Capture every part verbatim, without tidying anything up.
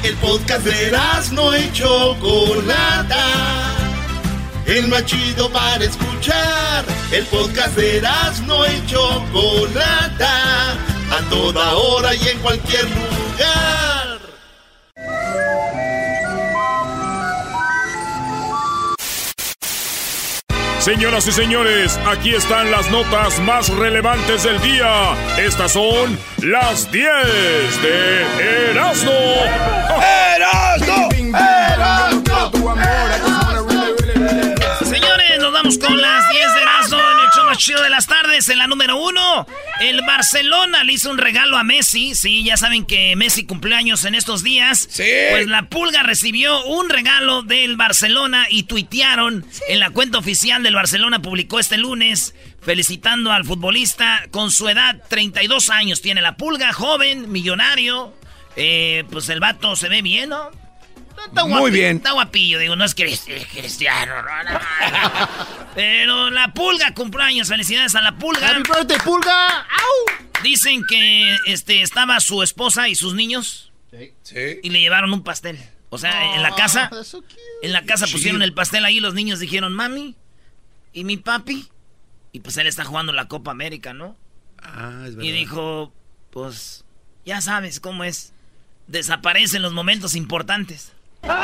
El podcast de Erazno y Chocolata, el más chido para escuchar. El podcast de Erazno y Chocolata, a toda hora y en cualquier lugar. Señoras y señores, aquí están las notas más relevantes del día. Estas son las diez de Erazno. ¡Erazno! ¡Erazno! Señores, nos vamos con las diez de Erazno en el show más chido de las tardes. En la número uno, el Barcelona le hizo un regalo a Messi. Sí, ya saben que Messi cumplió años en estos días. Sí. Pues la Pulga recibió un regalo del Barcelona y tuitearon en la cuenta oficial del Barcelona, publicó este lunes felicitando al futbolista con su edad, treinta y dos años tiene la Pulga, joven, millonario. Eh, pues el vato se ve bien, ¿no? Está Muy guapi- bien. Está guapillo, digo, no es que es cristiano, no, no, no. Pero la Pulga cumplió años, felicidades a la Pulga. ¡Happy birthday, Pulga! ¡Au! Dicen que este estaba su esposa y sus niños Sí. y le llevaron un pastel. O sea, en la casa, Oh, that's so cute. en la casa Sí. pusieron el pastel ahí, los niños dijeron, mami, ¿y mi papi? Y pues él está jugando la Copa América, ¿no? Ah, es verdad. Y dijo, pues, ya sabes cómo es. Desaparecen los momentos importantes.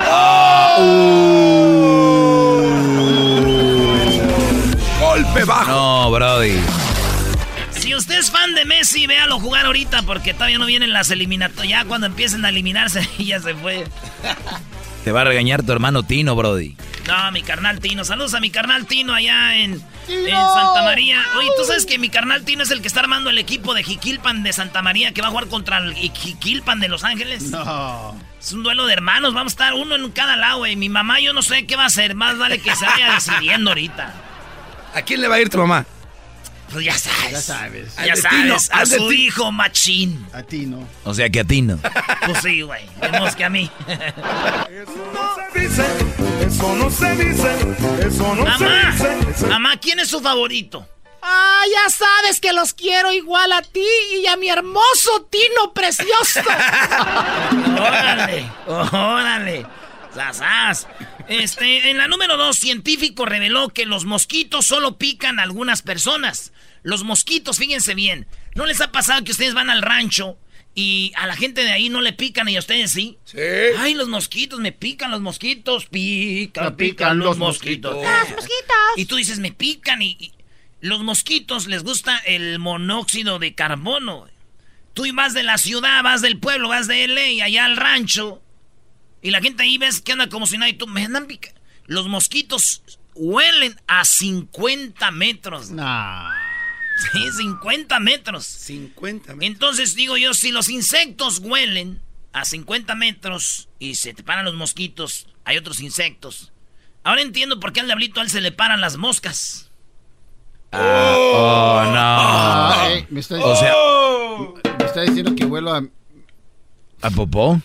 Golpe bajo. No, brody. Si usted es fan de Messi, véalo jugar ahorita porque todavía no vienen las eliminatorias. Ya cuando empiecen a eliminarse, ya se fue. Te va a regañar tu hermano Tino, brody. No, mi carnal Tino. Saludos a mi carnal Tino allá en, en Santa María. Oye, ¿tú sabes que mi carnal Tino es el que está armando el equipo de Jiquilpan de Santa María que va a jugar contra el Jiquilpan de Los Ángeles? No. Es un duelo de hermanos. Vamos a estar uno en cada lado, güey. Mi mamá yo no sé qué va a hacer. Más vale que se vaya decidiendo ahorita. ¿A quién le va a ir tu mamá? Pues ya sabes. Ya sabes. Ya Al de sabes. Tino, a al de su Ti- hijo Machín. A ti no. O sea que a Tino. Pues sí, güey. Vemos que a mí. Eso no se dice, eso no se dice, eso no Mamá, se dice. eso- mamá, ¿quién es su favorito? Ah, ya sabes que los quiero igual a ti y a mi hermoso Tino precioso. Órale, órale. Sasas. Este, en la número dos, científico reveló que los mosquitos solo pican a algunas personas. Los mosquitos, fíjense bien, ¿no les ha pasado que ustedes van al rancho y a la gente de ahí no le pican y a ustedes sí? Sí. Ay, los mosquitos, me pican los mosquitos, pican, Me pican, pican los los mosquitos. mosquitos. Los mosquitos. Y tú dices, me pican y, y los mosquitos les gusta el monóxido de carbono. Tú vas de la ciudad, vas del pueblo, vas de L A allá al rancho y la gente ahí ves que anda como si nada y tú me andan picando. Los mosquitos huelen a cincuenta metros. Nah. Sí, cincuenta metros. cincuenta metros. Entonces digo yo, si los insectos huelen a cincuenta metros y se te paran los mosquitos, hay otros insectos. Ahora entiendo por qué al diablito a él se le paran las moscas. Ah, oh, no. Ah, eh, me, está, O sea, me está diciendo que vuelo a... ¿a popó?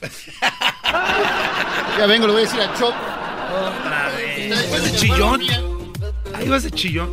Ya vengo, le voy a decir a Choc. Otra vez. ¿Vas de chillón? Ahí vas de chillón.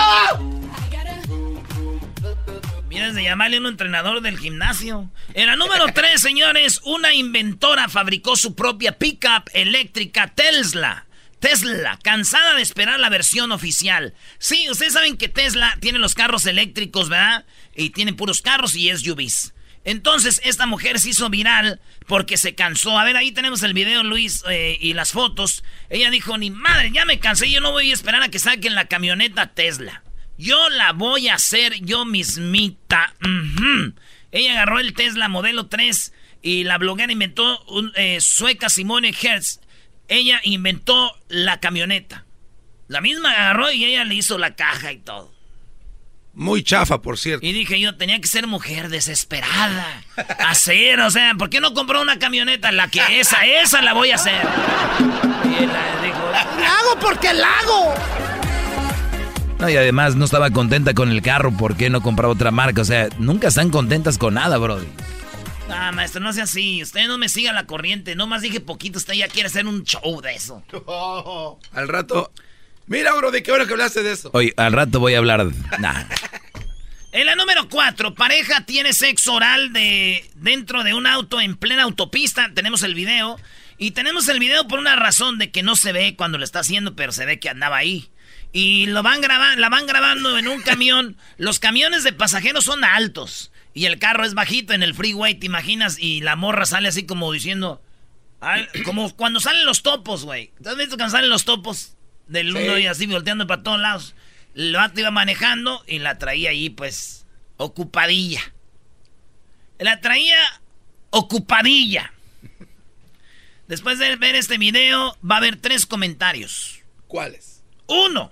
Vienes de llamarle a un entrenador del gimnasio. En la número tres, señores, una inventora fabricó su propia pickup eléctrica Tesla. Tesla, cansada de esperar la versión oficial. Sí, ustedes saben que Tesla tiene los carros eléctricos, ¿verdad? Y tiene puros carros y S U Vs. Entonces, esta mujer se hizo viral porque se cansó. A ver, ahí tenemos el video, Luis, eh, y las fotos. Ella dijo, ni madre, ya me cansé, yo no voy a esperar a que saquen la camioneta Tesla. Yo la voy a hacer yo mismita. Uh-huh. Ella agarró el Tesla modelo tres y la bloguera inventó, un, eh, sueca Simone Hertz. Ella inventó la camioneta. La misma agarró y ella le hizo la caja y todo. Muy chafa, por cierto. Y dije yo, tenía que ser mujer desesperada. Hacer, o sea, ¿por qué no compró una camioneta? La que esa, esa la voy a hacer. Y ella dijo, La hago porque la hago. No, y además no estaba contenta con el carro, ¿por qué no compraba otra marca? O sea, nunca están contentas con nada, brody. ah, maestro, no sea así. Usted no me siga la corriente. Nomás dije poquito, usted ya quiere hacer un show de eso. Al rato. Mira, bro, de qué hora que hablaste de eso. Oye, al rato voy a hablar. Nah. En la número cuatro, pareja tiene sexo oral de dentro de un auto en plena autopista. Tenemos el video. Y tenemos el video por una razón de que no se ve cuando lo está haciendo, pero se ve que andaba ahí. Y lo van grabando, la van grabando en un camión. Los camiones de pasajeros son altos. Y el carro es bajito en el freeway, ¿te imaginas? Y la morra sale así como diciendo... Ay, como cuando salen los topos, güey. ¿Te has visto cuando salen los topos? Del uno y así volteando para todos lados. El vato iba manejando y la traía ahí, pues, ocupadilla. La traía ocupadilla. Después de ver este video, va a haber tres comentarios. ¿Cuáles? Uno.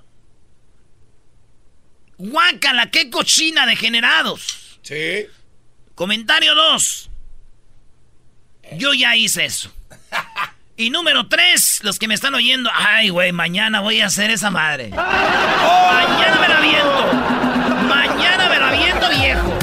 Guácala, qué cochina, degenerados. Sí. Comentario dos. Yo ya hice eso. Y número tres, los que me están oyendo, ay, güey, mañana voy a hacer esa madre. Mañana me la aviento. Mañana me la aviento, viejo.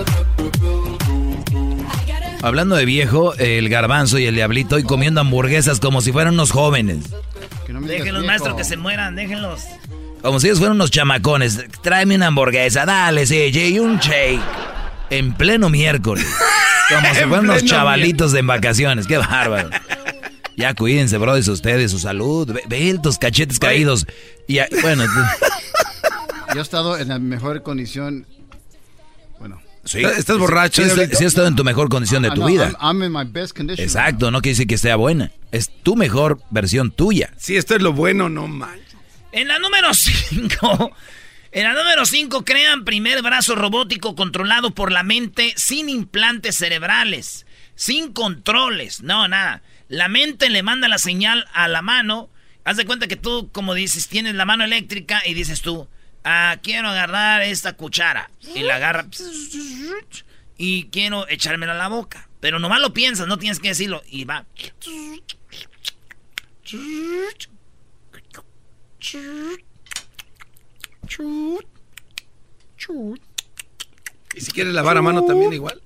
Hablando de viejo, el Garbanzo y el Diablito hoy comiendo hamburguesas como si fueran unos jóvenes. Que no me Déjenlos, maestros, que se mueran, déjenlos. Como si ellos fueran unos chamacones. Tráeme una hamburguesa, dale, sí, y un shake. En pleno miércoles. Como si fueran unos chavalitos de en vacaciones. Qué bárbaro. Ya cuídense, bro, de ustedes, su salud. Ve, ve tus cachetes caídos. Y ya, bueno. Yo he estado en la mejor condición. Bueno. Sí. ¿Estás borracho? Sí, sí, sí, has estado en tu mejor condición de tu no, vida. I'm, I'm in my best condition. Exacto, no quiere decir que sea buena. Es tu mejor versión tuya. Sí, esto es lo bueno, no manches. En la número cinco, en la número cinco crean primer brazo robótico controlado por la mente sin implantes cerebrales, sin controles, no, nada. La mente le manda la señal a la mano. Haz de cuenta que tú, como dices, tienes la mano eléctrica y dices tú, ah, quiero agarrar esta cuchara. Y la agarra y quiero echármela a la boca. Pero nomás lo piensas, no tienes que decirlo. Y va. ¿Y si quieres lavar a mano también igual?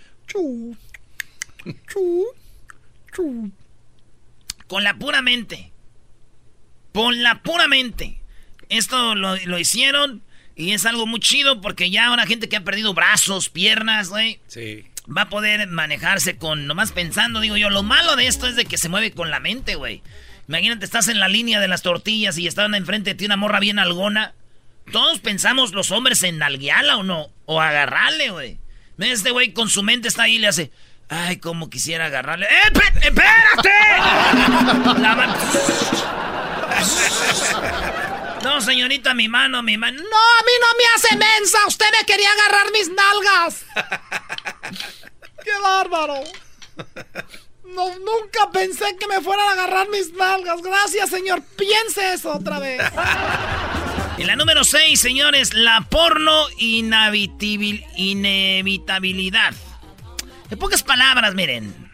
Con la pura mente. Con la pura mente. Esto lo, lo hicieron y es algo muy chido porque ya ahora gente que ha perdido brazos, piernas, güey, sí, va a poder manejarse con, nomás pensando, digo yo. Lo malo de esto es de que se mueve con la mente, güey. Imagínate, estás en la línea de las tortillas y estaban enfrente de ti una morra bien algona. Todos pensamos los hombres en nalguearla o no, o agarrarle, güey. Este güey con su mente está ahí y le hace, ay, cómo quisiera agarrarle. ¡Eh, espérate! La man... No, señorita, mi mano, mi mano. No, a mí no me hace mensa. Usted me quería agarrar mis nalgas. ¡Qué bárbaro! No, nunca pensé que me fueran a agarrar mis nalgas. Gracias, señor. Piense eso otra vez. Y la número seis, señores, la porno inevitabil, inevitabilidad. En pocas palabras, miren.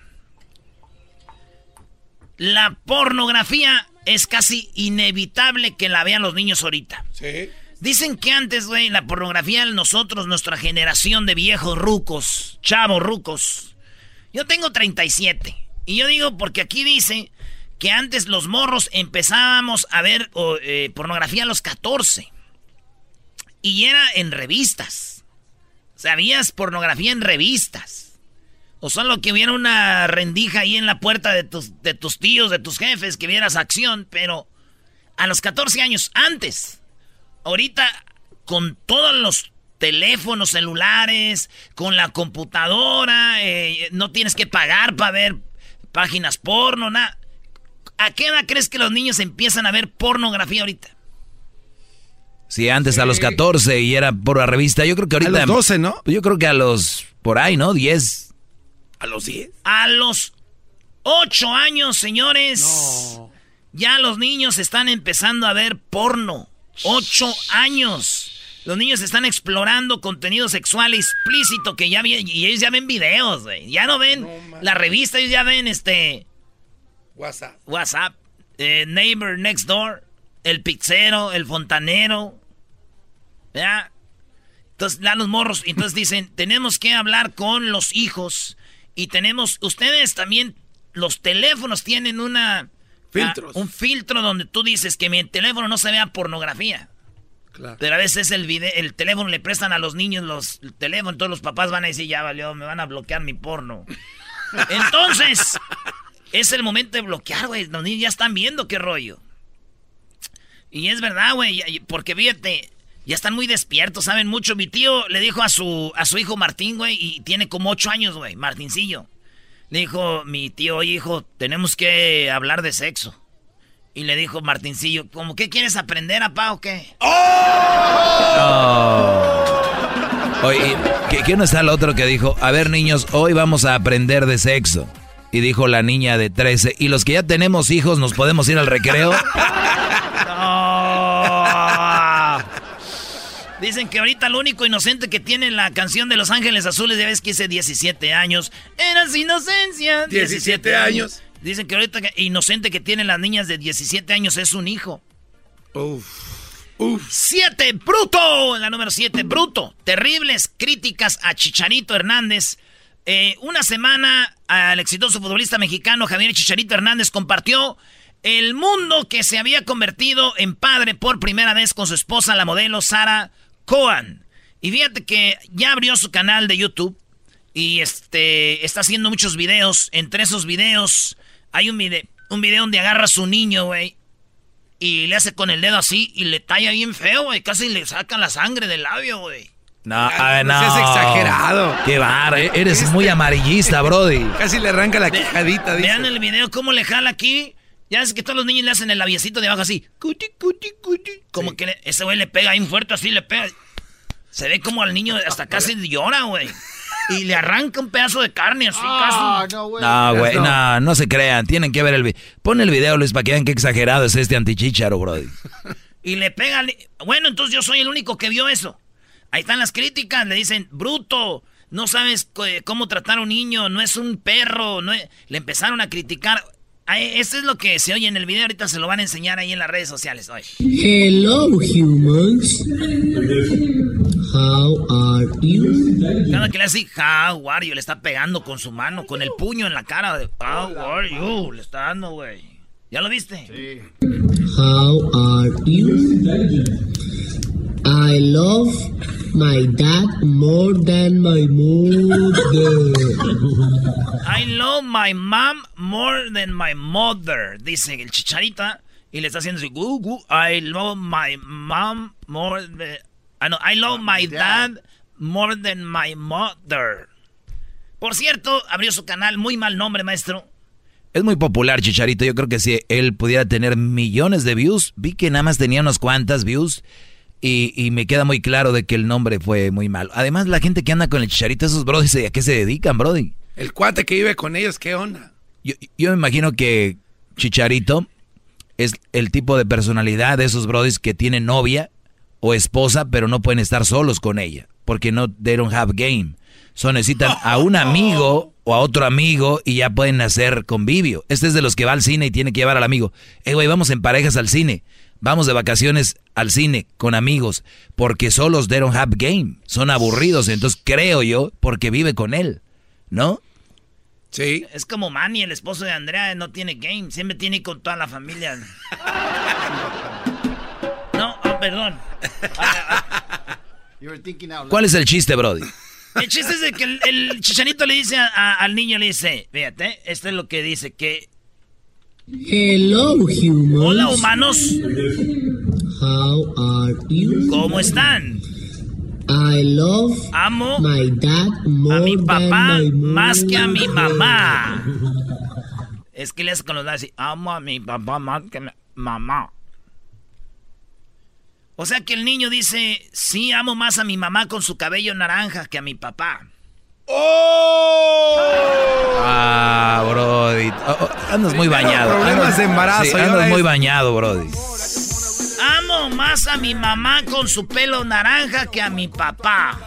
La pornografía es casi inevitable que la vean los niños ahorita. Sí. Dicen que antes, güey, la pornografía, nosotros, nuestra generación de viejos rucos, chavos rucos. Yo tengo treinta y siete. Y yo digo porque aquí dice que antes los morros empezábamos a ver oh, eh, pornografía a los catorce. Y era en revistas. O sea, habías pornografía en revistas. O solo que hubiera una rendija ahí en la puerta de tus, de tus tíos, de tus jefes, que vieras acción. Pero a los catorce años, antes. Ahorita, con todos los teléfonos celulares, con la computadora, eh, no tienes que pagar para ver páginas porno, nada. ¿A qué edad crees que los niños empiezan a ver pornografía ahorita? Sí, antes sí. A los catorce y era por la revista. Yo creo que ahorita... A los doce, ¿no? Yo creo que a los... por ahí, ¿no? diez. ¿A los diez? A los ocho años, señores. No. Ya los niños están empezando a ver porno. ocho años. Los niños están explorando contenido sexual explícito que ya ven, y ellos ya ven videos, güey. Ya no ven no, la revista, ellos ya ven este... WhatsApp. WhatsApp. Eh, Neighbor Next Door. El pizzero, el fontanero. ¿Ya? Entonces, dan los morros. Entonces dicen, tenemos que hablar con los hijos. Y tenemos... Ustedes también, los teléfonos tienen una... Filtros. Uh, un filtro donde tú dices que mi teléfono no se vea pornografía. Claro. Pero a veces el video, el teléfono le prestan a los niños los el teléfono, todos los papás van a decir, ya valió, me van a bloquear mi porno. Entonces, es el momento de bloquear, güey. Los niños ya están viendo qué rollo. Y es verdad, güey, porque fíjate, ya están muy despiertos, saben mucho. Mi tío le dijo a su, a su hijo Martín, güey, y tiene como ocho años, güey, Martincillo. Le dijo mi tío, oye, hijo, tenemos que hablar de sexo. Y le dijo Martincillo, ¿cómo qué quieres aprender, apá, o qué? ¡Oh! Oye, ¿quién no está el otro que dijo, a ver, niños, hoy vamos a aprender de sexo? Y dijo la niña de trece, ¿y los que ya tenemos hijos nos podemos ir al recreo? No. Dicen que ahorita lo único inocente que tiene la canción de Los Ángeles Azules, ya ves que hice diecisiete años. Eras inocencia. diecisiete años. Dicen que ahorita que inocente que tienen las niñas de diecisiete años es un hijo. Uf. Uf. Siete, Bruto. La número siete, Bruto. Terribles críticas a Chicharito Hernández. Eh, una semana al exitoso futbolista mexicano Javier Chicharito Hernández compartió el mundo que se había convertido en padre por primera vez con su esposa, la modelo Sara Cohen. Y fíjate que ya abrió su canal de YouTube y este está haciendo muchos videos. Entre esos videos hay un video, un video donde agarra a su niño, güey, y le hace con el dedo así y le talla bien feo, güey. Casi le saca la sangre del labio, güey. No, a ver, no. Es exagerado. Qué barra, eres muy amarillista, brody. Casi le arranca la quijadita, dice. Vean el video cómo le jala aquí. Ya es que todos los niños le hacen el labiecito de abajo así. Cuti, cuti, cuti. Como sí. Que le, ese güey le pega ahí fuerte, así le pega. Se ve como al niño hasta casi llora, güey. Y le arranca un pedazo de carne así, Ah, casi. no, güey. No, güey, No. no, no se crean. Tienen que ver el video. Pon el video, Luis, para que vean qué exagerado es este antichícharo, brody. Y le pega al... Bueno, entonces yo soy el único que vio eso. Ahí están las críticas. Le dicen, bruto, no sabes c- cómo tratar a un niño, no es un perro. No es... Le empezaron a criticar. Ay, eso es lo que se oye en el video. Ahorita se lo van a enseñar ahí en las redes sociales. Oye. Hello, humans. How are you? Cada que le hace how are you, le está pegando con su mano, con el puño en la cara. De, how are you, le está dando, güey. ¿Ya lo viste? Sí. How are you? I love my dad more than my mother. I love my mom more than my mother, dice el Chicharita. Y le está haciendo así, gu, gu, I love my mom more than... Ah, no, I love my dad more than my mother. Por cierto, abrió su canal, muy mal nombre, maestro. Es muy popular, Chicharito. Yo creo que si él pudiera tener millones de views, vi que nada más tenía unas cuantas views y, y me queda muy claro de que el nombre fue muy malo. Además, la gente que anda con el Chicharito, esos brodis, ¿a qué se dedican, brody? El cuate que vive con ellos, ¿qué onda? Yo, yo me imagino que Chicharito es el tipo de personalidad de esos brodis que tienen novia o esposa, pero no pueden estar solos con ella, porque no, they don't have game. So necesitan a un amigo o a otro amigo y ya pueden hacer convivio. Este es de los que va al cine y tiene que llevar al amigo. Eh, güey, vamos en parejas al cine. Vamos de vacaciones al cine con amigos, porque solos they don't have game. Son aburridos, entonces creo yo, porque vive con él, ¿no? Sí. Es como Manny, el esposo de Andrea, no tiene game, siempre tiene con toda la familia. No, oh, perdón. You were thinking out loud. ¿Cuál es el chiste, brody? El chiste es de que el, el Chicharito le dice a- a- al niño, le dice, fíjate, esto es lo que dice, que... Hello, humans. Hola, humanos, How are you? ¿cómo están? I love Amo my dad a more mi papá than my más que a mi mother. mamá. Es que le hace con los lados así, amo a mi papá más que a mi mamá. O sea que el niño dice, sí, amo más a mi mamá con su cabello naranja que a mi papá. Ah, brody. Oh, oh, andas muy bañado. Problemas Andas- de embarazo, sí, y ahora andas muy es- bañado, brody. Amo más a mi mamá con su pelo naranja que a mi papá.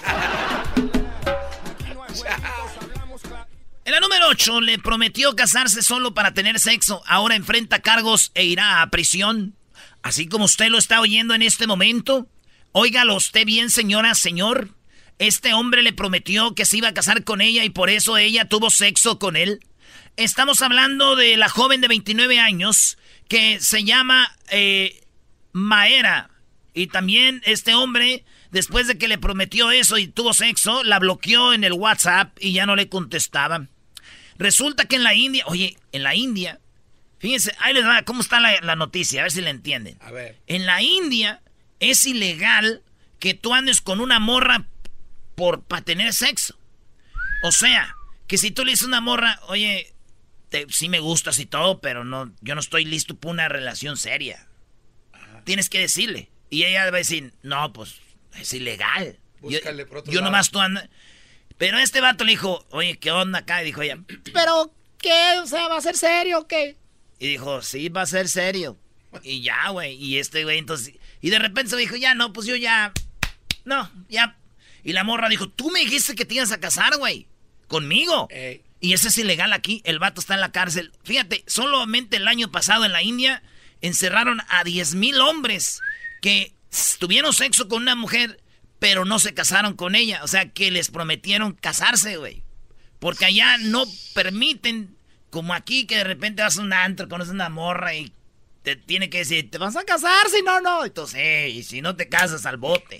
En la número ocho, le prometió casarse solo para tener sexo. Ahora enfrenta cargos e irá a prisión. Así como usted lo está oyendo en este momento. Óigalo usted bien, señora, señor. Este hombre le prometió que se iba a casar con ella y por eso ella tuvo sexo con él. Estamos hablando de la joven de veintinueve años que se llama eh, Maera Y también este hombre, después de que le prometió eso y tuvo sexo, la bloqueó en el WhatsApp y ya no le contestaba. Resulta que en la India, oye, en la India, fíjense, ahí les va, ¿cómo está la, la noticia? A ver si la entienden. A ver. En la India es ilegal que tú andes con una morra por para tener sexo. O sea, que si tú le dices a una morra, oye, te, sí me gustas y todo, pero no, yo no estoy listo para una relación seria. Ajá. Tienes que decirle. Y ella va a decir, no, pues es ilegal. Búscale yo, por otro yo lado. Nomás tú andas. Pero este vato le dijo, oye, ¿qué onda acá? Y dijo ella, ¿pero qué? O sea, ¿va a ser serio o qué? Y dijo, sí, va a ser serio. Y ya, güey. Y este güey, entonces... Y de repente se dijo, ya, no, pues yo ya... No, ya... Y la morra dijo, tú me dijiste que te ibas a casar, güey. Conmigo. Ey. Y eso es ilegal aquí. El vato está en la cárcel. Fíjate, solamente el año pasado en la India encerraron a diez mil hombres que tuvieron sexo con una mujer, pero no se casaron con ella. O sea, que les prometieron casarse, güey. Porque allá no permiten, como aquí, que de repente vas a un antro, conoces una morra y te tiene que decir, ¿te vas a casar? Si no, no. Entonces, eh, y si no te casas, al bote.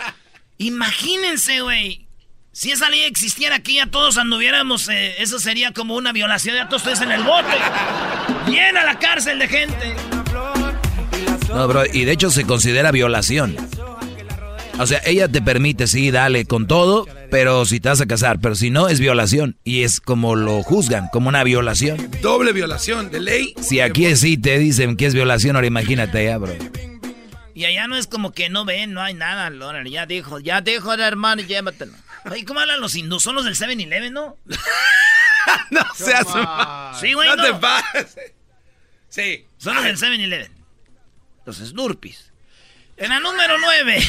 Imagínense, güey. Si esa ley existiera aquí, ya todos anduviéramos, eh, eso sería como una violación, ya todos ustedes en el bote. Llena la cárcel de gente. No, bro, y de hecho se considera violación. O sea, ella te permite, sí, dale con todo, pero si te vas a casar, pero si no, es violación. Y es como lo juzgan, como una violación. Doble violación, de ley. Si aquí sí te dicen que es violación, ahora imagínate ya, bro. Y allá no es como que no ven, no hay nada, Loren. Ya dijo, ya dijo el hermano, llévatelo. Oye, ¿cómo hablan los hindúes? Son los del seven eleven, ¿no? No seas... Sí, güey, no. No te pases. Sí. Son los del seven eleven. Los Slurpees. En la número nueve.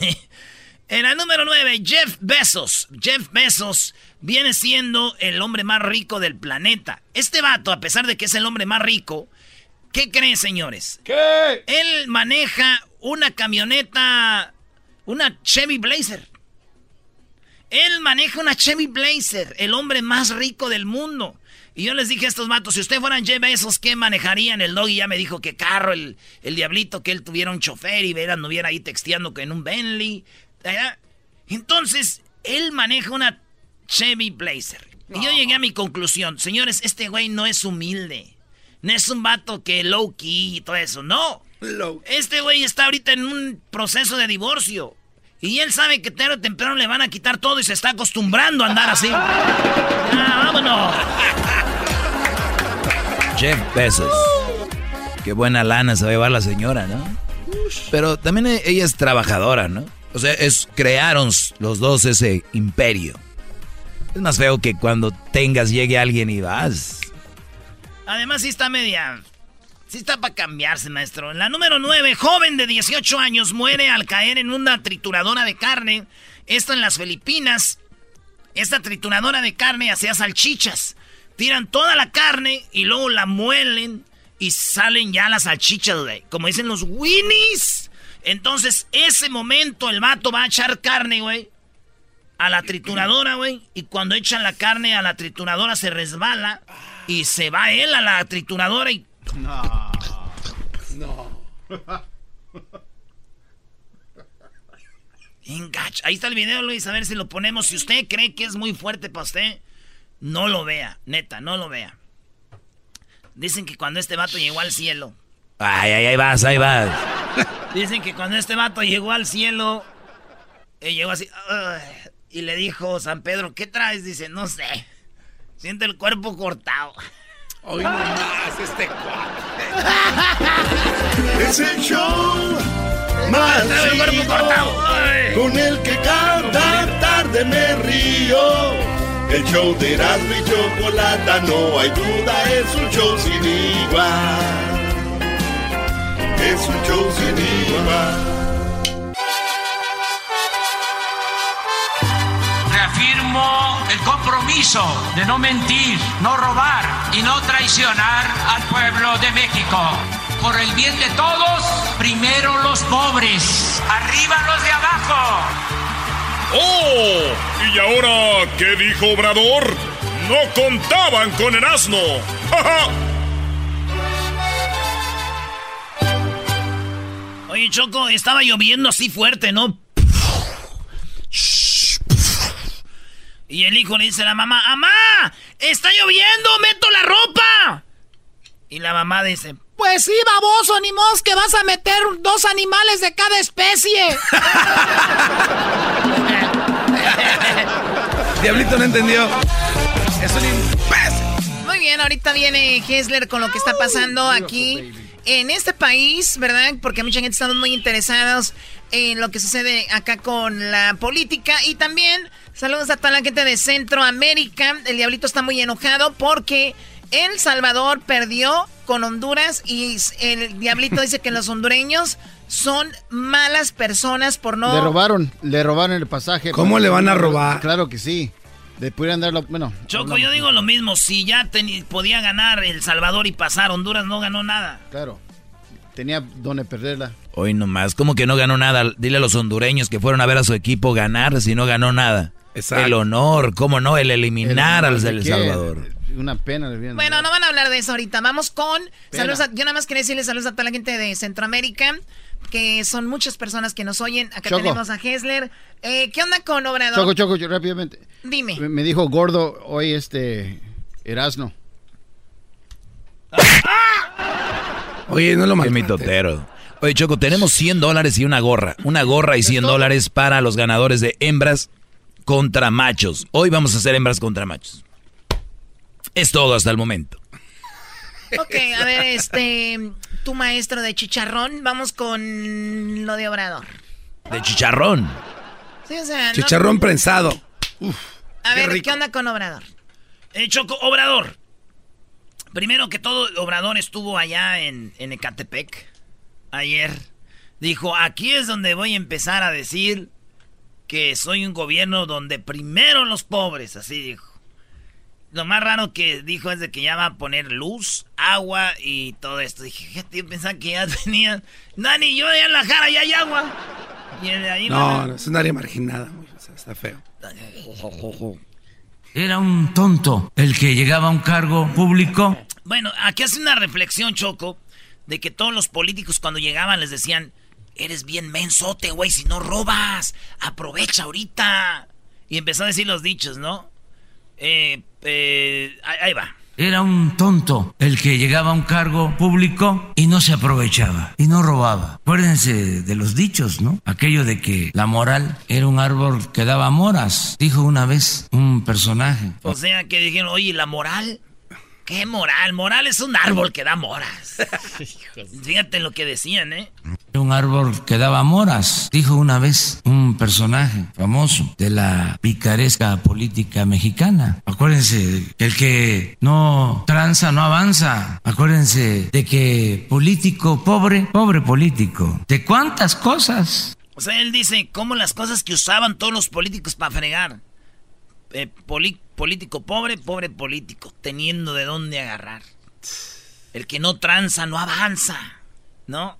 En la número nueve, Jeff Bezos. Jeff Bezos viene siendo el hombre más rico del planeta. Este vato, a pesar de que es el hombre más rico, ¿qué creen, señores? ¿Qué? Él maneja una camioneta, una Chevy Blazer. Él maneja una Chevy Blazer, el hombre más rico del mundo. Y yo les dije a estos vatos, si ustedes fueran Jeff Bezos, ¿qué manejarían? El Doggy ya me dijo que carro, el, el diablito, que él tuviera un chofer y verán, anduviera ahí texteando en un Bentley. ¿Verdad? Entonces, él maneja una Chevy Blazer. Y yo llegué a mi conclusión, señores, este güey no es humilde. No es un vato que low key y todo eso, no. Este güey está ahorita en un proceso de divorcio. Y él sabe que tarde o temprano le van a quitar todo y se está acostumbrando a andar así. ¡Ah, vámonos! Jeff Bezos. Qué buena lana se va a llevar la señora, ¿no? Pero también ella es trabajadora, ¿no? O sea, es, crearon los dos ese imperio. Es más feo que cuando tengas, llegue alguien y vas. Además sí está media... Sí está para cambiarse, maestro. En la número nueve, joven de dieciocho años muere al caer en una trituradora de carne. Esto en las Filipinas. Esta trituradora de carne hacía salchichas. Tiran toda la carne y luego la muelen y salen ya las salchichas, güey. Como dicen los Winnies. Entonces, ese momento el vato va a echar carne, güey, a la trituradora, güey. Y cuando echan la carne a la trituradora se resbala y se va él a la trituradora y... No. No. Engacho. Ahí está el video, Luis, a ver si lo ponemos. Si usted cree que es muy fuerte para usted, no lo vea, neta, no lo vea. Dicen que cuando este vato llegó al cielo... Ay, ay, ahí vas, ahí vas. Dicen que cuando este vato llegó al cielo, él llegó así... Uh, y le dijo San Pedro, ¿qué traes? Dice, no sé. Siente el cuerpo cortado. Hoy no más este cuate. Es el show más el cuerpo cortado. Con el que cada tarde me río. El show de Erasmo y Chocolata, no hay duda, es un show sin igual. Es un show sin igual. Reafirmo el compromiso de no mentir, no robar y no traicionar al pueblo de México. Por el bien de todos, primero los pobres, arriba los de abajo. ¡Oh! ¿Y ahora qué dijo Obrador? ¡No contaban con el asno! ¡Ja, ja! Oye, Choco, estaba lloviendo así fuerte, ¿no? Y el hijo le dice a la mamá, ¡Mamá! ¡Está lloviendo! ¡Meto la ropa! Y la mamá dice, pues sí, baboso, ni modo que vas a meter dos animales de cada especie. Diablito no entendió. Es un imbécil. Muy bien, ahorita viene Hessler con lo que está pasando aquí en este país, ¿verdad? Porque mucha gente estamos muy interesados en lo que sucede acá con la política. Y también saludos a toda la gente de Centroamérica. El Diablito está muy enojado porque El Salvador perdió con Honduras y el Diablito dice que los hondureños son malas personas por no... Le robaron, le robaron el pasaje. ¿Cómo le van a robar? Claro que sí. Le pudieran dar la... Bueno, Choco, hablamos. yo digo lo mismo. Si ya ten, podía ganar El Salvador y pasar, Honduras no ganó nada. Claro. Tenía donde perderla. Hoy nomás, ¿cómo que no ganó nada? Dile a los hondureños que fueron a ver a su equipo ganar si no ganó nada. Exacto. El honor, ¿cómo no? El eliminar al El Salvador. Una pena. Le vieron. Bueno, no van a hablar de eso ahorita. Vamos con... Saludos a, yo nada más quería decirles saludos a toda la gente de Centroamérica, que son muchas personas que nos oyen. Acá Choco. tenemos a Hessler. Eh, ¿Qué onda con Obrador? Choco, Choco, yo, rápidamente. Dime. Me, me dijo gordo hoy este Erasno. Oye, no lo maltrates. Es mi totero. Oye, Choco, tenemos cien dólares y una gorra. Una gorra y cien dólares para los ganadores de hembras contra machos. Hoy vamos a hacer hembras contra machos. Es todo hasta el momento. Ok, a ver, este... Tu maestro de chicharrón, vamos con lo de Obrador. ¿De chicharrón? Sí, o sea... Chicharrón no... prensado. Uf, a ver, rico. ¿qué onda con Obrador? Eh, Choco, Obrador. Primero que todo, Obrador estuvo allá en, en Ecatepec ayer. Dijo, aquí es donde voy a empezar a decir que soy un gobierno donde primero los pobres, así dijo. Lo más raro que dijo es de que ya va a poner luz, agua y todo esto. Dije, ¿qué tío? Pensaba que ya tenía... Dani, yo allá en la Jara ya hay agua. Y de ahí no, van a... no, es un área marginada. O sea, está feo. Era un tonto el que llegaba a un cargo público. Bueno, aquí hace una reflexión, Choco, de que todos los políticos cuando llegaban les decían, eres bien mensote, güey, si no robas, aprovecha ahorita. Y empezó a decir los dichos, ¿no? Eh, eh, ahí va. Era un tonto el que llegaba a un cargo público y no se aprovechaba y no robaba. Acuérdense de los dichos, ¿no? Aquello de que la moral era un árbol que daba moras, dijo una vez un personaje. O sea, que dijeron, oye, ¿la moral? ¿Qué moral? Moral es un árbol que da moras. Fíjate lo que decían, ¿eh? Un árbol que daba moras, dijo una vez un personaje famoso de la picaresca política mexicana. Acuérdense que el que no tranza no avanza. Acuérdense de que político pobre, pobre político. ¿De cuántas cosas? O sea, él dice, cómo las cosas que usaban todos los políticos para fregar. Eh, poli- político pobre, pobre político, teniendo de dónde agarrar. El que no tranza no avanza, ¿no?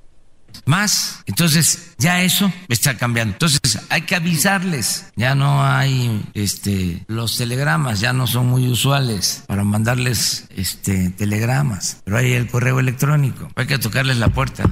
Más, entonces ya eso está cambiando. Entonces hay que avisarles. Ya no hay, este, los telegramas ya no son muy usuales para mandarles, este, telegramas. Pero hay el correo electrónico. Hay que tocarles la puerta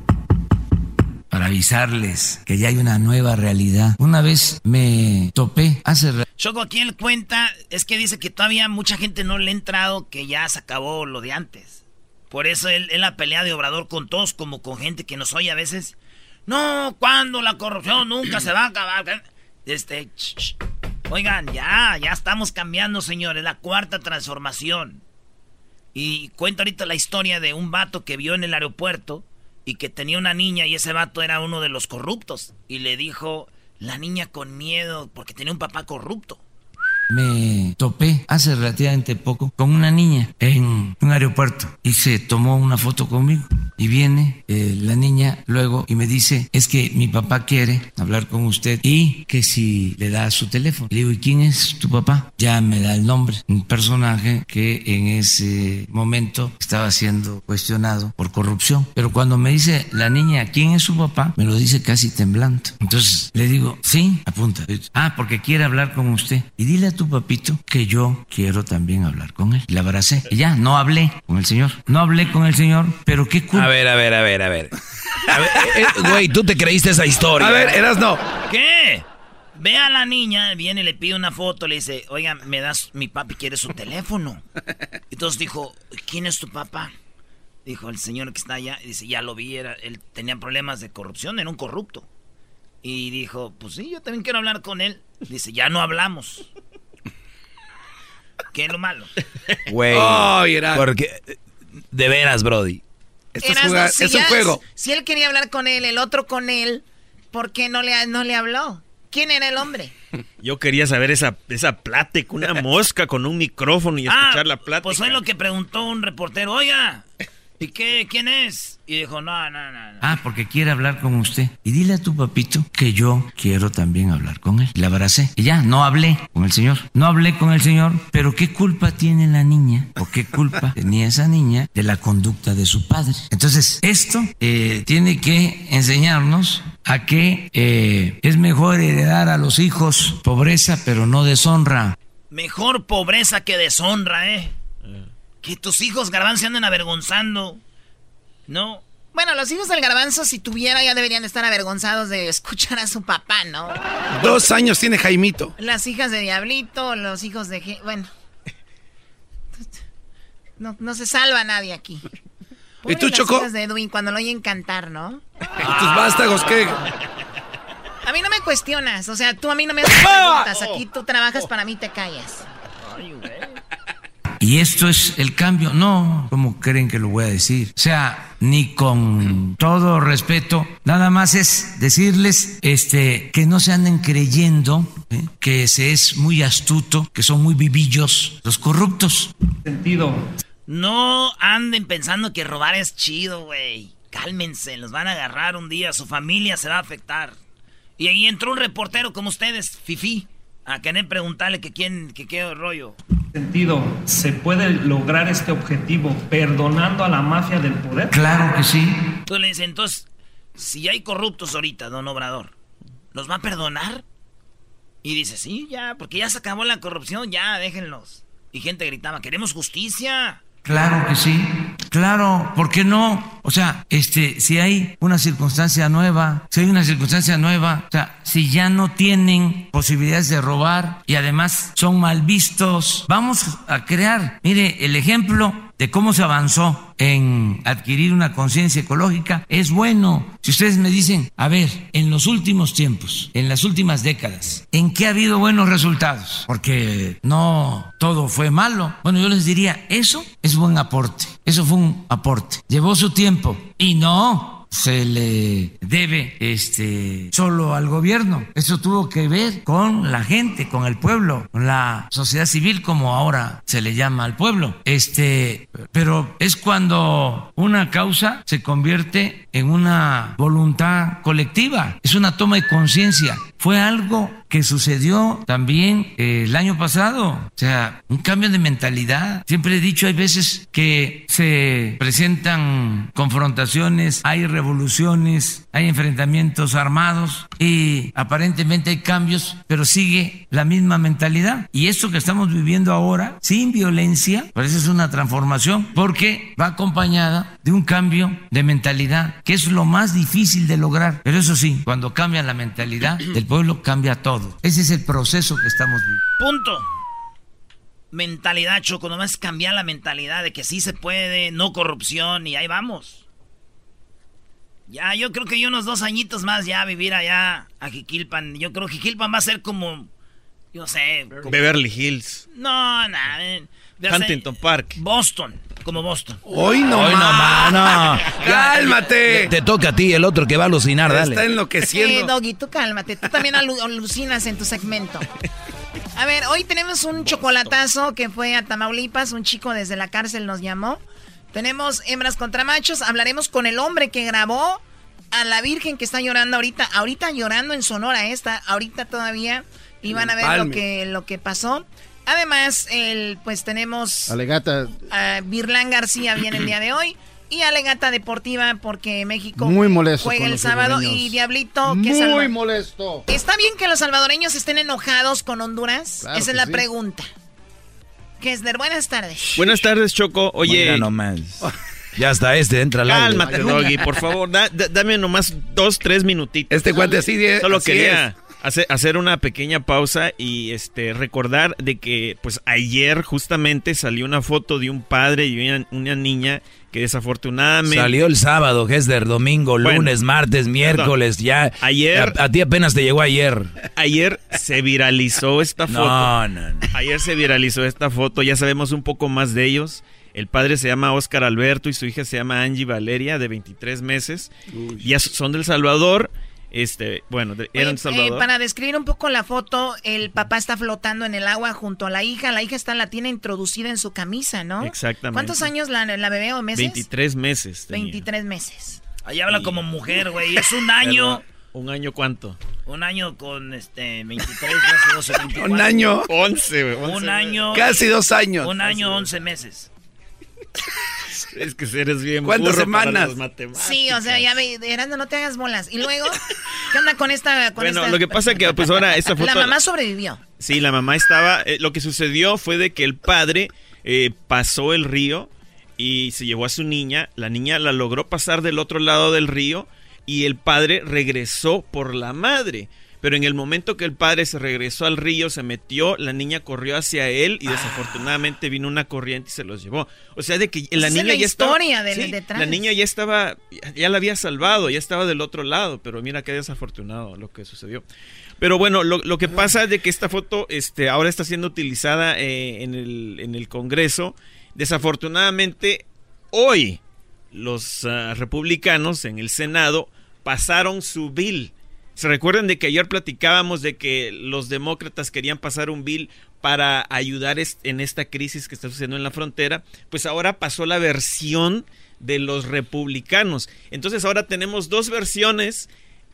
para avisarles que ya hay una nueva realidad. Una vez me topé hace... Choco, aquí él cuenta, es que dice que todavía mucha gente no le ha entrado, que ya se acabó lo de antes. Por eso él, él la pelea de Obrador con todos, como con gente que nos oye a veces. No, cuando la corrupción nunca se va a acabar. Este, ch, ch. Oigan, ya, ya estamos cambiando, señores, la cuarta transformación. Y cuenta ahorita la historia de un vato que vio en el aeropuerto y que tenía una niña y ese vato era uno de los corruptos. Y le dijo, la niña con miedo, porque tenía un papá corrupto. Me topé hace relativamente poco con una niña en un aeropuerto y se tomó una foto conmigo. Y viene eh, la niña luego y me dice, es que mi papá quiere hablar con usted y que si le da su teléfono. Le digo, ¿y quién es tu papá? Ya me da el nombre. Un personaje que en ese momento estaba siendo cuestionado por corrupción. Pero cuando me dice la niña, ¿quién es su papá? Me lo dice casi temblando. Entonces le digo, sí, apunta. Ah, porque quiere hablar con usted. Y dile a tu papito que yo quiero también hablar con él. Le abracé. Y ya, no hablé con el señor. No hablé con el señor, pero qué culpa. A ver, a ver, a ver, a ver. A ver, eh, güey, tú te creíste esa historia. A ver, Erasno. ¿Qué? Ve a la niña, viene y le pide una foto, le dice, oiga, me das, mi papi quiere su teléfono. Entonces dijo, ¿quién es tu papá? Dijo, el señor que está allá. Y dice, ya lo vi, era, él tenía problemas de corrupción, era un corrupto. Y dijo, pues sí, yo también quiero hablar con él. Dice, ya no hablamos. ¿Qué es lo malo? Güey, oh, porque, de veras, brody. Esto es, jugar, si es un juego. Si él quería hablar con él, el otro con él, ¿por qué no le, no le habló? ¿Quién era el hombre? Yo quería saber esa, esa plática, una mosca con un micrófono y escuchar ah, la plática. Pues fue lo que preguntó un reportero. Oiga, ¿y qué? ¿Quién es? Y dijo, no, no, no, no. Ah, porque quiere hablar con usted. Y dile a tu papito que yo quiero también hablar con él. La abracé. Y ya, no hablé con el señor. No hablé con el señor. Pero ¿qué culpa tiene la niña? ¿O qué culpa tenía esa niña de la conducta de su padre? Entonces, esto eh, tiene que enseñarnos a que eh, es mejor heredar a los hijos pobreza, pero no deshonra. Mejor pobreza que deshonra, ¿eh? Que tus hijos, Garbanzo, se anden avergonzando. No. Bueno, los hijos del Garbanzo, si tuviera, ya deberían estar avergonzados de escuchar a su papá, ¿no? Dos años tiene Jaimito. Las hijas de Diablito, los hijos de... Bueno. No, no se salva nadie aquí. Pobre ¿Y tú, Choco? Las hijas de Edwin cuando lo oyen cantar, ¿no? ¿Y tus vástagos qué? A mí no me cuestionas, o sea, tú a mí no me haces preguntas. Aquí tú trabajas, para mí te callas. Ay, güey. Y esto es el cambio. No, ¿cómo creen que lo voy a decir? O sea, ni con todo respeto, nada más es decirles este, que no se anden creyendo ¿eh? que se es muy astuto, que son muy vivillos los corruptos. Sentido. No anden pensando que robar es chido, güey. Cálmense, los van a agarrar un día, su familia se va a afectar. Y ahí entró un reportero como ustedes, fifí, a querer preguntarle que quién, que qué rollo. Sentido, ¿se puede lograr este objetivo perdonando a la mafia del poder? Claro que sí. Entonces le dice, entonces, si hay corruptos ahorita, don Obrador, ¿los va a perdonar? Y dice, sí, ya, porque ya se acabó la corrupción, ya, déjenlos. Y gente gritaba, queremos justicia. Claro que sí, claro, ¿por qué no? O sea, este, si hay una circunstancia nueva, si hay una circunstancia nueva, o sea, si ya no tienen posibilidades de robar y además son mal vistos, vamos a crear, mire, el ejemplo de cómo se avanzó en adquirir una conciencia ecológica es bueno. Si ustedes me dicen, a ver, en los últimos tiempos, en las últimas décadas, ¿en qué ha habido buenos resultados? Porque no todo fue malo. Bueno, yo les diría, eso es buen aporte. Eso fue un aporte. Llevó su tiempo y no se le debe este solo al gobierno. Eso tuvo que ver con la gente, con el pueblo, con la sociedad civil, como ahora se le llama al pueblo. Este, pero es cuando una causa se convierte en una voluntad colectiva. Es una toma de conciencia. Fue algo que sucedió también eh, el año pasado. O sea, un cambio de mentalidad. Siempre he dicho, hay veces que se presentan confrontaciones, hay revoluciones, hay enfrentamientos armados y aparentemente hay cambios, pero sigue la misma mentalidad. Y esto que estamos viviendo ahora, sin violencia, parece es una transformación porque va acompañada de un cambio de mentalidad, que es lo más difícil de lograr. Pero eso sí, cuando cambia la mentalidad del pueblo, cambia todo. Ese es el proceso que estamos viviendo. Punto. Mentalidad, Choco, nomás cambiar la mentalidad de que sí se puede, no corrupción, y ahí vamos. Ya, yo creo que yo unos dos añitos más ya vivir allá a Jiquilpan. Yo creo que Jiquilpan va a ser como, yo sé... Como... Beverly Hills. No, nada. Huntington Park. Boston, como Boston. Hoy no, Hoy no, más, no. Cálmate. Te, te toca a ti, el otro que va a alucinar, dale. Está enloqueciendo. Eh, Doggy, tú cálmate. Tú también alu alucinas en tu segmento. A ver, hoy tenemos un chocolatazo que fue a Tamaulipas. Un chico desde la cárcel nos llamó. Tenemos hembras contra machos. Hablaremos con el hombre que grabó a la Virgen que está llorando ahorita. Ahorita llorando en Sonora esta. Ahorita todavía. Y van a ver lo que, lo que pasó. Además, el, pues tenemos... Alegata. Uh, Virlán García viene el día de hoy. Y alegata deportiva porque México muy molesto juega el sábado. Y Diablito... que muy molesto. ¿Está bien que los salvadoreños estén enojados con Honduras? Claro Esa es la sí. pregunta. Kessler, buenas tardes. Buenas tardes, Choco. Oye... Bueno, nomás. Ya hasta este entra al aire. Cálmate, Doggy, por favor. Da, da, dame nomás dos, tres minutitos. Este cuate así de... Solo así quería es. hacer, hacer una pequeña pausa y este recordar de que pues ayer justamente salió una foto de un padre y una, una niña que desafortunadamente... Salió el sábado, Hester, domingo, Bueno, lunes, martes, miércoles, perdón. ya. Ayer... A, a ti apenas te llegó ayer. Ayer se viralizó esta foto. No, no, no. Ayer se viralizó esta foto, ya sabemos un poco más de ellos. El padre se llama Oscar Alberto y su hija se llama Angie Valeria, de veintitrés meses. Uy. Ya son del Salvador. Este, bueno, de, eran Oye, Salvador. Eh, para describir un poco la foto, el papá está flotando en el agua junto a la hija. La hija está la tiene introducida en su camisa, ¿no? Exactamente. ¿Cuántos años la, la bebé o meses? veintitrés meses. Tenía. veintitrés meses. Ahí habla y... como mujer, güey. Es un año. ¿Un año cuánto? Un año con este veintitrés, doce, veinticuatro. Un año. once, güey. Un año. Casi dos años. Un año, once meses. Es que eres bien ¿Cuántas burro semanas? Para las sí, o sea, ya ve, Erasmo, no te hagas bolas. Y luego, ¿qué onda con esta? Con bueno, esta... lo que pasa que pues ahora esta foto... La mamá sobrevivió. Sí, la mamá estaba... Eh, lo que sucedió fue de que el padre eh, pasó el río y se llevó a su niña. La niña la logró pasar del otro lado del río y el padre regresó por la madre. Pero en el momento que el padre se regresó al río, se metió, la niña corrió hacia él y desafortunadamente vino una corriente y se los llevó. O sea, de que la Esa niña es la ya historia estaba... de, Sí, detrás. la niña ya estaba... Ya la había salvado, ya estaba del otro lado. Pero mira qué desafortunado lo que sucedió. Pero bueno, lo, lo que pasa es de que esta foto este, ahora está siendo utilizada eh, en, el, en el Congreso. Desafortunadamente, hoy los uh, republicanos en el Senado pasaron su bill. ¿Se recuerdan de que ayer platicábamos de que los demócratas querían pasar un bill para ayudar en esta crisis que está sucediendo en la frontera? Pues ahora pasó la versión de los republicanos. Entonces ahora tenemos dos versiones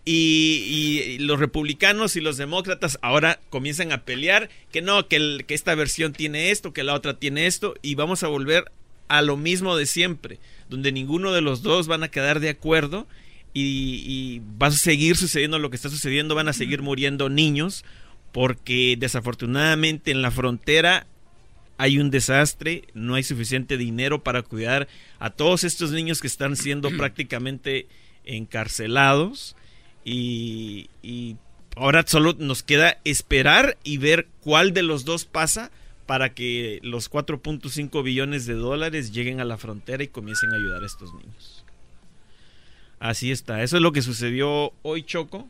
y, y los republicanos y los demócratas ahora comienzan a pelear que no, que, el, que esta versión tiene esto, que la otra tiene esto y vamos a volver a lo mismo de siempre, donde ninguno de los dos van a quedar de acuerdo. Y, y va a seguir sucediendo lo que está sucediendo, van a seguir muriendo niños, porque desafortunadamente en la frontera hay un desastre, no hay suficiente dinero para cuidar a todos estos niños que están siendo prácticamente encarcelados, y, y ahora solo nos queda esperar y ver cuál de los dos pasa para que los cuatro punto cinco billones de dólares lleguen a la frontera y comiencen a ayudar a estos niños. Así está, eso es lo que sucedió hoy, Choco.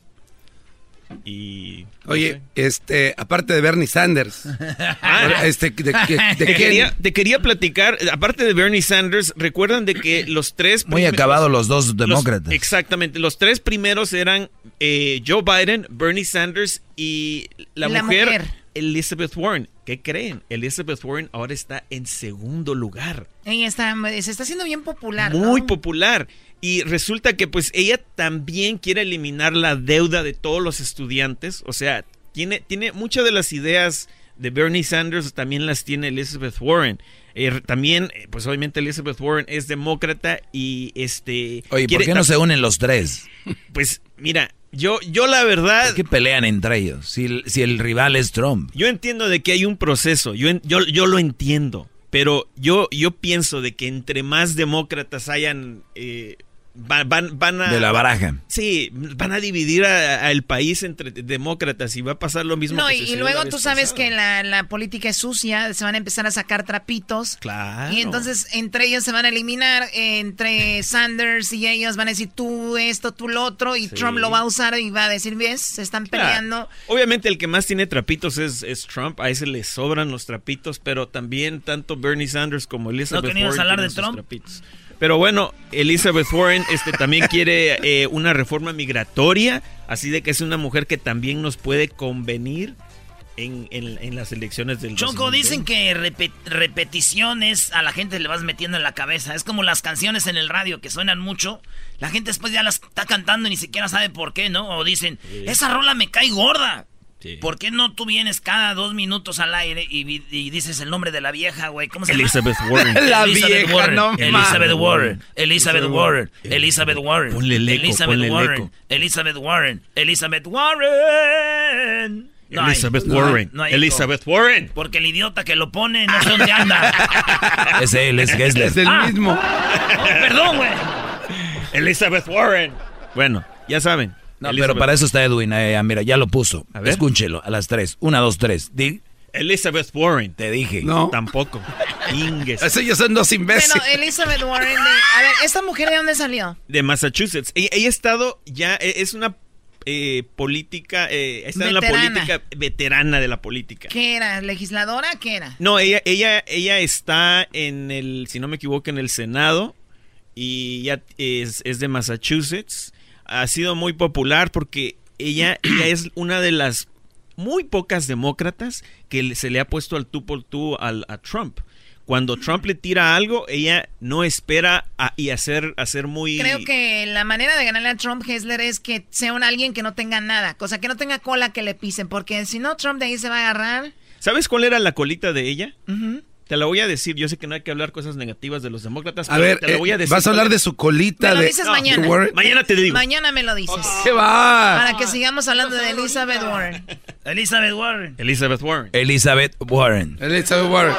Y no Oye, sé. este, aparte de Bernie Sanders, ah, este, de, de, de, te, quería, te quería platicar, aparte de Bernie Sanders, recuerdan de que los tres muy acabados los dos demócratas. Los, exactamente, los tres primeros eran eh, Joe Biden, Bernie Sanders y la, la mujer, mujer Elizabeth Warren. ¿Qué creen? Elizabeth Warren ahora está en segundo lugar. Ella está, se está haciendo bien popular, muy ¿no? popular. Y resulta que pues ella también quiere eliminar la deuda de todos los estudiantes. O sea, tiene, tiene muchas de las ideas de Bernie Sanders, también las tiene Elizabeth Warren. Eh, también, pues obviamente Elizabeth Warren es demócrata y este... Oye, ¿por qué no se unen los tres? Pues mira, yo, yo la verdad... ¿Por qué pelean entre ellos si, si el rival es Trump? Yo entiendo de que hay un proceso, yo, yo, yo lo entiendo. Pero yo, yo pienso de que entre más demócratas hayan... Eh, Van, van, van a, de la baraja. Sí, van a dividir al país entre demócratas y va a pasar lo mismo. No, que y, y luego tú sabes pasada. que la, la política es sucia, se van a empezar a sacar trapitos. Claro. Y entonces entre ellos se van a eliminar, eh, entre Sanders y ellos van a decir tú esto, tú lo otro, y sí. Trump lo va a usar y va a decir, ¿ves? Se están peleando. Claro. Obviamente el que más tiene trapitos es, es Trump, a ese le sobran los trapitos, pero también tanto Bernie Sanders como Elizabeth ¿No Warren hablar tienen de Trump? trapitos. Pero bueno, Elizabeth Warren este, también quiere eh, una reforma migratoria, así de que es una mujer que también nos puede convenir en, en, en las elecciones del Choco, dos mil veinte. dicen que repet, repeticiones a la gente le vas metiendo en la cabeza. Es como las canciones en el radio que suenan mucho. La gente después ya las está cantando y ni siquiera sabe por qué, ¿no? O dicen, sí. esa rola me cae gorda. Sí. ¿Por qué no tú vienes cada dos minutos al aire y, y dices el nombre de la vieja, güey? ¿Cómo se llama? Elizabeth Warren. La Elizabeth vieja, Warren. no Elizabeth Warren. Elizabeth Warren. Elizabeth Warren. Ponle el eco, Elizabeth ponle el Warren. eco. Elizabeth Warren. Elizabeth Warren. No Elizabeth hay. Warren. No hay, no hay Elizabeth eco. Warren. Porque el idiota que lo pone no sé dónde anda. Es él, es Gessler. Es el ah. mismo. Oh, perdón, güey. Elizabeth Warren. Bueno, ya saben. No, Elizabeth. Pero para eso está Edwin. Eh, mira, ya lo puso. A ver. Escúchelo a las tres. Una, dos, tres. Di. Elizabeth Warren. Te dije. No. Tampoco. Inges. Eso ya son dos imbéciles. Bueno, Elizabeth Warren. De, a ver, ¿esta mujer de dónde salió? De Massachusetts. Ella, ella ha estado ya, es una eh, política, eh, está veterana. En la política, veterana de la política. ¿Qué era? ¿Legisladora? ¿Qué era? No, ella, ella, ella está en el, si no me equivoco, en el Senado y ya es, es de Massachusetts. Ha sido muy popular porque ella, ella es una de las muy pocas demócratas que se le ha puesto al tú por tú al, a Trump. Cuando Trump le tira algo, ella no espera a, y hacer, hacer muy... Creo que la manera de ganarle a Trump, Gessler, es que sea un alguien que no tenga nada. Cosa que no tenga cola que le pisen. Porque si no, Trump de ahí se va a agarrar. ¿Sabes cuál era la colita de ella? Uh-huh. Te la voy a decir. Yo sé que no hay que hablar cosas negativas de los demócratas. A pero ver, te la voy a decir. vas a hablar de su colita. Me lo de... dices no, mañana. Mañana te digo. Mañana me lo dices. ¿Qué va? Para que sigamos hablando de Elizabeth Warren. Elizabeth Warren. Elizabeth Warren. Elizabeth Warren. Elizabeth Warren.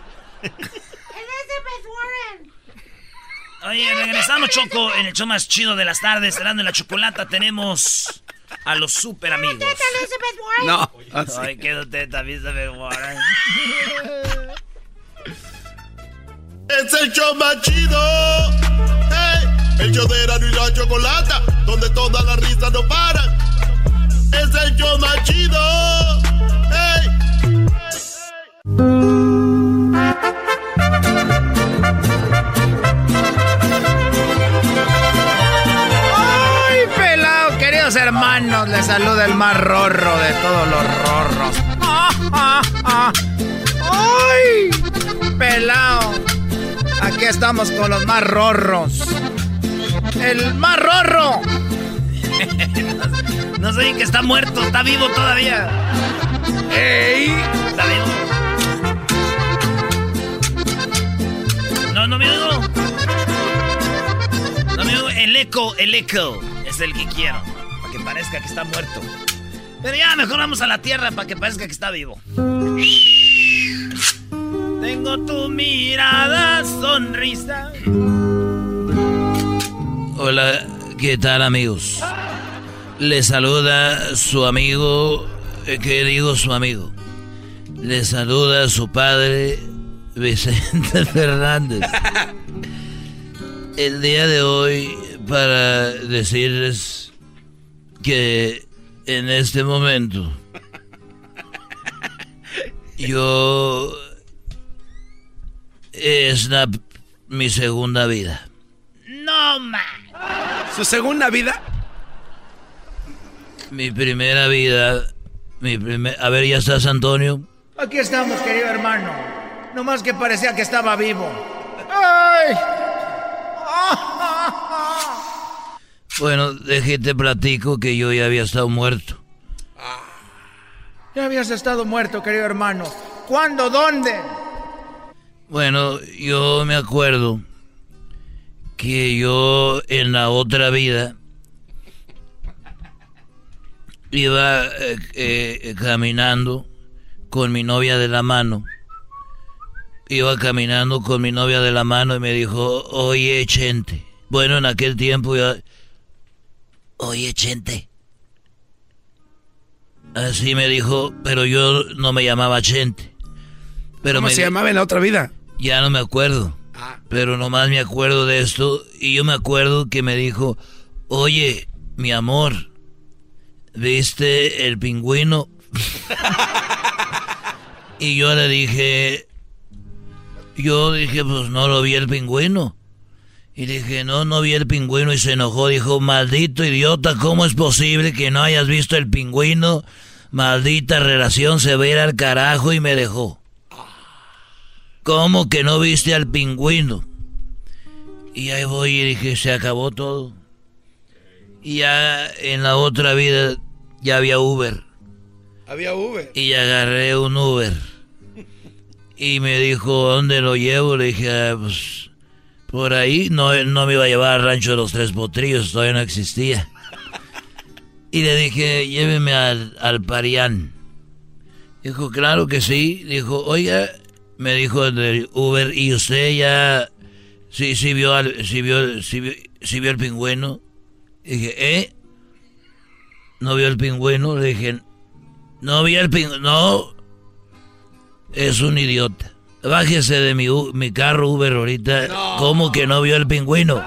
Oye, regresamos, Choco, en el show más chido de las tardes, Erasmo y la Chocolata, tenemos a los super amigos. No. Ay, qué teta, Elizabeth Warren. Es el show más chido. Hey, el show de Erasmo y la Chocolata, donde todas las risas no paran. Es el show más chido. Hey. Hermanos, les saluda el más rorro de todos los rorros. ¡Ah, ah, ah! ¡Ay! Pelao. Aquí estamos con los más rorros. ¡El más rorro! No sé que está muerto, está vivo todavía. ¡Ey! Está vivo. No, no me oigo. No me oigo. El eco, el eco es el que quiero. Que parezca que está muerto. Pero ya, mejor vamos a la tierra para que parezca que está vivo. Tengo tu mirada, sonrisa. Hola, ¿qué tal, amigos? Les saluda su amigo, ¿qué digo su amigo? Les saluda su padre, Vicente Fernández. El día de hoy, para decirles que en este momento yo es la, mi segunda vida. No, man. ¿Su segunda vida? Mi primera vida, mi primer... A ver, ¿ya estás, Antonio? Aquí estamos, querido hermano. Nomás que parecía que estaba vivo. ¡Ay! Bueno, déjate platico que yo ya había estado muerto. Ya habías estado muerto, querido hermano. ¿Cuándo? ¿Dónde? Bueno, yo me acuerdo que yo en la otra vida iba eh, eh, caminando con mi novia de la mano. Iba caminando con mi novia de la mano y me dijo, oye, Chente. Bueno, en aquel tiempo ya... Oye, Chente. Así me dijo, pero yo no me llamaba Chente. Pero ¿Cómo me se llamaba en la otra vida? Ya no me acuerdo. Ah. Pero nomás me acuerdo de esto. Y yo me acuerdo que me dijo, oye, mi amor, ¿viste el pingüino? Y yo le dije, yo dije, pues no lo vi el pingüino. Y dije, no, no vi el pingüino, y se enojó, dijo, maldito idiota, ¿cómo es posible que no hayas visto el pingüino? Maldita relación, se va a ir al carajo, y me dejó. ¿Cómo que no viste al pingüino? Y ahí voy y dije, se acabó todo. Y ya en la otra vida ya había Uber. Había Uber. Y agarré un Uber. Y me dijo, ¿dónde lo llevo? Le dije, ah, pues... por ahí, no, no me iba a llevar al rancho de los Tres Potrillos, todavía no existía. Y le dije, lléveme al, al Parián. Dijo, claro que sí. Dijo, oiga, me dijo el del Uber, ¿y usted ya sí, sí vio al, sí vio, sí vio, sí vio el pingüino? Dije, ¿eh? ¿No vio el pingüino? Le dije, no vi el pingüino, no. Es un idiota. Bájese de mi, mi carro Uber ahorita. No. ¿Cómo que no vio el pingüino?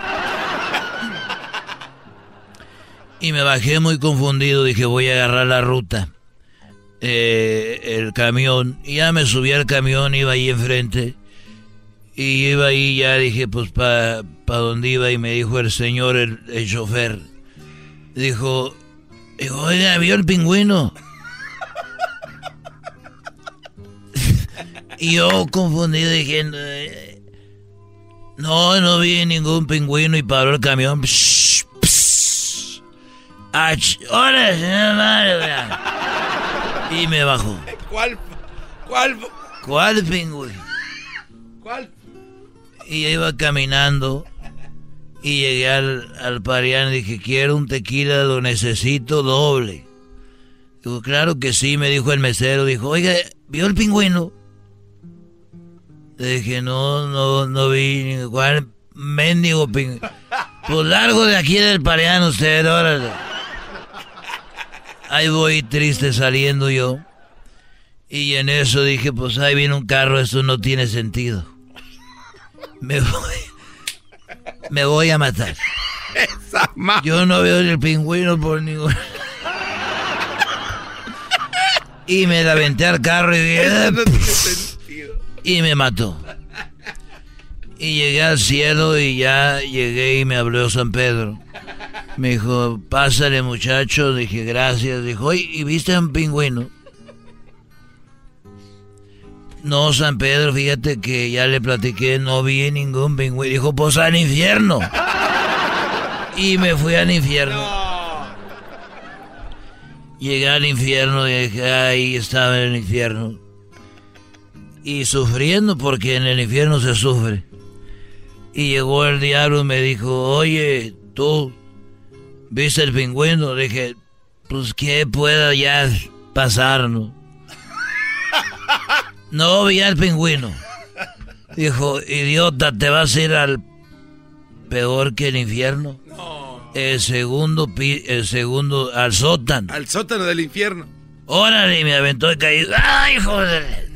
Y me bajé muy confundido. Dije, voy a agarrar la ruta. Eh, el camión. Y ya me subí al camión, iba ahí enfrente. Y iba ahí, ya dije, pues, para pa dónde iba. Y me dijo el señor, el, el chofer. Dijo, dijo, oiga, ¿vio el pingüino? Y yo confundido dije, no, no vi ningún pingüino, y paró el camión. Psh, psh. Ach, ¡hola, señor madre! Y me bajó. ¿Cuál? ¿Cuál? ¿Cuál pingüino? ¿Cuál? Y iba caminando y llegué al, al Parián y dije, quiero un tequila, lo necesito doble. Digo, claro que sí, me dijo el mesero. Dijo, oiga, ¿vio el pingüino? Le dije, no, no, no vi ningún mendigo pingüino. Pues largo de aquí del Parián usted, órale. Ahí voy triste saliendo yo. Y en eso dije, pues ahí viene un carro, esto no tiene sentido. Me voy, me voy a matar. Yo no veo el pingüino por ningún... Y me la aventé al carro y dije, no tiene sentido. Y me mató. Y llegué al cielo y ya llegué y me habló San Pedro. Me dijo, pásale muchacho. Dije, gracias. Dijo, oye, ¿y viste a un pingüino? No, San Pedro, fíjate que ya le platiqué, no vi ningún pingüino. Dijo, pues al infierno. Y me fui al infierno. No. Llegué al infierno y dije, ahí estaba en el infierno. Y sufriendo, porque en el infierno se sufre. Y llegó el diablo y me dijo, oye, tú, ¿viste el pingüino? Le dije, pues que pueda ya pasar, ¿no? No vi al pingüino. Dijo, idiota, ¿te vas a ir al peor que el infierno? No. El segundo, pi el segundo, al sótano. Al sótano del infierno. Órale, y me aventó y caí. ¡Ay, joder!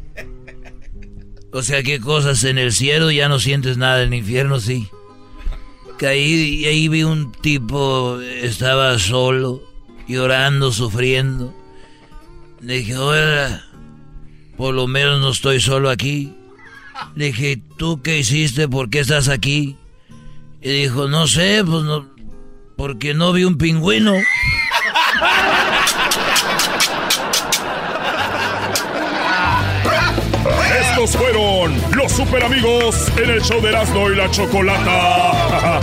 O sea, qué cosas, en el cielo ya no sientes nada, en el infierno sí. Caí y ahí vi un tipo, estaba solo, llorando, sufriendo. Le dije, oiga, por lo menos no estoy solo aquí. Le dije, ¿tú qué hiciste? ¿Por qué estás aquí? Y dijo, no sé, pues no, porque no vi un pingüino. Estos fueron los super amigos en el show de Erasmo y la Chocolata.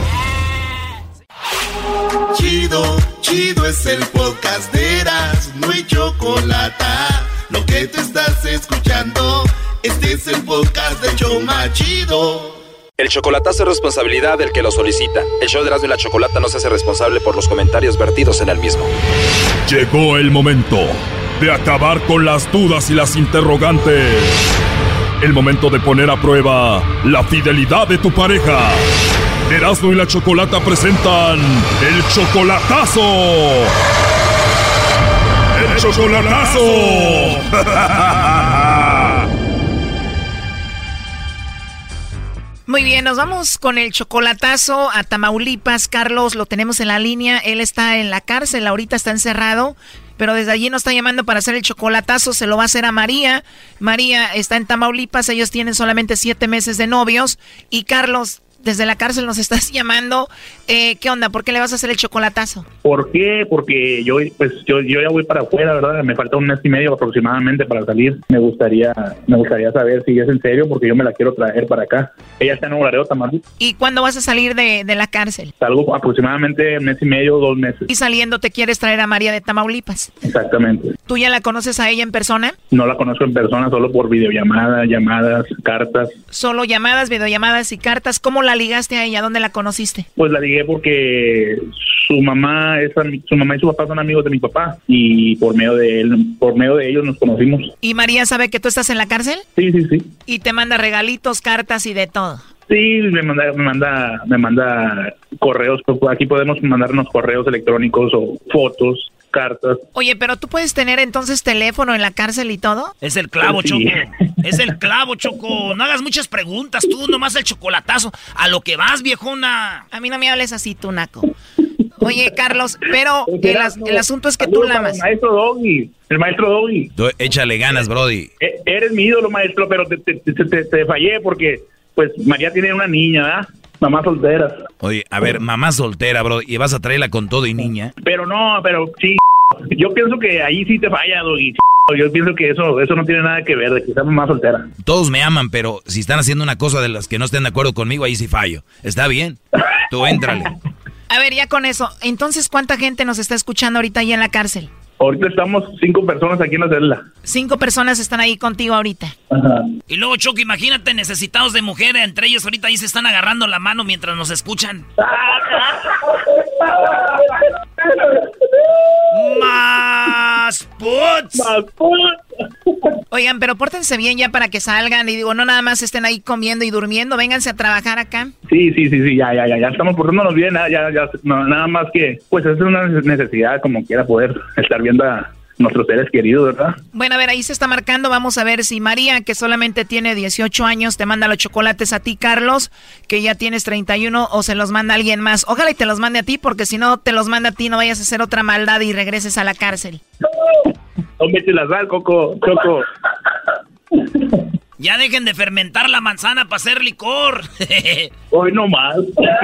Chido, chido es el podcast de Erasmo y Chocolata. Lo que te estás escuchando, este es el podcast de Choma Chido. El chocolatazo es responsabilidad del que lo solicita. El show de Erasmo y la Chocolata no se hace responsable por los comentarios vertidos en el mismo. Llegó el momento de acabar con las dudas y las interrogantes. El momento de poner a prueba la fidelidad de tu pareja. Erasmo y la Chocolata presentan el chocolatazo. ¡El chocolatazo! Muy bien, nos vamos con el chocolatazo a Tamaulipas. Carlos, lo tenemos en la línea. Él está en la cárcel, ahorita está encerrado, pero desde allí nos está llamando para hacer el chocolatazo. Se lo va a hacer a María. María está en Tamaulipas, ellos tienen solamente siete meses de novios. Y Carlos, desde la cárcel nos estás llamando. Eh, ¿Qué onda? ¿Por qué le vas a hacer el chocolatazo? ¿Por qué? Porque yo pues yo, yo ya voy para afuera, ¿verdad? Me falta un mes y medio aproximadamente para salir. Me gustaría me gustaría saber si es en serio, porque yo me la quiero traer para acá. Ella está en Nuevo Laredo, Tamaulipas. ¿Y cuándo vas a salir de, de la cárcel? Salgo aproximadamente un mes y medio, dos meses. Y saliendo te quieres traer a María de Tamaulipas. Exactamente. ¿Tú ya la conoces a ella en persona? No la conozco en persona, solo por videollamada, llamadas, cartas. Solo llamadas, videollamadas y cartas. ¿Cómo la ligaste a ella? ¿Dónde la conociste? Pues la ligué porque su mamá es ami- su mamá y su papá son amigos de mi papá y por medio de él, por medio de ellos nos conocimos. ¿Y María sabe que tú estás en la cárcel? Sí, sí, sí. Y te manda regalitos, cartas y de todo. Sí, me manda, me manda, me manda correos. Aquí podemos mandarnos correos electrónicos o fotos, cartas. Oye, pero tú puedes tener entonces teléfono en la cárcel y todo. Es el clavo, Sí. Choco. Es el clavo, Choco. No hagas muchas preguntas, tú nomás el chocolatazo. A lo que vas, viejona. A mí no me hables así, tú, naco. Oye, Carlos, pero el, as- el asunto es que tú la amas. El maestro Doggy, el maestro Doggy. Tú échale ganas, Brody. E- eres mi ídolo, maestro, pero te, te, te, te- te fallé porque, pues, María tiene una niña, ¿verdad? Mamá soltera. Oye, a ver, mamá soltera, Brody, y vas a traerla con todo y niña. Pero no, pero sí, yo pienso que ahí sí te falla, Doggy. Yo pienso que eso eso no tiene nada que ver, de que sea mamá soltera. Todos me aman, pero si están haciendo una cosa de las que no estén de acuerdo conmigo, ahí sí fallo. Está bien, tú éntrale. A ver, ya con eso. Entonces, ¿cuánta gente nos está escuchando ahorita ahí en la cárcel? Ahorita estamos cinco personas aquí en la celda. Cinco personas están ahí contigo ahorita. Ajá. Y luego, Choco, imagínate necesitados de mujer. Entre ellos ahorita ahí se están agarrando la mano mientras nos escuchan. ¡Más puts! ¡Más puts! Oigan, pero pórtense bien ya para que salgan. Y digo, no nada más estén ahí comiendo y durmiendo. Vénganse a trabajar acá. Sí, sí, sí, sí, ya, ya, ya, ya estamos portándonos bien, ya, ya, ya, no, nada más que, pues es una necesidad como quiera poder estar viendo a nuestros seres queridos, ¿verdad? Bueno, a ver, ahí se está marcando. Vamos a ver si María, que solamente tiene dieciocho años, te manda los chocolates a ti, Carlos, que ya tienes treinta y uno, o se los manda a alguien más. Ojalá y te los mande a ti, porque si no te los manda a ti, no vayas a hacer otra maldad y regreses a la cárcel. No me eches la sal, Coco, Choco. Ya dejen de fermentar la manzana para hacer licor. Hoy no más.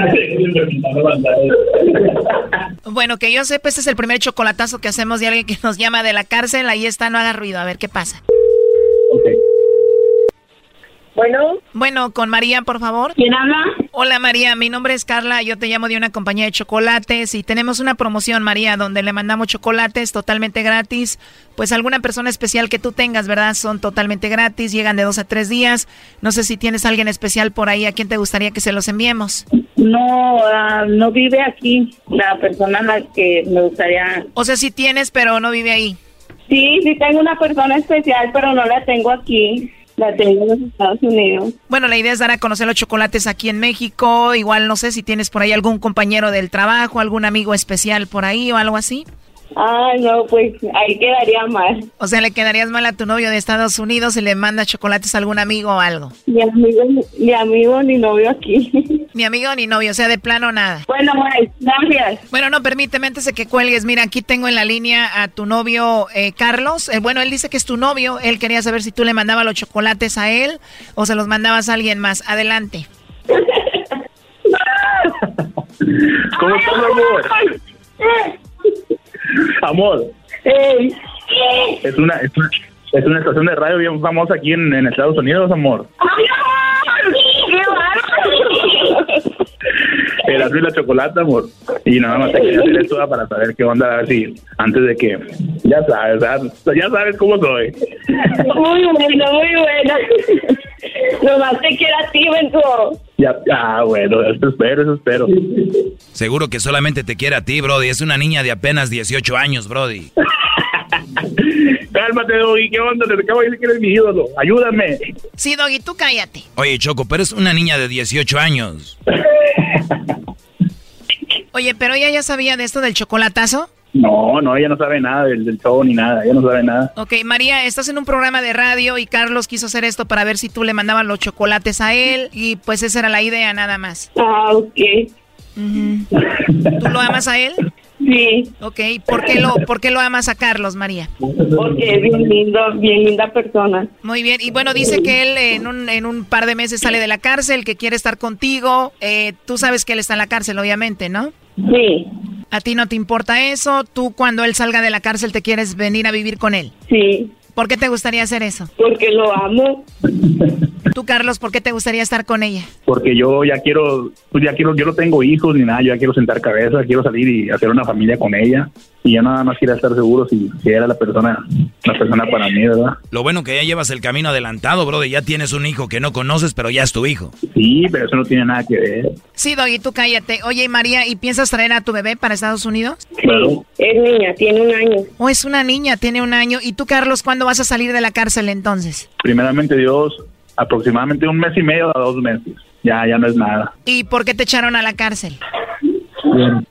Bueno, que yo sepa, este es el primer chocolatazo que hacemos de alguien que nos llama de la cárcel. Ahí está, no haga ruido, a ver qué pasa. Okay. Bueno. Bueno, con María, por favor. ¿Quién habla? Hola, María, mi nombre es Carla, yo te llamo de una compañía de chocolates y tenemos una promoción, María, donde le mandamos chocolates totalmente gratis. Pues alguna persona especial que tú tengas, ¿verdad? Son totalmente gratis, llegan de dos a tres días. No sé si tienes a alguien especial por ahí, ¿a quién te gustaría que se los enviemos? No, uh, no vive aquí la persona a la que me gustaría... O sea, sí tienes, pero no vive ahí. Sí, sí tengo una persona especial, pero no la tengo aquí. La tengo en los Estados Unidos. Bueno, la idea es dar a conocer los chocolates aquí en México. Igual no sé si tienes por ahí algún compañero del trabajo, algún amigo especial por ahí o algo así. Ah, no, pues ahí quedaría mal. O sea, le quedarías mal a tu novio de Estados Unidos si le mandas chocolates a algún amigo o algo. Ni amigo, ni amigo, ni novio aquí. Ni amigo ni novio, o sea, de plano nada. Bueno, pues, gracias. Bueno, no, permíteme antes de que cuelgues. Mira, aquí tengo en la línea a tu novio, eh, Carlos. Eh, bueno, él dice que es tu novio. Él quería saber si tú le mandabas los chocolates a él o se los mandabas a alguien más. Adelante. ¿Cómo estás, amor? Amor. Hey. Es una, es una, es una estación de radio bien famosa aquí en, en Estados Unidos, amor. El azul y la chocolate, amor. Y nada más te quería hacer esto para saber qué onda, a ver si antes de que, ya sabes, ya, ya sabes cómo soy. Muy bueno, muy bueno. Nomás te quiero a ti, Benzo. Ya, ah, bueno, eso espero, eso espero. Seguro que solamente te quiere a ti, Brody. Es una niña de apenas dieciocho años, Brody. Cálmate, Doggy, ¿qué onda? Te acabo de decir que eres mi ídolo. Ayúdame. Sí, Doggy, tú cállate. Oye, Choco, pero es una niña de dieciocho años. Oye, pero ella ya sabía de esto del chocolatazo. No, no, ella no sabe nada del, del show ni nada, ella no sabe nada. Ok, María, estás en un programa de radio y Carlos quiso hacer esto para ver si tú le mandabas los chocolates a él y pues esa era la idea nada más. Ah, ok. Uh-huh. ¿Tú lo amas a él? Sí. Ok, ¿por qué lo, por qué lo amas a Carlos, María? Porque es bien lindo, bien linda persona. Muy bien, y bueno, dice que él en un, en un par de meses sale de la cárcel, que quiere estar contigo. Eh, tú sabes que él está en la cárcel, obviamente, ¿no? Sí. ¿A ti no te importa eso? ¿Tú cuando él salga de la cárcel te quieres venir a vivir con él? Sí. ¿Por qué te gustaría hacer eso? Porque lo amo. Tú, Carlos, ¿por qué te gustaría estar con ella? Porque yo ya quiero, pues ya quiero, yo no tengo hijos ni nada, yo ya quiero sentar cabeza, quiero salir y hacer una familia con ella. Y ya nada más quiero estar seguro si, si era la persona, la persona para mí, ¿verdad? Lo bueno que ya llevas el camino adelantado, brother. Ya tienes un hijo que no conoces, pero ya es tu hijo. Sí, pero eso no tiene nada que ver. Sí, Doggy, tú cállate. Oye, María, ¿y piensas traer a tu bebé para Estados Unidos? Sí, es niña, tiene un año. ¿O es una niña, tiene un año? ¿Y tú, Carlos, cuándo vas a salir de la cárcel entonces? Primeramente Dios, aproximadamente un mes y medio a dos meses. Ya, ya no es nada. ¿Y por qué te echaron a la cárcel? Bien.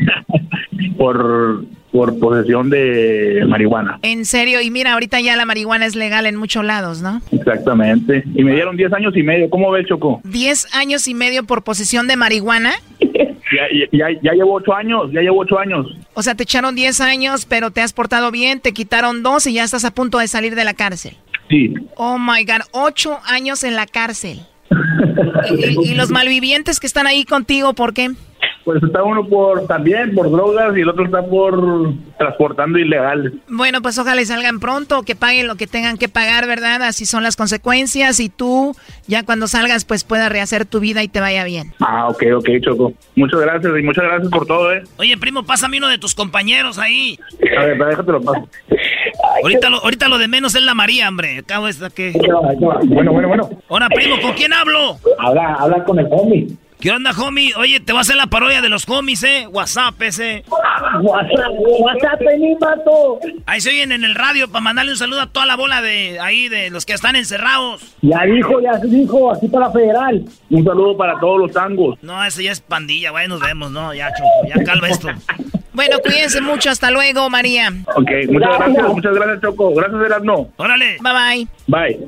por, por posesión de marihuana. En serio, y mira, ahorita ya la marihuana es legal en muchos lados, ¿no? Exactamente. Y me dieron diez años y medio. ¿Cómo ves, Choco? ¿Diez años y medio por posesión de marihuana? Ya, ya, ya llevo ocho años, ya llevo ocho años. O sea, te echaron diez años, pero te has portado bien, te quitaron dos y ya estás a punto de salir de la cárcel. Sí. Oh, my God, ocho años en la cárcel. ¿Y, y, y los malvivientes que están ahí contigo, por qué? Pues está uno por también por drogas y el otro está por transportando ilegales. Bueno, pues ojalá salgan pronto, que paguen lo que tengan que pagar, ¿verdad? Así son las consecuencias y tú ya cuando salgas pues puedas rehacer tu vida y te vaya bien. Ah, ok, ok, Choco. Muchas gracias y muchas gracias por todo, ¿eh? Oye, primo, pásame uno de tus compañeros ahí. A ver, déjate lo paso. Ahorita lo, ahorita lo de menos es la María, hombre. Acabo esta que... Bueno, bueno, bueno. Hola, primo, ¿con quién hablo? Habla, habla con el homie. ¿Qué onda, homie? Oye, te voy a hacer la parodia de los homies, ¿eh? WhatsApp ese. WhatsApp, WhatsApp, mi pato. Ahí se oyen en el radio para mandarle un saludo a toda la bola de ahí, de los que están encerrados. Ya dijo, ya dijo, aquí para Federal. Un saludo para todos los tangos. No, eso ya es pandilla, güey, nos vemos, ¿no? Ya, Choco, ya calma esto. Bueno, cuídense mucho, hasta luego, María. Ok, muchas gracias, muchas gracias, Choco. Gracias, Erasmo. Órale. Bye, bye. Bye.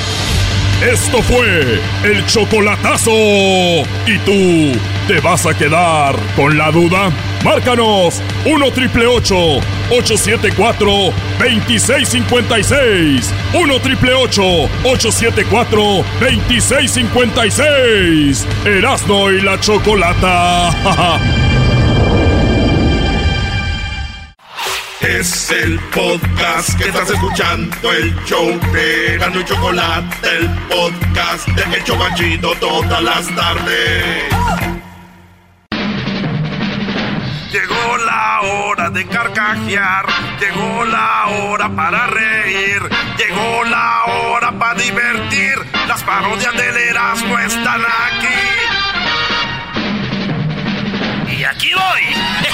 Esto fue el chocolatazo. ¿Y tú te vas a quedar con la duda? Márcanos uno triple ocho, ocho siete cuatro, dos seis cinco seis. uno triple ocho, ocho siete cuatro, dos seis cinco seis. Erasmo y la Chocolata. Es el podcast que estás escuchando, el show de Erasmo y Chocolate, el podcast de El Chobachito todas las tardes. Llegó la hora de carcajear, llegó la hora para reír, llegó la hora para divertir. Las parodias del Erasmo están aquí. Y aquí voy.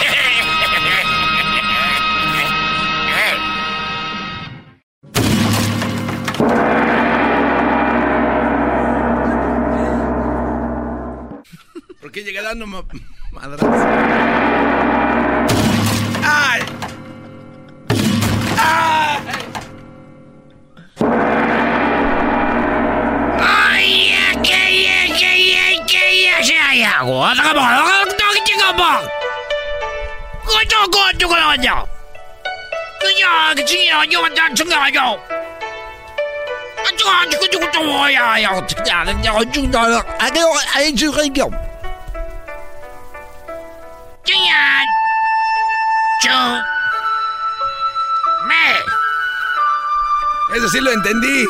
¿Por qué llega dando ma madrazos? ¡Ay! ¡Ay! ¡Ay, que que que ya se hago! ¡Acabó! ¡No que chingamos! ¡Coño, coño, coño! ¡Ya, que chinga, yo ya chinga yo! ¡Ya, que yo yo ya ya ya ya chinga! ¡Aquí hay chinga! ¡Ya! ¡Yo! ¡Me! Eso sí lo entendí.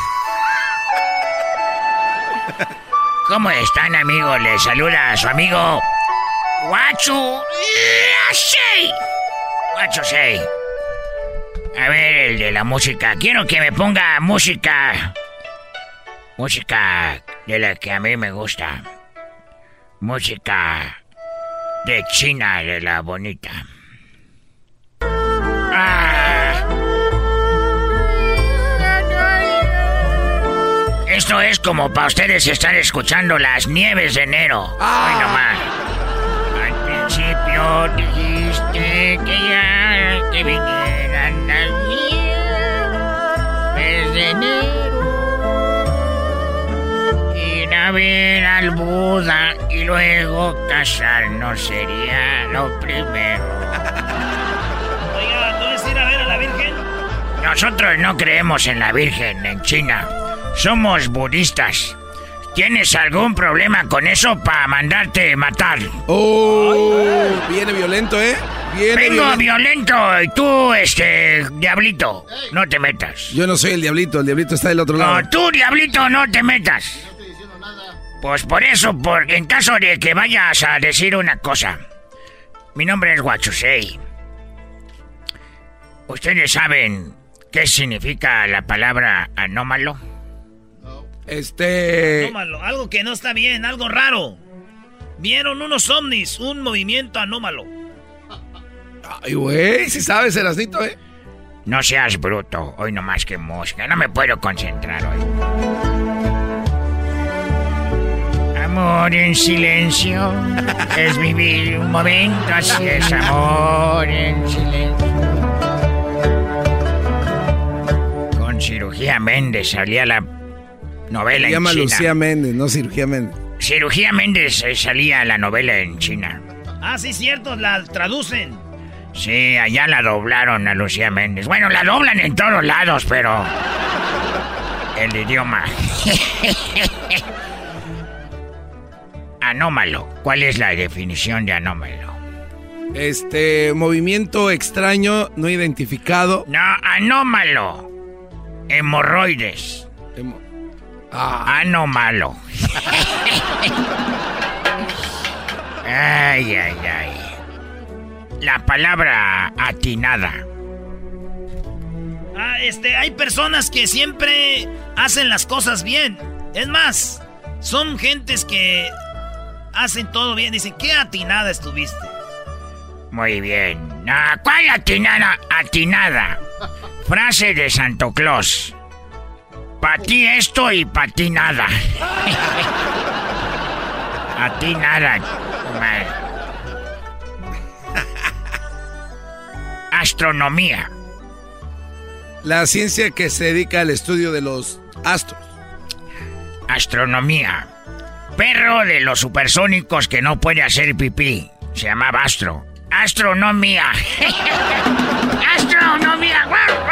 ¿Cómo están, amigos? Les saluda a su amigo Guacho Sei. Guacho Sei. A ver, el de la música. Quiero que me ponga música. Música de la que a mí me gusta. Música de China, de la bonita. Ah. Esto es como para ustedes estar escuchando las nieves de enero. Ay, nomás. Al principio dijiste que ya te vinieran las nieves de enero. Ir a ver al Buda y luego casarnos sería lo primero. Oiga, ¿tú vas a ir a ver a la Virgen? Nosotros no creemos en la Virgen en China. Somos budistas. ¿Tienes algún problema con eso para mandarte matar? Oh, viene violento, ¿eh? Viene Vengo violento. violento y tú, este, diablito, no te metas. Yo no soy el diablito, el diablito está del otro lado. No, tú, diablito, no te metas. Pues por eso, por, en caso de que vayas a decir una cosa. Mi nombre es Guachusei. ¿Ustedes saben qué significa la palabra anómalo? Este... Anómalo, algo que no está bien, algo raro. Vieron unos ovnis, un movimiento anómalo. Ay, güey, si sabes, Erasnito, ¿eh? No seas bruto, hoy nomás que mosca, no me puedo concentrar hoy. Amor en silencio es vivir un momento, así es amor en silencio. Con Cirugía Méndez salía la novela Se llama en China. Lucía Méndez, no Cirugía Méndez. Cirugía Méndez eh, salía la novela en China. Ah, sí, cierto, la traducen. Sí, allá la doblaron a Lucía Méndez. Bueno, la doblan en todos lados, pero... el idioma... Anómalo. ¿Cuál es la definición de anómalo? Este, movimiento extraño, no identificado. No, anómalo. Hemorroides. Hemo... Ah. Anómalo. Ay, ay, ay. La palabra atinada. Ah, este, hay personas que siempre hacen las cosas bien. Es más, son gentes que hacen todo bien. Dicen, ¿qué atinada estuviste? Muy bien. Ah, ¿cuál atinada? Atinada. Frase de Santo Claus. Pa' ti esto y pa' ti nada. A ti nada. Madre. Astronomía. La ciencia que se dedica al estudio de los astros. Astronomía. Perro de los supersónicos que no puede hacer pipí. Se llamaba Astro. Astronomía. Astronomía.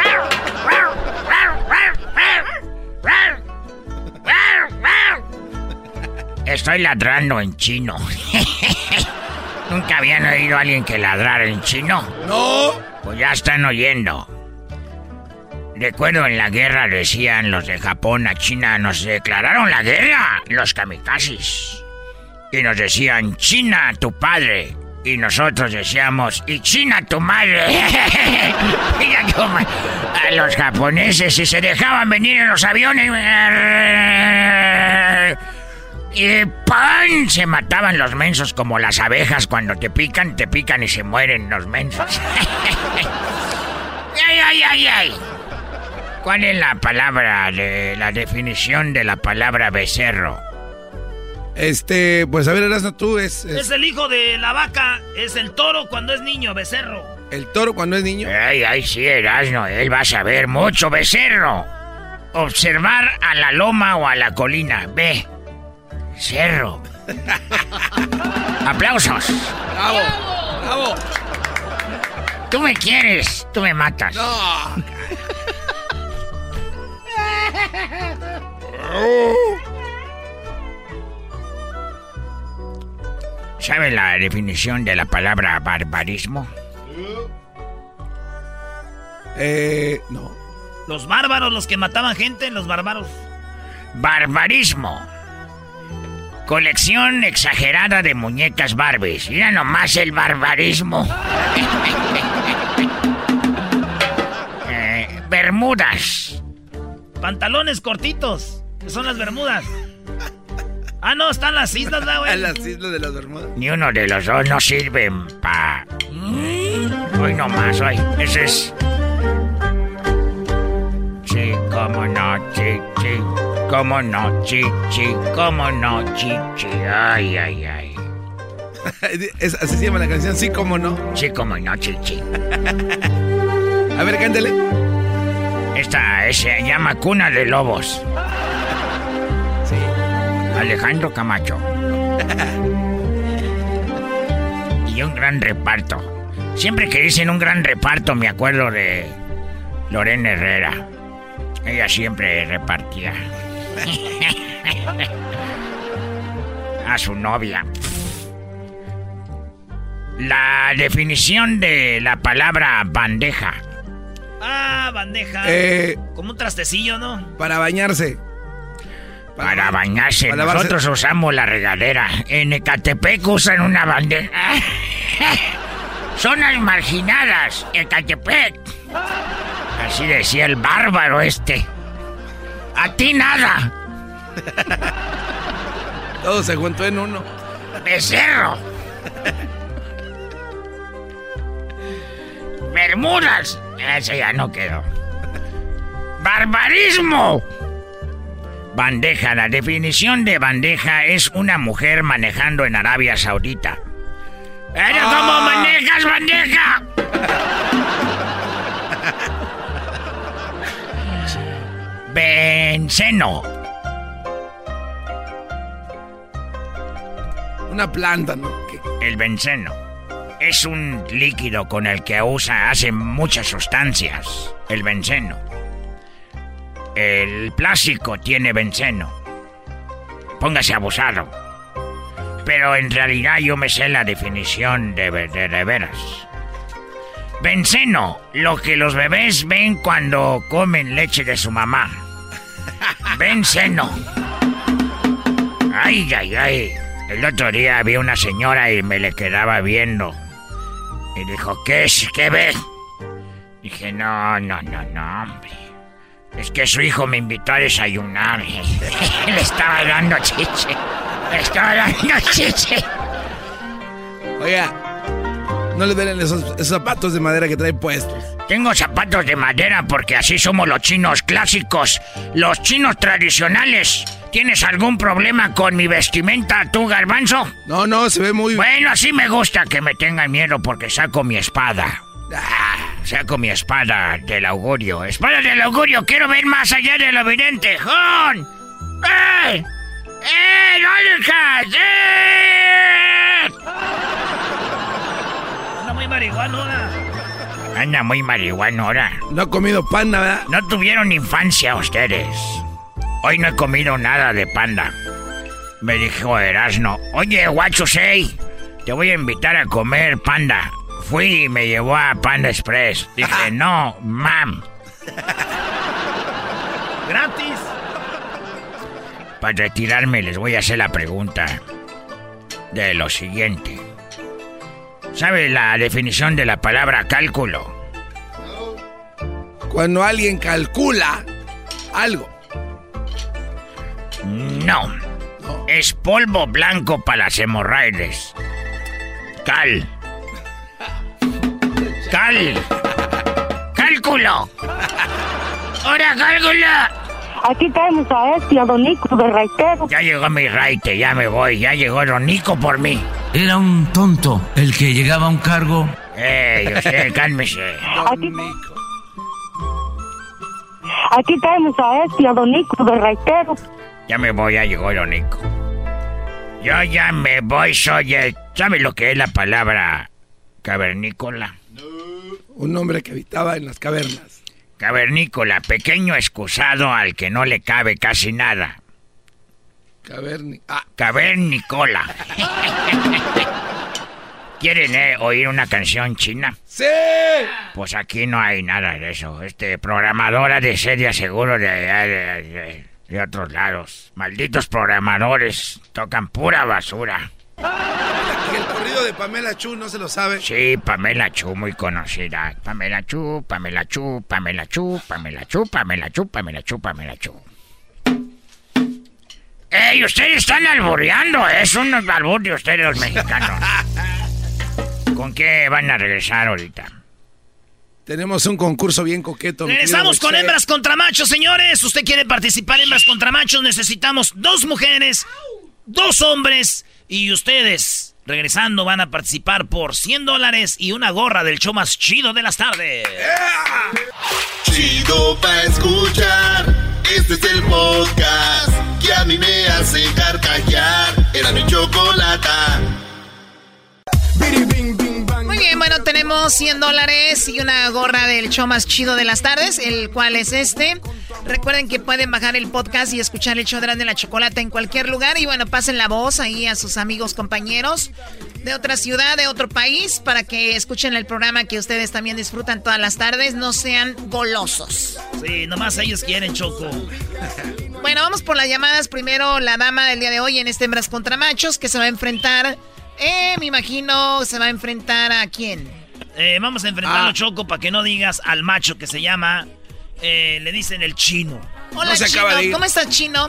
Estoy ladrando en chino. ¿Nunca habían oído a alguien que ladrara en chino? No. Pues ya están oyendo. Recuerdo en la guerra decían los de Japón a China, nos declararon la guerra, los kamikazes. Y nos decían, China, tu padre. Y nosotros decíamos, y China, tu madre. Mira cómo a los japoneses, si se dejaban venir en los aviones... Y ¡pam! Se mataban los mensos como las abejas. Cuando te pican, te pican y se mueren los mensos. ¡Ay, ay, ay, ay! ¿Cuál es la palabra, de, la definición de la palabra becerro? Este, pues a ver, Erasno, tú es, es... Es el hijo de la vaca, es el toro cuando es niño, becerro. ¿El toro cuando es niño? Ay, ay, sí, Erasno, él va a saber mucho, becerro. Observar a la loma o a la colina, ve. Cerro. Aplausos. Bravo, bravo. Tú me quieres, tú me matas. No. ¿Sabe la definición de la palabra barbarismo? Eh, no. Los bárbaros, los que mataban gente, los bárbaros. Barbarismo. Colección exagerada de muñecas Barbies. Mira nomás el barbarismo. eh, bermudas. Pantalones cortitos. Que son las bermudas. Ah, no, están las islas, ¿no, güey? Las islas de las Bermudas. Ni uno de los dos no sirven pa... Hoy nomás, hoy. Ese es... Sí, cómo no, chi, chi. Cómo no, chi, chi. Cómo no, chi, chi. Ay, ay, ay. Es, así se llama la canción, sí, cómo no. Sí, cómo no, chi, chi. A ver, cántale. Esta se llama Cuna de Lobos. Sí. Alejandro Camacho. Y un gran reparto. Siempre que dicen un gran reparto me acuerdo de Lorena Herrera. Ella siempre repartía a su novia. La definición de la palabra bandeja. Ah, bandeja. Eh, Como un trastecillo, ¿no? Para bañarse. Para, para bañarse. Para Nosotros lavarse. usamos la regadera. En Ecatepec usan una bandeja. Zonas marginadas, Ecatepec. Así decía el bárbaro este. A ti nada. Todo se juntó en uno. Becerro. Bermudas. Ese ya no quedó. Barbarismo. Bandeja. La definición de bandeja es una mujer manejando en Arabia Saudita. ¡Pero ah. cómo manejas, bandeja! Benceno. Una planta, ¿no? ¿Qué? El benceno es un líquido con el que usa, hace muchas sustancias. El benceno. El plástico tiene benceno. Póngase abusado. Pero en realidad yo me sé la definición de, de, de veras. Benceno, lo que los bebés ven cuando comen leche de su mamá. Benceno. Ay, ay, ay. El otro día vi una señora y me le quedaba viendo. Y dijo, ¿qué es? ¿Qué ves? Dije, no, no, no, no, hombre. Es que su hijo me invitó a desayunar. Le estaba dando chiche. Le estaba dando chiche. Oiga, no le den esos, esos zapatos de madera que trae puestos. Tengo zapatos de madera porque así somos los chinos clásicos. Los chinos tradicionales. ¿Tienes algún problema con mi vestimenta, tú, Garbanzo? No, no, se ve muy... Bueno, así me gusta que me tengan miedo porque saco mi espada. Ah, saco mi espada del augurio. ¡Espada del augurio! ¡Quiero ver más allá de lo evidente! ¡Jon! ¡Eh! ¡Eh! ¡No dejas! ¡Eh! Anda muy marihuano ahora. Anda muy marihuano ahora. No ha comido panda, ¿verdad? No tuvieron infancia ustedes. Hoy no he comido nada de panda. Me dijo Erasno, oye, guachusei, te voy a invitar a comer panda. Fui y me llevó a Panda Express. Dije, no, mam. Gratis. Para retirarme les voy a hacer la pregunta de lo siguiente. ¿Sabe la definición de la palabra cálculo? Cuando alguien calcula algo. No. no. Es polvo blanco para las hemorroides. Cal. Cal. Cálculo. ¡Ahora cálculo! Aquí tenemos a este, a Don Nico de Raitero. Ya llegó mi raite, ya me voy. Ya llegó Don Nico por mí. Era un tonto el que llegaba a un cargo. ¡Eh, usted, cálmese! Aquí, aquí tenemos a este, a Don Nico de Raitero. Ya me voy, ya llegó Don Nico. Yo ya me voy, soy el... ¿Sabe lo que es la palabra cavernícola? No. Un hombre que habitaba en las cavernas. Cavernícola, pequeño excusado al que no le cabe casi nada. Caverni... Ah. Cavernícola. ¿Quieren eh, oír una canción china? ¡Sí! Pues aquí no hay nada de eso. Este, programadora de serie seguro de, de, de, de otros lados. Malditos programadores tocan pura basura. Y el corrido de Pamela Chu no se lo sabe. Sí, Pamela Chu, muy conocida. Pamela Chu, Pamela Chu, Pamela Chu, Pamela Chu, Pamela Chu, Pamela Chu, Pamela Chu. ¡Ey, ustedes están alboreando! Es un albur de ustedes los mexicanos. ¿Con qué van a regresar ahorita? Tenemos un concurso bien coqueto. Regresamos con hembras contra machos, señores. ¿Usted quiere participar en hembras contra machos? Necesitamos dos mujeres, dos hombres y ustedes, regresando, van a participar por cien dólares y una gorra del show más chido de las tardes. Yeah. Chido pa' escuchar. Este es el podcast que a mí me hace carcajear. Era mi chocolata. Muy bien, bueno, tenemos tenemos cien dólares y una gorra del show más chido de las tardes, el cual es este. Recuerden que pueden bajar el podcast y escuchar el show de Erasmo y la Chocolata en cualquier lugar. Y bueno, pasen la voz ahí a sus amigos, compañeros de otra ciudad, de otro país, para que escuchen el programa que ustedes también disfrutan todas las tardes. No sean golosos. Sí, nomás ellos quieren, Choco. Bueno, vamos por las llamadas. Primero, la dama del día de hoy en este Hembras contra Machos, que se va a enfrentar, eh, me imagino, se va a enfrentar ¿a quién? Eh, vamos a enfrentarlo, ah. Choco, para que no digas al macho que se llama, eh, le dicen el Chino. Hola, no Chino, ¿cómo estás, Chino?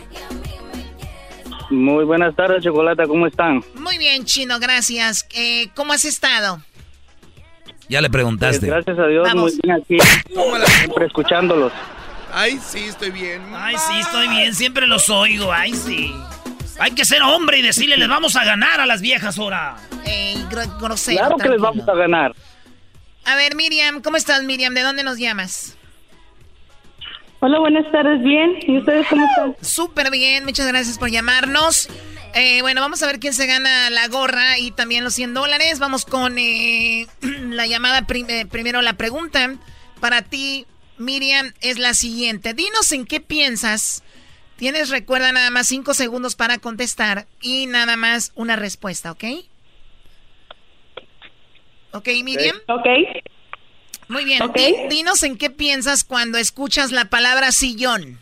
Muy buenas tardes, Chocolata, ¿cómo están? Muy bien, Chino, gracias. Eh, ¿Cómo has estado? Ya le preguntaste. Pues gracias a Dios, vamos. Muy bien aquí, siempre escuchándolos. Ay, sí, estoy bien. Ay, sí, estoy bien, siempre los oigo, ay, sí. Hay que ser hombre y decirle, les vamos a ganar a las viejas ahora. Ey, gr- grosero, claro que tranquilo. Les vamos a ganar. A ver, Miriam, ¿cómo estás, Miriam? ¿De dónde nos llamas? Hola, buenas tardes, bien. ¿Y ustedes cómo están? Súper bien, muchas gracias por llamarnos. Eh, bueno, vamos a ver quién se gana la gorra y también los cien dólares. Vamos con eh, la llamada, prim- eh, primero la pregunta para ti, Miriam, es la siguiente. Dinos en qué piensas. Tienes, recuerda, nada más cinco segundos para contestar y nada más una respuesta, ¿ok? ¿Ok, Miriam? Ok. Muy bien. Okay. D- dinos en qué piensas cuando escuchas la palabra sillón.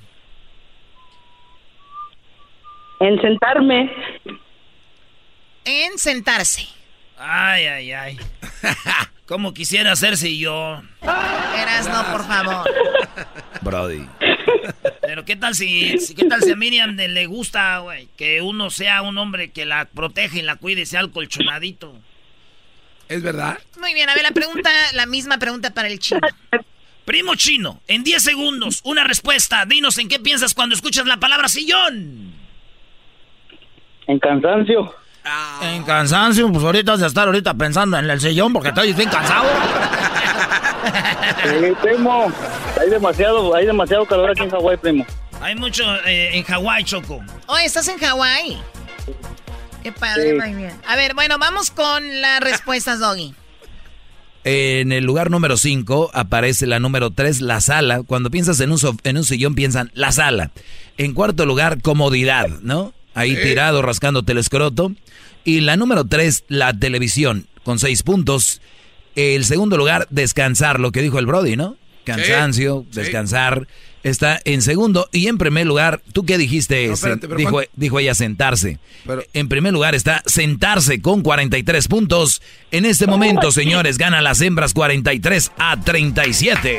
En sentarme. En sentarse. Ay, ay, ay. Como quisiera ser sillón. Eras no, por favor. Brody. Pero qué tal si, si qué tal si a Miriam le, le gusta, güey, que uno sea un hombre que la protege y la cuide y sea el colchonadito. ¿Es verdad? Muy bien, a ver la pregunta, la misma pregunta para el Chino. Primo Chino, en diez segundos, una respuesta. Dinos en qué piensas cuando escuchas la palabra sillón. En cansancio. Ah. En cansancio, pues ahorita has de estar ahorita pensando en el sillón porque estoy bien cansado. Sí, primo. Hay demasiado, hay demasiado calor aquí en Hawái, primo. Hay mucho eh, en Hawái, Choco. Oh, ¿estás en Hawái? Qué padre, sí. Muy bien. A ver, bueno, vamos con las respuestas, Doggy. En el lugar número cinco aparece la número tres, la sala. Cuando piensas en un, so- en un sillón, piensan la sala. En cuarto lugar, comodidad, ¿no? Ahí sí. Tirado, rascándote el escroto. Y la número tres, la televisión, con seis puntos. El segundo lugar, descansar, lo que dijo el Brody, ¿no? Cansancio, sí. descansar. Sí. Está en segundo. Y en primer lugar, ¿tú qué dijiste? No, espérate, pero dijo, dijo ella sentarse. Pero... En primer lugar está sentarse con cuarenta y tres puntos. En este momento, señores, ganan las hembras cuarenta y tres a treinta y siete.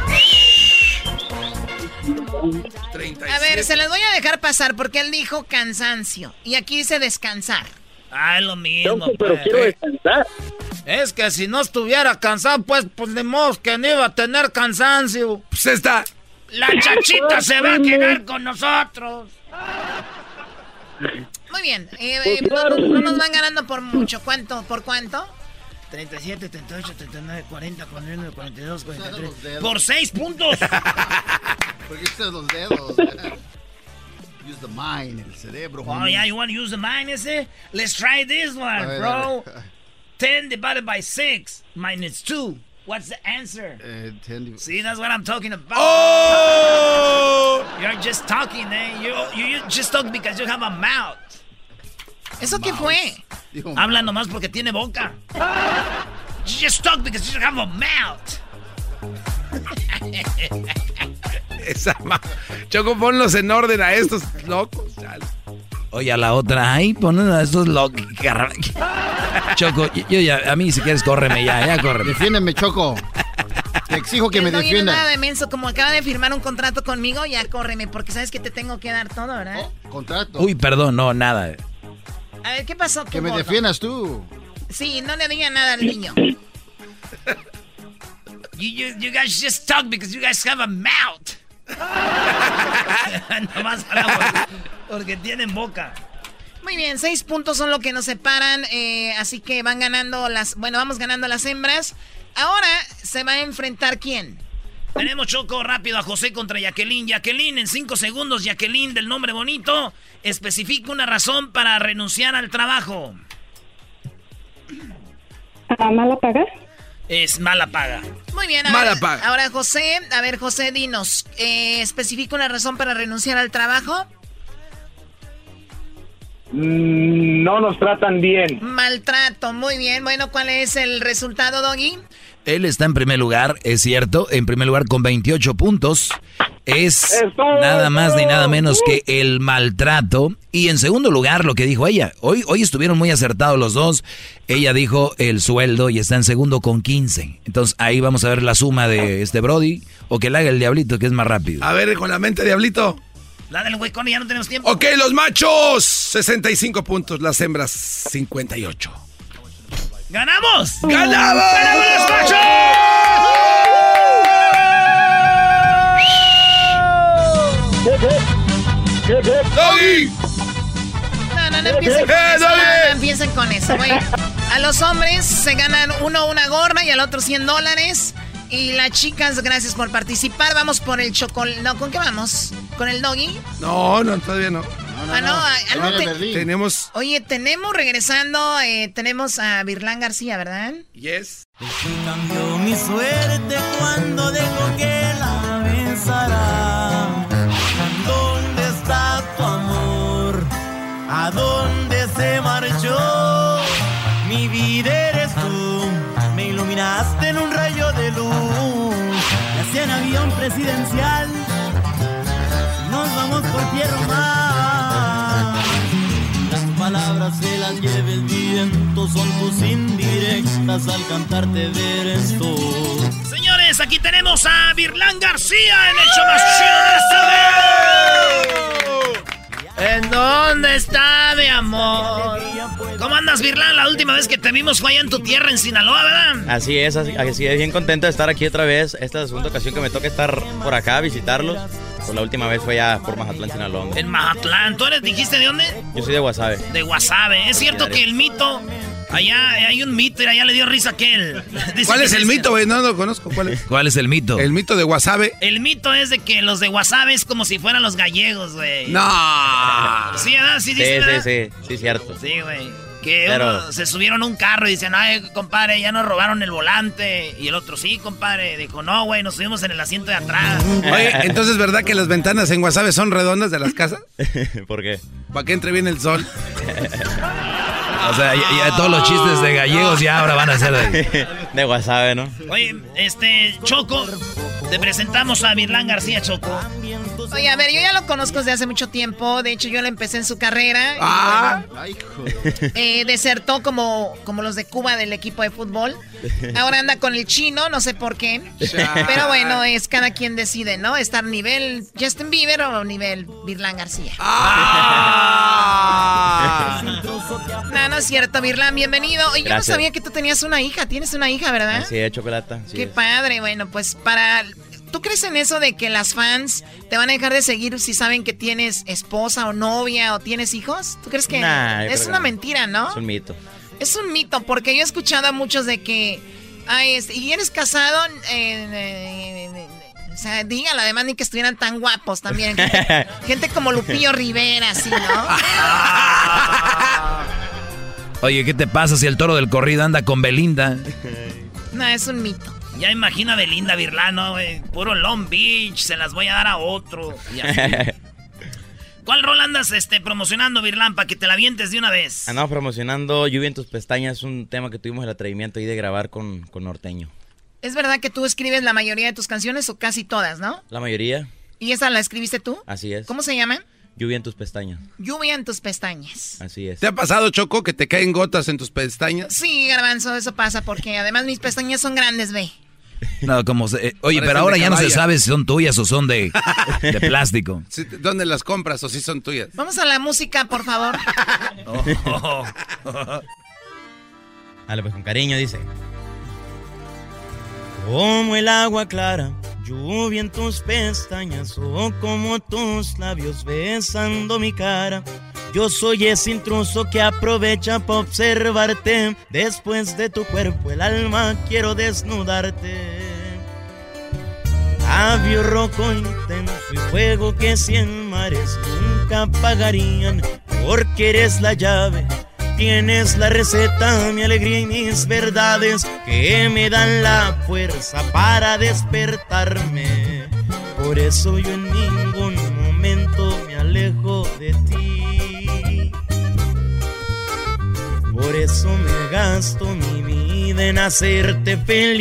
A ver, se las voy a dejar pasar porque él dijo cansancio. Y aquí dice descansar. Ah, es lo mismo. Yo, pero pues. Quiero descansar. Es que si no estuviera cansado, pues, pues de modo que no iba a tener cansancio. Pues está... La chachita se va a quedar con nosotros. Muy bien. Eh, eh, no, no nos van ganando por mucho. ¿Cuánto? ¿Por cuánto? treinta y siete, treinta y ocho, treinta y nueve, cuarenta, cuarenta y uno, cuarenta y dos, cuarenta y tres. Por seis puntos. Porque usted los dedos. Use the mind, el cerebro. Oh, yeah, you want to use the mind, ese? Let's try this one, bro. ten divided by six minus two. What's the answer? Uh, ten. See, that's what I'm talking about. Oh! You're just talking, eh? You, you, you just talk because you have a mouth. ¿Eso qué fue? Digo, habla nomás porque tiene boca. You just talk because you have a mouth. Esa ma... Choco, ponlos en orden a estos locos. Oye, a la otra, ahí ponen a estos locos. Choco, yo ya, a mí si quieres, córreme ya, ya córreme. Defiéndeme, Choco. Te exijo que me no defiendas. No nada de menso, como acaba de firmar un contrato conmigo, ya córreme, porque sabes que te tengo que dar todo, ¿verdad? Oh, contrato. Uy, perdón, no, nada. A ver, ¿qué pasó? Que me gordo? Defiendas tú. Sí, no le diga nada al niño. You, you, you guys just talk because you guys have a mouth. Nomás habla porque tienen boca. Muy bien, seis puntos son lo que nos separan, eh, así que van ganando las, bueno, vamos ganando las hembras. Ahora se va a enfrentar ¿quién? Tenemos, Choco, rápido a José contra Jacqueline. Jacqueline, en cinco segundos, Jacqueline, del nombre bonito, especifica una razón para renunciar al trabajo. ¿A mala paga? es mala paga. Muy bien, mala ahora, paga. Ahora, José, a ver, José, dinos, eh, ¿especifica una razón para renunciar al trabajo? No nos tratan bien. Maltrato, muy bien. Bueno, ¿cuál es el resultado, Doggy? Él está en primer lugar, es cierto, en primer lugar con veintiocho puntos. Es nada más ni nada menos que el maltrato. Y en segundo lugar, lo que dijo ella. Hoy, hoy estuvieron muy acertados los dos. Ella dijo el sueldo y está en segundo con quince. Entonces ahí vamos a ver la suma de este Brody. O que le haga el diablito, que es más rápido. A ver, con la mente, diablito. La del huecón, ya no tenemos tiempo. Ok, los machos, sesenta y cinco puntos. Las hembras, cincuenta y ocho. ¡Ganamos! ¡Ganamos! ¡Ganamos los machos! ¡Doggy! No, no, no empiecen con eso, no, no empiecen con eso, güey. A los hombres se ganan uno una gorra y al otro cien dólares. Y las chicas, gracias por participar. Vamos por el chocolate. No, ¿con qué vamos? ¿Con el Doggy? No, no, todavía no. No, no, ah, no, no. Algo te... Tenemos... Oye, tenemos, regresando, eh, tenemos a Virlán García, ¿verdad? Yes. Cambió mi suerte cuando dejó que la besara. ¿Dónde está tu amor? ¿A dónde se marchó? Mi vida eres tú. Me iluminaste en un rayo de luz. Ya sea en avión presidencial, nos vamos por tierra o mar. Las palabras se las lleva el viento, son tus indirectas al cantarte verso. Señores, aquí tenemos a Virlán García en el show más chido de la tarde. ¿En dónde está mi amor? ¿Cómo andas, Virlán? La última vez que te vimos fue allá en tu tierra, en Sinaloa, ¿verdad? Así es, así, así es, bien contento de estar aquí otra vez. Esta es la segunda ocasión que me toca estar por acá, visitarlos. Pues la última vez fue ya por Mazatlán, Sinaloa. En Mazatlán. ¿Tú eres, dijiste de dónde? Yo soy de Guasave. De Guasave. Es cierto que el mito... Allá hay un mito y allá le dio risa a aquel. ¿Cuál es el mito, güey? No lo conozco. ¿Cuál es? ¿Cuál es el mito? El mito de Guasave. El mito es de que los de Guasave es como si fueran los gallegos, güey. No. Sí, ¿verdad? Sí, sí, dice, sí, sí, sí, cierto. Sí, güey. Que Pero... uno, se subieron a un carro y dicen, ay, compadre, ya nos robaron el volante. Y el otro, sí, compadre. Dijo, no, güey, nos subimos en el asiento de atrás. Oye, entonces, ¿verdad que las ventanas en Guasave son redondas de las casas? ¿Por qué? Para que entre bien el sol. O sea, ya, ya todos los chistes de gallegos ya ahora van a ser de... de Guasave, ¿no? Oye, este, Choco, te presentamos a Virlán García, Choco. Oye, a ver, yo ya lo conozco desde hace mucho tiempo. De hecho, yo le empecé en su carrera. Ah. Y, bueno, eh, desertó como, como los de Cuba del equipo de fútbol. Ahora anda con el chino, no sé por qué. Pero bueno, es cada quien decide, ¿no? Estar nivel Justin Bieber o nivel Virlán García. Ah. No, no es cierto, Virlán, bienvenido. Oye, yo no sabía que tú tenías una hija. Tienes una hija, ¿verdad? Sí, de chocolate. Qué padre. Bueno, pues para... ¿Tú crees en eso de que las fans te van a dejar de seguir si saben que tienes esposa o novia o tienes hijos? ¿Tú crees que nah, es una mentira, no? Es un mito. Es un mito, porque yo he escuchado a muchos de que... Ay, este, ¿y eres casado? Eh, eh, eh, o sea, dígalo, además ni que estuvieran tan guapos también. Gente, gente como Lupillo Rivera, así, ¿no? Oye, ¿qué te pasa si el toro del corrido anda con Belinda? No, es un mito. Ya imagina a Belinda, Virlano, güey. Puro Long Beach, se las voy a dar a otro. Y así. ¿Cuál rol andas este, promocionando, Virlán, para que te la avientes de una vez? Andamos promocionando Lluvia en tus pestañas, un tema que tuvimos el atrevimiento ahí de grabar con, con Norteño. ¿Es verdad que tú escribes la mayoría de tus canciones o casi todas, no? La mayoría. ¿Y esa la escribiste tú? Así es. ¿Cómo se llama? Lluvia en tus pestañas. Lluvia en tus pestañas. Así es. ¿Te ha pasado, Choco, que te caen gotas en tus pestañas? Sí, Garbanzo, eso pasa porque además mis pestañas son grandes, ve. No, como se, eh, oye, pero ahora ya no se sabe si son tuyas o son de, de plástico. Sí, ¿dónde las compras o si son tuyas? Vamos a la música, por favor. oh, oh, oh. Dale, pues con cariño, dice. Como el agua clara, lluvia en tus pestañas, o como tus labios besando mi cara. Yo soy ese intruso que aprovecha para observarte. Después de tu cuerpo el alma quiero desnudarte. Labio rojo intenso y fuego que cien mares nunca apagarían. Porque eres la llave tienes la receta, mi alegría y mis verdades que me dan la fuerza para despertarme. Por eso yo en ningún momento me alejo de ti. Por eso me gasto mi vida en hacerte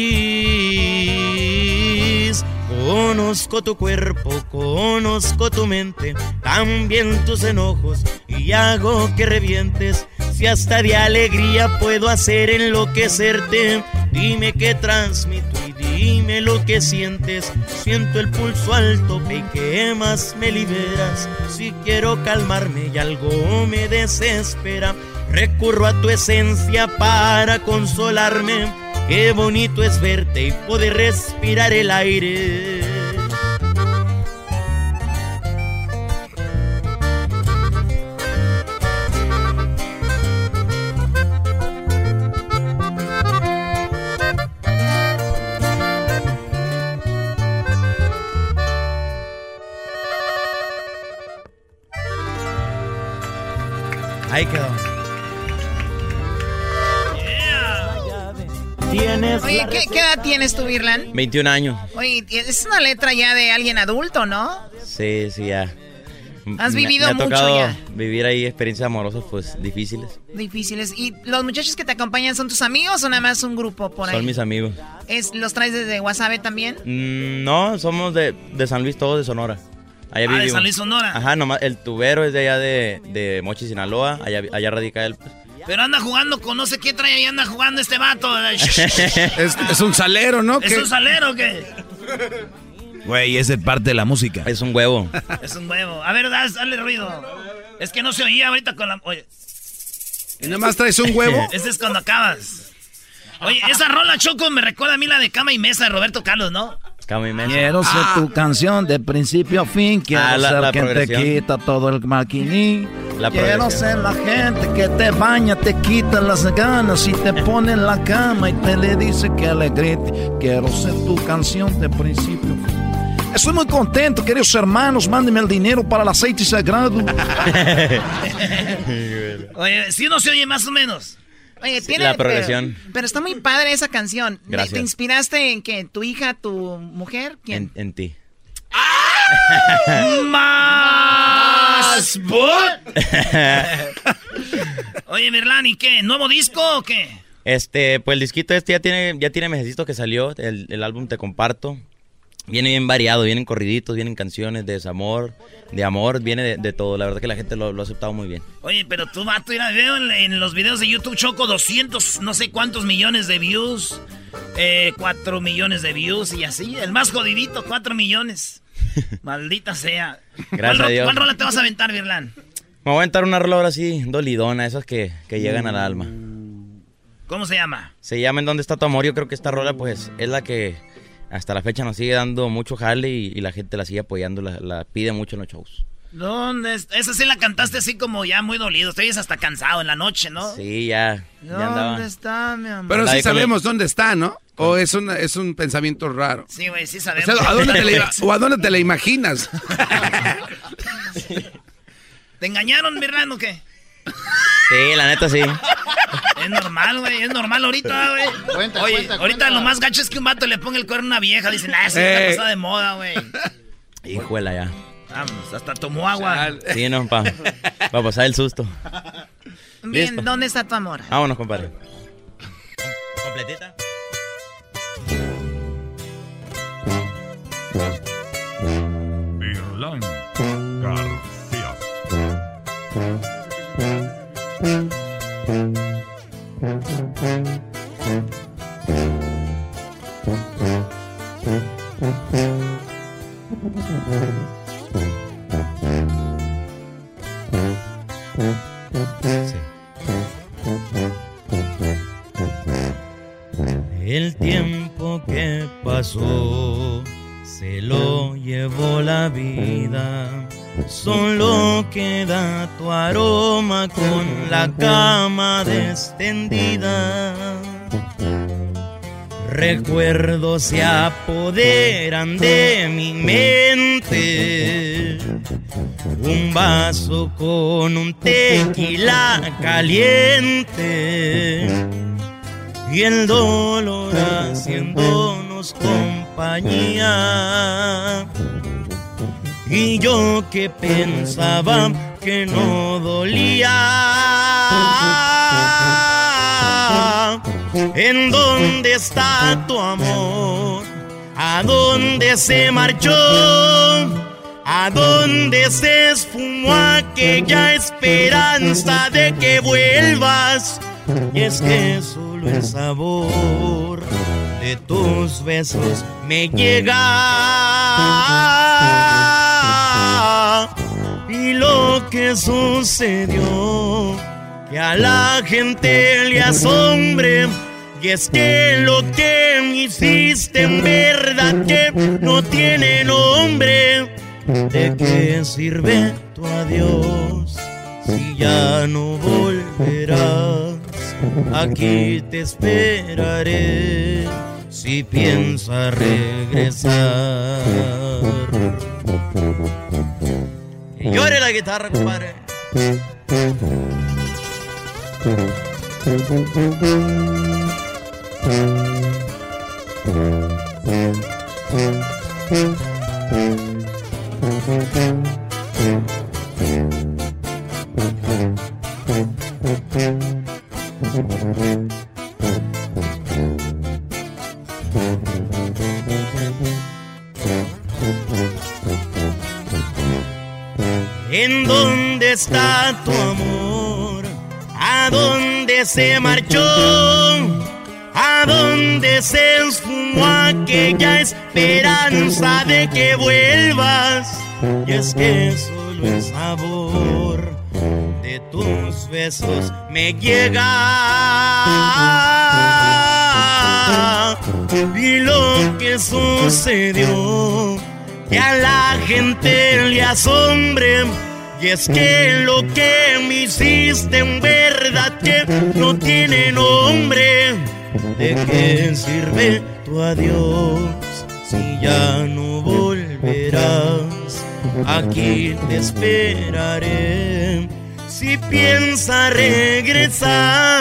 feliz. Conozco tu cuerpo, conozco tu mente, también tus enojos, y hago que revientes. Si hasta de alegría puedo hacer enloquecerte, dime qué transmito y dime lo que sientes. Siento el pulso alto, ¿y qué más me liberas? Si quiero calmarme y algo me desespera, recurro a tu esencia para consolarme. Qué bonito es verte y poder respirar el aire. Ahí quedó. ¿Tienes Oye, ¿qué, ¿qué edad tienes tú, Virlan? veintiún años. Oye, es una letra ya de alguien adulto, ¿no? Sí, sí, ya. Has Me- vivido me ha mucho tocado ya. vivir ahí experiencias amorosas, pues, difíciles. Difíciles. ¿Y los muchachos que te acompañan son tus amigos o nada más un grupo por ahí? Son mis amigos. ¿Es, ¿Los traes desde Guasave también? Mm, no, somos de, de San Luis, todos de Sonora. Allá Ah, de vivimos. San Luis, Sonora. Ajá, nomás, el tubero es de allá de, de Mochi, Sinaloa. Allá, allá radica él, pues. Pero anda jugando con no sé qué trae ahí, anda jugando este vato. Es, es un salero, ¿no? ¿Es ¿Qué? un salero o qué? Güey, esa es parte de la música. Es un huevo. Es un huevo. A ver, dale, dale ruido. Es que no se oía ahorita con la... Oye. ¿Y nada más traes un huevo? Ese es cuando acabas. Oye, esa rola, Choco, me recuerda a mí la de Cama y Mesa de Roberto Carlos, ¿no? Quiero ser Ah. tu canción de principio a fin. Quiero Ah, la- ser la quien te progresión. quita todo el maquiní. La Quiero progresión. ser la gente que te baña, te quita las ganas y te pone en la cama y te le dice que le grite. Quiero ser tu canción de principio a fin. Estoy muy contento, queridos hermanos. Mándenme el dinero para el aceite sagrado. Oye, si uno se oye más o menos. Oye, Sí, tiene... la progresión. Pero, pero está muy padre esa canción. Gracias. ¿Te inspiraste en qué? ¿Tu hija, tu mujer? ¿Quién? En, en ti. ¡Más! Oye, Merlán, ¿y qué? ¿Nuevo disco o qué? Este, pues el disquito este ya tiene, ya tiene mesecitos que salió, el, el álbum Te Comparto. Viene bien variado, vienen corriditos, vienen canciones de desamor, de amor, viene de, de todo. La verdad que la gente lo, lo ha aceptado muy bien. Oye, pero tú, vato, mira, veo en, en los videos de YouTube, Choco, doscientos, no sé cuántos millones de views, eh, cuatro millones de views y así. El más jodidito, cuatro millones. Maldita sea. Gracias ¿Cuál, a Dios. ¿Cuál rola te vas a aventar, Virlán? Me voy a aventar una rola ahora así, dolidona, esas que, que llegan al alma. ¿Cómo se llama? Se llama ¿En dónde está tu amor? Yo creo que esta rola pues es la que hasta la fecha nos sigue dando mucho jale y, y la gente la sigue apoyando, la, la pide mucho en los shows. ¿Dónde está? Esa sí la cantaste así como ya muy dolido. Estoy hasta cansado en la noche, ¿no? Sí, ya, ya andaba. ¿Dónde está, mi amor? Pero Andaba sí ahí con sabemos dónde está, ¿no? O es, una, es un pensamiento raro. Sí, güey, sí O sabemos. sea, ¿a dónde te la, ¿o a dónde te la imaginas? ¿Te engañaron, Virlán, o qué? Sí, la neta sí. Es normal, güey, es normal ahorita, güey. Cuenta, Oye, cuenta, ahorita cuenta. lo más gacho es que un vato le ponga el cuerno a una vieja. Dicen, ah, eso Eh. está pasada de moda, güey. Híjole, ya. Vámonos, hasta tomó agua. Sí, no, pa, pa pasar el susto. Bien, Listo. ¿dónde está tu amor? Vámonos, compadre. ¿Completita? Virlán García. El tiempo que pasó se lo llevó la vida. Solo queda tu aroma con la cama extendida. Recuerdos se apoderan de mi mente un vaso con un tequila caliente y el dolor haciéndonos compañía. Y yo que pensaba que no dolía. ¿En dónde está tu amor? ¿A dónde se marchó? ¿A dónde se esfumó aquella esperanza de que vuelvas? Y es que solo el sabor de tus besos me llega. Y lo que sucedió, que a la gente le asombre, y es que lo que me hiciste en verdad que no tiene nombre. ¿De qué sirve tu adiós si ya no volverás? Aquí te esperaré si piensas regresar. Que llore la guitarra, compadre. ¿En dónde está tu amor? ¿A dónde se marchó? ¿A dónde se esfumó aquella esperanza de que vuelvas? Y es que solo el sabor de tus besos me llega. Y lo que sucedió, que a la gente le asombre, y es que lo que me hiciste en verdad que no tiene nombre. ¿De qué sirve tu adiós si ya no volverás? Aquí te esperaré si piensas regresar.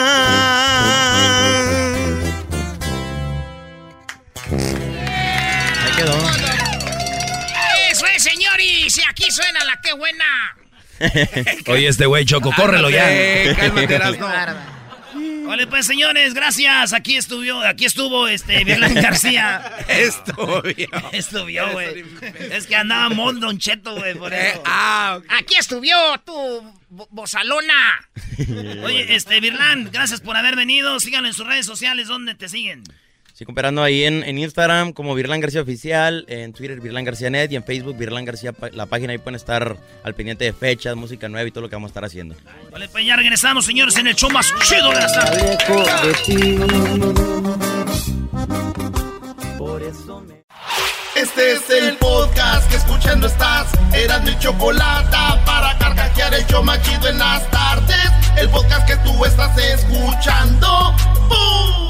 Ahí quedó. Eso es, señores, y aquí suena la que buena. Oye, este güey, Choco, córrelo ya. Cálmate, Erasmo. Vale, pues, señores, gracias. Aquí estuvo, aquí estuvo este Virlán García. Estuvo. Estuvo, güey. Es que andaba Mon Don Cheto, güey, por eso. Eh, ah, okay. Aquí estuvo tu bo bozalona. Oye, este, Virlán, gracias por haber venido. Síganlo en sus redes sociales. ¿Dónde te siguen? Sí, comparando ahí en, en Instagram como Virlán García Oficial, en Twitter Virlán García Net y en Facebook Virlán García, la página. Ahí pueden estar al pendiente de fechas, música nueva y todo lo que vamos a estar haciendo. Vale, pues ya regresamos, señores, en el show más chido de las tardes. Este es el podcast que escuchando estás. Eran mi chocolate para carcajear el show más chido en las tardes. El podcast que tú estás escuchando. ¡Bum!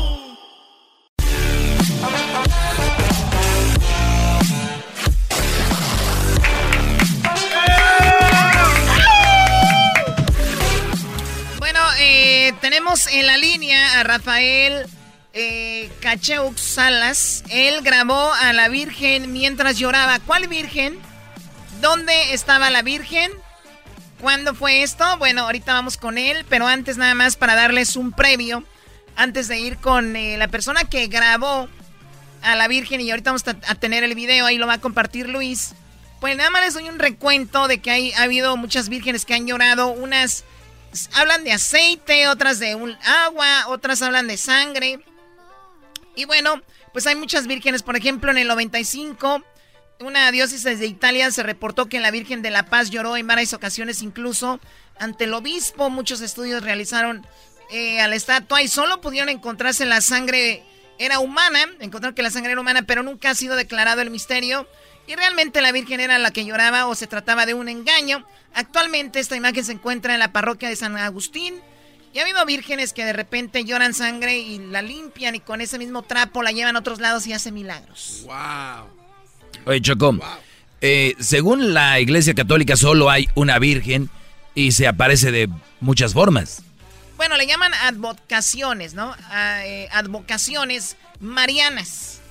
Bueno, eh, tenemos en la línea a Rafael eh, Cacheux Salas. Él grabó a la Virgen mientras lloraba. ¿Cuál Virgen? ¿Dónde estaba la Virgen? ¿Cuándo fue esto? Bueno, ahorita vamos con él, pero antes nada más para darles un previo, antes de ir con eh, la persona que grabó a la Virgen, y ahorita vamos a, a tener el video, ahí lo va a compartir Luis. Pues nada más les doy un recuento de que hay, ha habido muchas vírgenes que han llorado. Unas hablan de aceite, otras de un agua, otras hablan de sangre. Y bueno, pues hay muchas vírgenes. Por ejemplo, en el noventa y cinco, una diócesis de Italia se reportó que la Virgen de la Paz lloró en varias ocasiones, incluso ante el obispo. Muchos estudios realizaron eh, a la estatua y solo pudieron encontrarse la sangre. Era humana, encontraron que la sangre era humana, pero nunca ha sido declarado el misterio. Y realmente la Virgen era la que lloraba o se trataba de un engaño. Actualmente esta imagen se encuentra en la parroquia de San Agustín. Y ha habido vírgenes que de repente lloran sangre y la limpian y con ese mismo trapo la llevan a otros lados y hacen milagros. Wow. Oye, Choco, wow. Eh, según la Iglesia Católica solo hay una virgen y se aparece de muchas formas. Bueno, le llaman advocaciones, ¿no? A, eh, advocaciones marianas.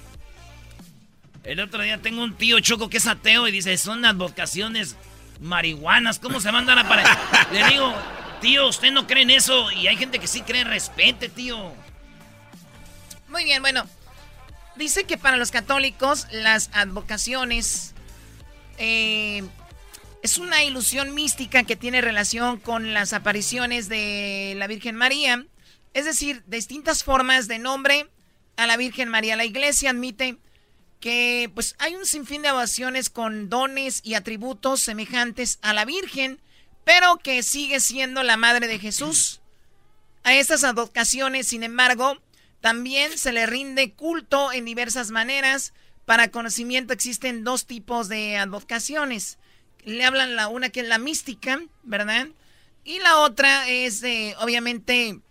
El otro día tengo un tío Choco que es ateo y dice, son advocaciones marihuanas. ¿Cómo se mandan a aparecer? Le digo, tío, usted no cree en eso y hay gente que sí cree, respete, tío. Muy bien, bueno. Dice que para los católicos las advocaciones eh, es una ilusión mística que tiene relación con las apariciones de la Virgen María. Es decir, distintas formas de nombre a la Virgen María. La iglesia admite que pues, hay un sinfín de oraciones con dones y atributos semejantes a la Virgen, pero que sigue siendo la Madre de Jesús. A estas advocaciones, sin embargo, también se le rinde culto en diversas maneras. Para conocimiento existen dos tipos de advocaciones. Le hablan la una que es la mística, ¿verdad? Y la otra es, eh, obviamente,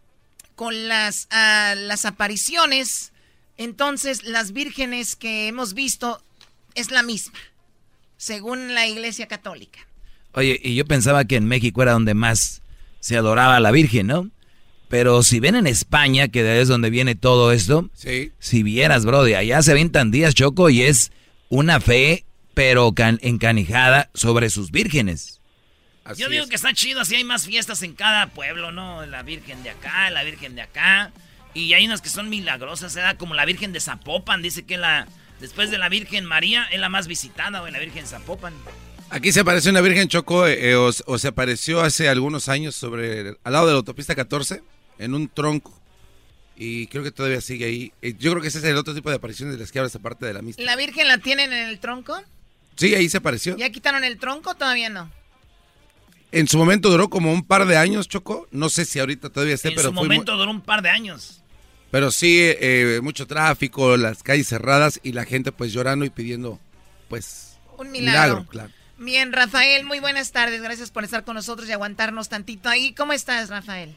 con las, uh, las apariciones. Entonces, las vírgenes que hemos visto es la misma, según la Iglesia Católica. Oye, y yo pensaba que en México era donde más se adoraba a la Virgen, ¿no? Pero si ven en España, que de ahí es donde viene todo esto, sí. Si vieras, bro, de allá se avientan días, Choco, y es una fe, pero can, encanijada sobre sus vírgenes. Así Yo digo es. que está chido, así hay más fiestas en cada pueblo, ¿no? La Virgen de acá, la Virgen de acá. Y hay unas que son milagrosas, ¿eh? Como la Virgen de Zapopan, dice que la después de la Virgen María es la más visitada, güey, la Virgen de Zapopan. Aquí se apareció una Virgen, Choco, eh, o, o se apareció hace algunos años sobre al lado de la autopista catorce. En un tronco. Y creo que todavía sigue ahí. Yo creo que ese es el otro tipo de apariciones de las que habla esa parte de la mística. ¿La Virgen la tienen en el tronco? Sí, ahí se apareció. ¿Ya quitaron el tronco o todavía no? En su momento duró como un par de años, Choco. No sé si ahorita todavía esté, en pero En su fue momento muy... duró un par de años. Pero sí, eh, mucho tráfico, las calles cerradas y la gente pues llorando y pidiendo, pues... Un milagro. milagro claro. Bien, Rafael, muy buenas tardes. Gracias por estar con nosotros y aguantarnos tantito ahí. ¿Cómo estás, Rafael?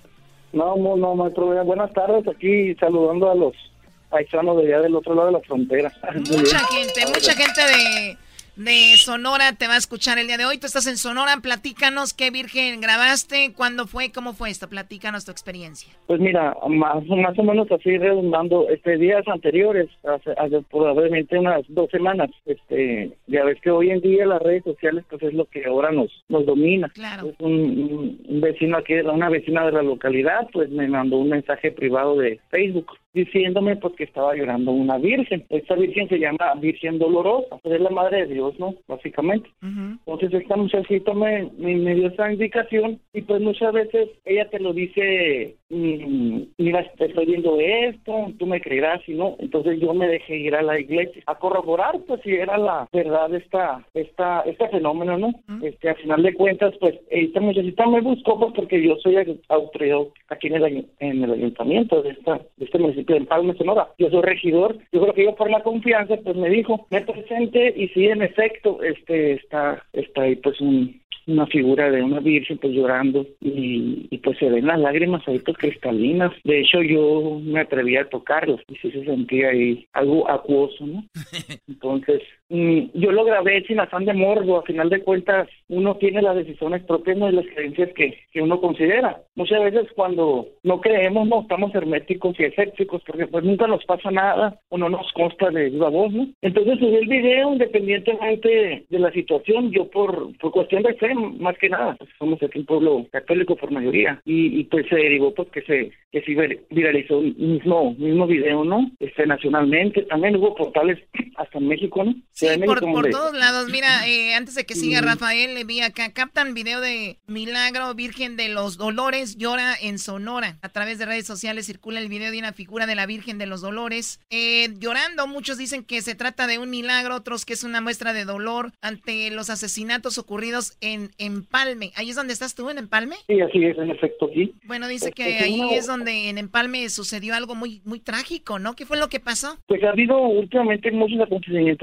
No, no, no, maestro. Buenas tardes, aquí saludando a los paisanos de allá del otro lado de la frontera. Mucha gente, mucha gente de, de Sonora te va a escuchar el día de hoy. Tú estás en Sonora, platícanos qué Virgen grabaste, cuándo fue, cómo fue esto, platícanos tu experiencia. Pues mira, más, más o menos así redundando, este días anteriores, hace, hace probablemente unas dos semanas, este, ya ves que hoy en día las redes sociales pues es lo que ahora nos, nos domina. Claro. Es un, un vecino aquí, una vecina de la localidad, pues me mandó un mensaje privado de Facebook diciéndome pues que estaba llorando una virgen. Esta virgen se llama Virgen Dolorosa, pues es la madre de Dios, ¿no? Básicamente. Uh-huh. Entonces esta muchachita me, me, me dio esa indicación y pues muchas veces ella te lo dice, mmm, mira, te estoy viendo esto, tú me creerás y no. Entonces yo me dejé ir a la iglesia a corroborar pues si era la verdad esta, esta, este fenómeno, ¿no? Uh-huh. Este, a final de cuentas pues esta muchachita me buscó pues porque yo soy autoridad aquí en el, en el ayuntamiento de esta, de este municipio de Empalme, Sonora. Yo soy regidor, yo creo que yo por la confianza pues me dijo, me presente y sí, en efecto, este está, está ahí pues un, una figura de una virgen pues llorando y, y pues se ven las lágrimas ahí pues cristalinas. De hecho yo me atreví a tocarlas y sí se sentía ahí algo acuoso, ¿no? Entonces mmm, yo lo grabé sin afán de morbo. A final de cuentas uno tiene las decisiones propias, ¿no? Y las creencias que, que uno considera. Muchas veces cuando no creemos, no estamos herméticos y escépticos porque pues nunca nos pasa nada o no nos consta de viva voz, ¿no? Entonces subí el video independientemente de la situación. Yo por, por cuestión de fe, más que nada, pues somos aquí un pueblo católico por mayoría y, y pues se derivó pues que se que se viralizó el mismo mismo video, ¿no? Este nacionalmente también hubo portales hasta en México, ¿no? Sí, por, por donde... todos lados. Mira, eh, antes de que siga Rafael, le vi acá, captan video de Milagro Virgen de los Dolores llora en Sonora. A través de redes sociales circula el video de una figura de la Virgen de los Dolores eh, llorando. Muchos dicen que se trata de un milagro, otros que es una muestra de dolor ante los asesinatos ocurridos en Empalme. ¿Ahí es donde estás tú, en Empalme? Sí, así es, en efecto, sí. Bueno, dice que pues, ahí una... es donde en Empalme sucedió algo muy muy trágico, ¿no? ¿Qué fue lo que pasó? Pues ha habido últimamente muchos acontecimientos en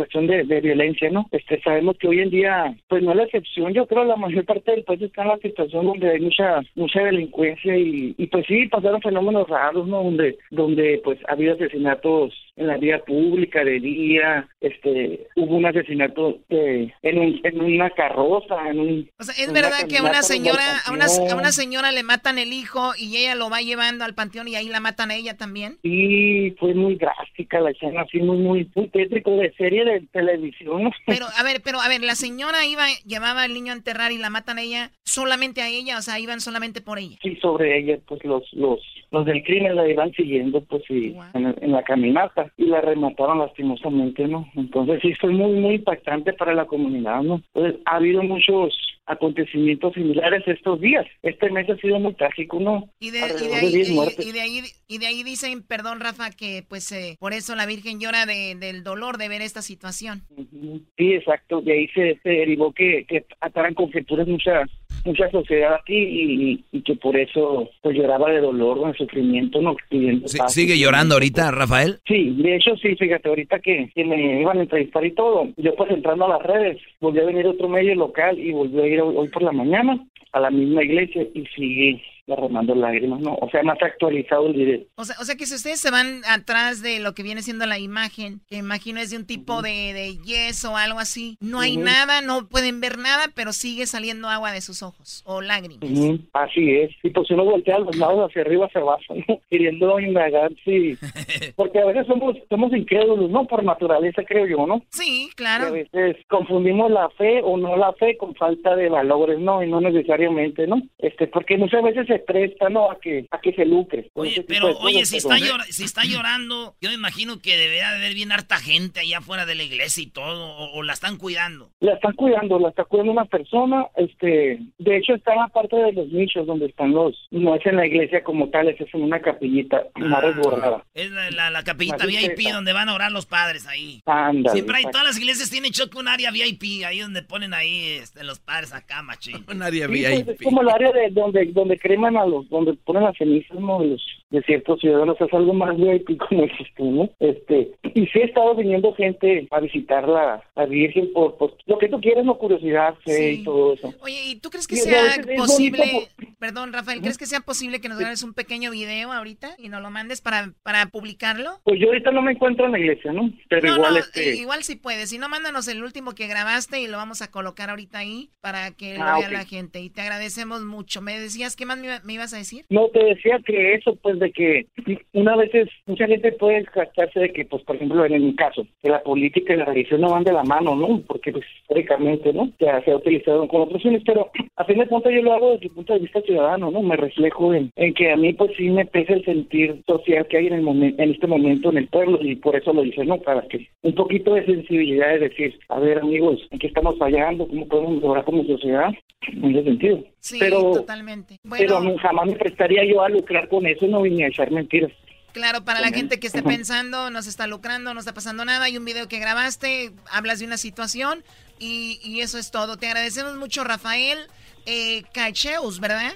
cuestión de, de violencia, ¿no? Este, sabemos que hoy en día, pues no es la excepción, yo creo la mayor parte del país está en la situación donde hay mucha mucha delincuencia y, y pues sí, pasaron fenómenos raros, ¿no? Donde, donde pues ha habido asesinatos en la vía pública, de día, este, hubo un asesinato de, en, un, en una carroza, en un... O sea, ¿es verdad que a una señora, a una, a una señora le matan el hijo y ella lo va llevando al panteón y ahí la matan a ella también? Sí, fue muy drástica la escena, así muy, muy, muy tétrico, de serie de televisión, ¿no? Pero, a ver, pero, a ver, la señora iba, llevaba al niño a enterrar y la matan a ella, solamente a ella, o sea, iban solamente por ella. Sí, sobre ella, pues los, los, los del crimen la iban siguiendo, pues sí, wow. en, en la caminata. Y la remataron lastimosamente, ¿no? Entonces sí fue muy, muy impactante para la comunidad, ¿no? Entonces ha habido muchos acontecimientos similares estos días. Este mes ha sido muy trágico, ¿no? Y de, y de, ahí, de, y, y de ahí y de ahí dicen, perdón Rafa, que pues eh, por eso la Virgen llora de, del dolor de ver esta situación. Sí, exacto. De ahí se, se derivó que, que ataran conjeturas muchas mucha sociedad aquí y, y que por eso pues lloraba de dolor, de sufrimiento, no pidiendo sí, ¿Sigue llorando ahorita, Rafael? Sí, de hecho sí, fíjate, ahorita que, que me iban a entrevistar y todo, yo pues entrando a las redes, volví a venir otro medio local y volví a ir hoy, hoy por la mañana a la misma iglesia y sigue derramando lágrimas, ¿no? O sea, más actualizado el video. O sea, o sea que si ustedes se van atrás de lo que viene siendo la imagen, que imagino es de un tipo uh-huh. de, de yeso o algo así, no hay uh-huh. nada, no pueden ver nada, pero sigue saliendo agua de sus ojos, o lágrimas. Uh-huh. Así es, y pues uno voltea a los lados hacia arriba, hacia abajo, ¿no? Queriendo indagar, sí, porque a veces somos somos incrédulos, ¿no? Por naturaleza, creo yo, ¿no? Sí, claro. Y a veces confundimos la fe o no la fe con falta de valores, ¿no? Y no necesariamente, ¿no? Este, porque muchas veces se presta, ¿no? A que, a que se lucre. Oye, pero, oye, si está, llor si está llorando, yo me imagino que debería de haber bien harta gente allá afuera de la iglesia y todo, o, o la están cuidando. La están cuidando, la está cuidando una persona, este, de hecho está en la parte de los nichos donde están los, no es en la iglesia como tal, es en una capillita, ah, más resguardada. Es la, la, la capillita V I P donde van a orar los padres ahí. Ándale, siempre hay, todas las iglesias tienen choque un área V I P, ahí donde ponen ahí este, los padres acá, machín. Un área sí, V I P. Pues es como el área de donde, donde creman a los, donde ponen las cenizas, ¿no? De, los, de ciertos ciudadanos, es algo más V I P como existe, ¿no? Este, y sí ha estado viniendo gente a visitar la, la Virgen por, por lo que tú quieres, no curiosidad, fe sí. y todo eso. Oye, ¿y tú crees que y sea posible, por... perdón, Rafael, ¿crees que sea posible que nos grabes un pequeño video ahorita y nos lo mandes para, para publicarlo? Pues yo ahorita no me encuentro en la iglesia, ¿no? Pero no, igual no, este... igual si puedes, si no, mándanos el último que grabaste y lo vamos a colocar ahorita ahí para que lo ah, vea okay. la gente. Y te agradecemos mucho. ¿Me decías qué más me, me ibas a decir? No, te decía que eso, pues, de que una vez mucha gente puede jactarse de que, pues, por ejemplo, en mi caso, que la política y la religión no van de la mano, ¿no? Porque, pues, históricamente, ¿no? Ya se ha utilizado con otros fines, pero a fin de cuentas yo lo hago desde el punto de vista ciudadano, ¿no? Me reflejo en, en que a mí, pues, sí me pesa el sentir social que hay en el momento, en este momento en el pueblo, y por eso lo hice, ¿no? Para que un poquito de sensibilidad es decir, a ver, amigos, ¿en qué estamos fallando? ¿Cómo podemos mejorar como sociedad? En ese sentido. Sí, pero, totalmente. Bueno, pero no, jamás me prestaría yo a lucrar con eso, no vine a echar mentiras. Claro, para la gente que esté pensando, no se está lucrando, no está pasando nada, hay un video que grabaste, hablas de una situación y, y eso es todo. Te agradecemos mucho, Rafael eh, Cacheus, ¿verdad?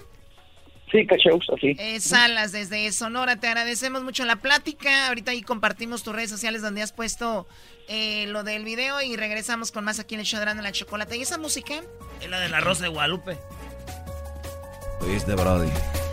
Sí, Cacheus, así. Eh, Salas, desde Sonora, te agradecemos mucho la plática. Ahorita ahí compartimos tus redes sociales donde has puesto eh, lo del video y regresamos con más aquí en el show de Erasmo y la Chocolata. ¿Y esa música? Es la de la Rosa de Guadalupe. Oíste, Brody.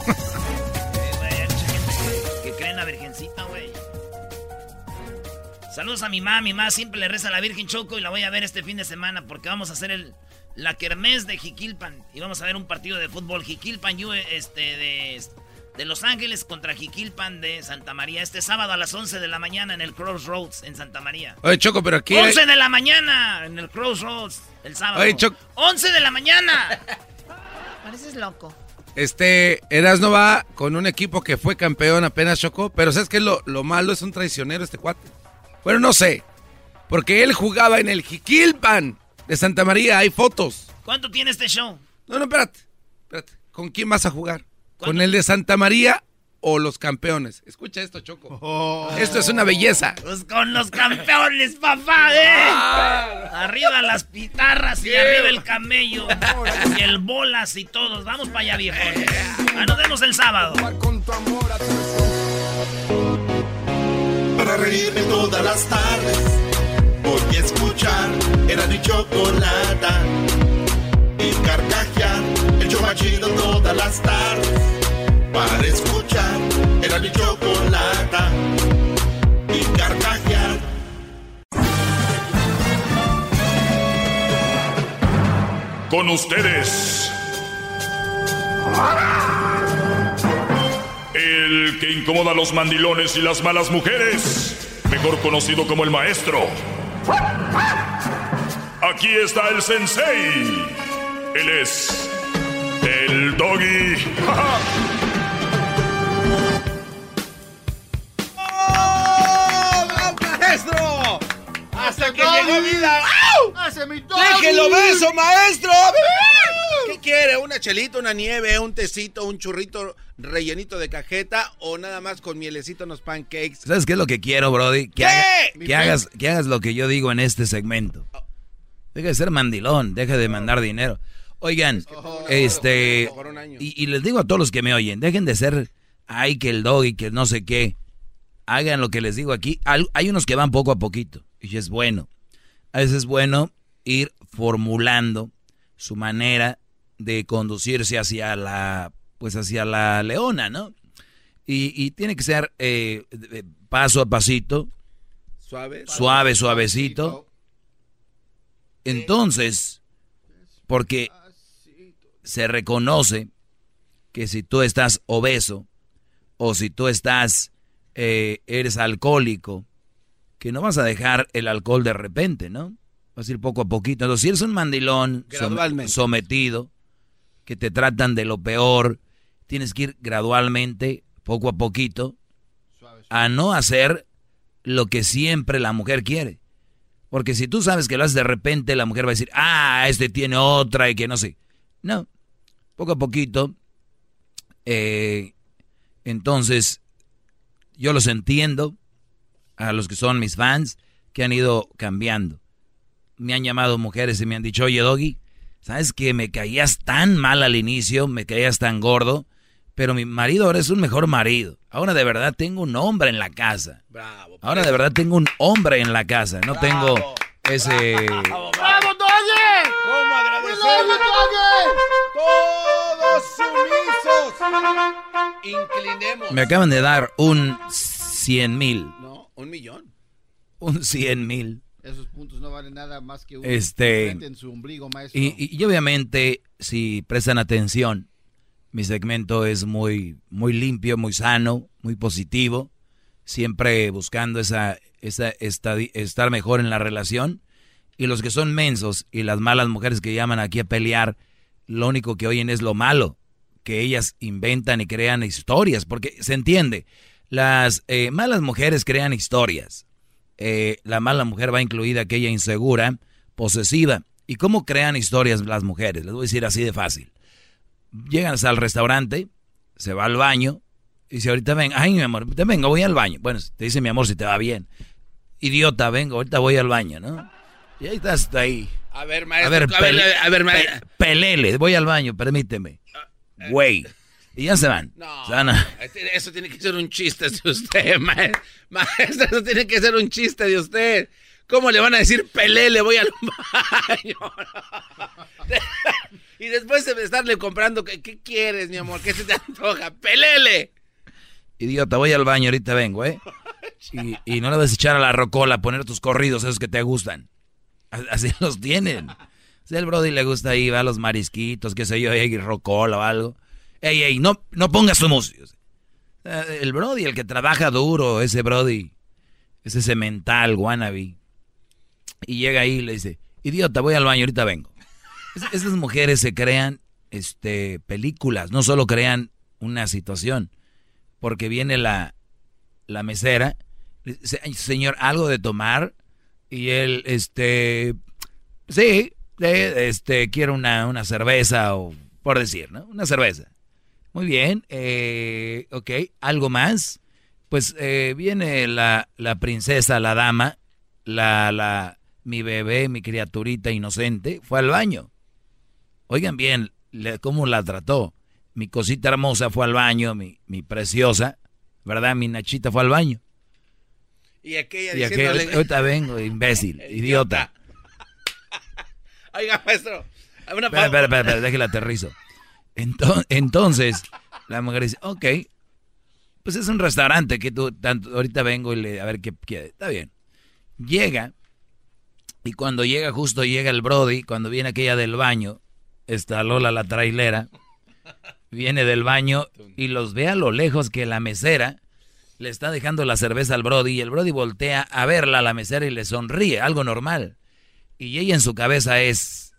Que creen la Virgencita, güey. Saludos a mi mamá, mi mamá siempre le reza a la Virgen Choco y la voy a ver este fin de semana porque vamos a hacer el la kermés de Jiquilpan y vamos a ver un partido de fútbol Jiquilpan este de, de Los Ángeles contra Jiquilpan de Santa María este sábado a las once de la mañana en el Crossroads en Santa María. Oye, Choco, pero aquí once hay... de la mañana en el Crossroads el sábado. Oye, Choco. once de la mañana. Pareces loco. Este, Erasmo va con un equipo que fue campeón apenas, Choco, pero ¿sabes qué? Lo, lo malo es un traicionero este cuate. Bueno, no sé, porque él jugaba en el Jiquilpan de Santa María, hay fotos. ¿Cuánto tiene este show? No, no, espérate, espérate. ¿Con quién vas a jugar? ¿Con el de Santa María o los campeones? Escucha esto, Choco. Oh. Esto es una belleza. Pues con los campeones, papá, ¿eh? Ah. Arriba las pitarras y yeah. arriba el camello. Y el bolas y todos. Vamos para allá, viejo. Ah, nos vemos el sábado. Para reírme todas las tardes. Voy a escuchar Erasmo y Chocolata y carcajear el show más chido todas las tardes. Para escuchar Erasmo y Chocolata y carcajear. Con ustedes, el que incomoda a los mandilones y las malas mujeres, mejor conocido como el maestro. Aquí está el sensei. Él es el Doggy. ¡Oh, maestro! ¡Hasta que llegó vida! ¡Hace mi Doggy! ¡Déjelo beso, maestro! ¿Qué quiere? ¿Una chelita, una nieve, un tecito, un churrito rellenito de cajeta o nada más con mielecito en los pancakes? ¿Sabes qué es lo que quiero, Brody? Que, ¿Qué? haga- Mi que, hagas, que hagas lo que yo digo en este segmento. Deja de ser mandilón, deja de mandar dinero. Oigan, este... Y, y les digo a todos los que me oyen, dejen de ser, ay, que el Doggy, que no sé qué. Hagan lo que les digo aquí. Al- Hay unos que van poco a poquito, y es bueno. A veces es bueno ir formulando su manera de conducirse hacia la, pues hacia la leona, ¿no? Y, y tiene que ser eh, paso a pasito, Suave. suave, suavecito. Entonces, porque se reconoce que si tú estás obeso o si tú estás, eh, eres alcohólico, que no vas a dejar el alcohol de repente, ¿no? Vas a ir poco a poquito. Entonces, si eres un mandilón som- Gradualmente. sometido, que te tratan de lo peor, tienes que ir gradualmente, poco a poquito, a no hacer lo que siempre la mujer quiere. Porque si tú sabes que lo haces de repente, la mujer va a decir, ah, este tiene otra y que no sé. No, poco a poquito. Eh, entonces, yo los entiendo, a los que son mis fans, que han ido cambiando. Me han llamado mujeres y me han dicho, oye, Doggy, ¿sabes que me caías tan mal al inicio, me caías tan gordo? Pero mi marido ahora es un mejor marido. Ahora de verdad tengo un hombre en la casa. Bravo. Ahora de verdad tengo un hombre en la casa. No tengo ese... ¡Bravo, Doggy! ¿Cómo agradecerle? ¡Doggy! ¡Todos sumisos! Inclinemos. Me acaban de dar un cien mil. No, un millón. Un cien mil. Esos puntos no valen nada más que un Este, frente en su ombligo, maestro. Y, y- y obviamente, si prestan atención, mi segmento es muy, muy limpio, muy sano, muy positivo, siempre buscando esa, esa estadi- estar mejor en la relación. Y los que son mensos y las malas mujeres que llaman aquí a pelear, lo único que oyen es lo malo, que ellas inventan y crean historias, porque se entiende, las eh, malas mujeres crean historias. Eh, la mala mujer va incluida aquella insegura, posesiva. ¿Y cómo crean historias las mujeres? Les voy a decir así de fácil. Llegan al restaurante, se va al baño, y dice, ahorita ven, ay mi amor, te vengo, voy al baño. Bueno, te dice mi amor si te va bien. Idiota, vengo, ahorita voy al baño, ¿no? Y ahí estás ahí. A ver, A maestro. ver, a ver, pele- a ver, maestro. pe- pelele, voy al baño, permíteme. Güey. Y ya se van. No, Se van a- eso tiene que ser un chiste de usted, ma- maestro. Eso tiene que ser un chiste de usted. ¿Cómo le van a decir pelé, le voy al baño? Y después de estarle comprando, ¿qué, qué quieres, mi amor? ¿Qué se te antoja? ¡Pelele! Idiota, voy al baño, ahorita vengo, ¿eh? Y, y no le vas a echar a la rocola a poner tus corridos, esos que te gustan. A- Así los tienen. Si al Brody le gusta ahí, va a los marisquitos, qué sé yo, y rocola o algo. Ey, ey, no, no pongas tu música. Eh, El Brody, el que trabaja duro, ese Brody, ese cemental, wannabe. Y llega ahí y le dice, idiota, voy al baño, ahorita vengo. Es- esas mujeres se crean este, películas, no solo crean una situación. Porque viene la, la mesera, le dice, "Ay, señor, ¿algo de tomar?" Y él, este, sí, eh, este, quiero una, una cerveza, o por decir, ¿no? Una cerveza. Muy bien, eh, ok, ¿algo más? Pues eh, viene la, la princesa, la dama, la, la, mi bebé, mi criaturita inocente, fue al baño. Oigan bien, le- cómo la trató. Mi cosita hermosa fue al baño, mi, mi preciosa, ¿verdad? Mi Nachita fue al baño. Y aquella Y diciéndole... aquella, ahorita vengo, imbécil, idiota. Oiga, maestro. Una Espera, espera, espera, espera, déjale aterrizo. Entonces, entonces, la mujer dice, ok, pues es un restaurante que tú, tanto, ahorita vengo y le, a ver qué quiere. Está bien. Llega, y cuando llega, justo llega el Brody, cuando viene aquella del baño, está Lola la trailera, viene del baño y los ve a lo lejos que la mesera le está dejando la cerveza al Brody y el Brody voltea a verla a la mesera y le sonríe, algo normal. Y ella en su cabeza es...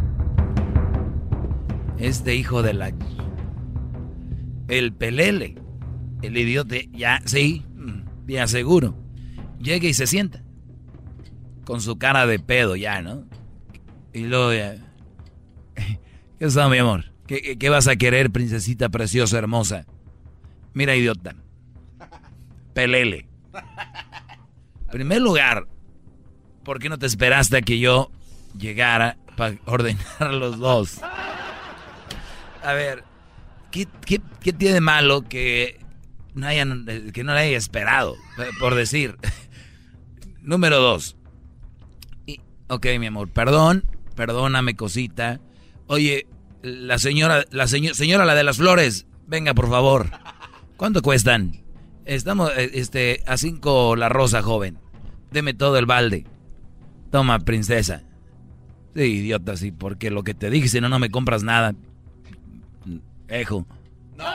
Este hijo de la... El pelele. El idiota, ya, sí, ya seguro. Llega y se sienta. Con su cara de pedo ya, ¿no? Y luego ya... ¿Qué está, mi amor? ¿Qué, ¿Qué vas a querer, princesita preciosa, hermosa? Mira, idiota. Pelele. En primer lugar, ¿por qué no te esperaste a que yo llegara para ordenar los dos? A ver, ¿qué, qué, qué tiene de malo que no hayan, que no le haya esperado? Por decir. Número dos. Y, ok, mi amor, perdón, perdóname, cosita. Oye, la señora, la señora, señora, la de las flores, venga, por favor. ¿Cuánto cuestan? Estamos, este, a cinco la rosa, joven. Deme todo el balde. Toma, princesa. Sí, idiota, sí, porque lo que te dije, si no, no me compras nada. Ejo. No.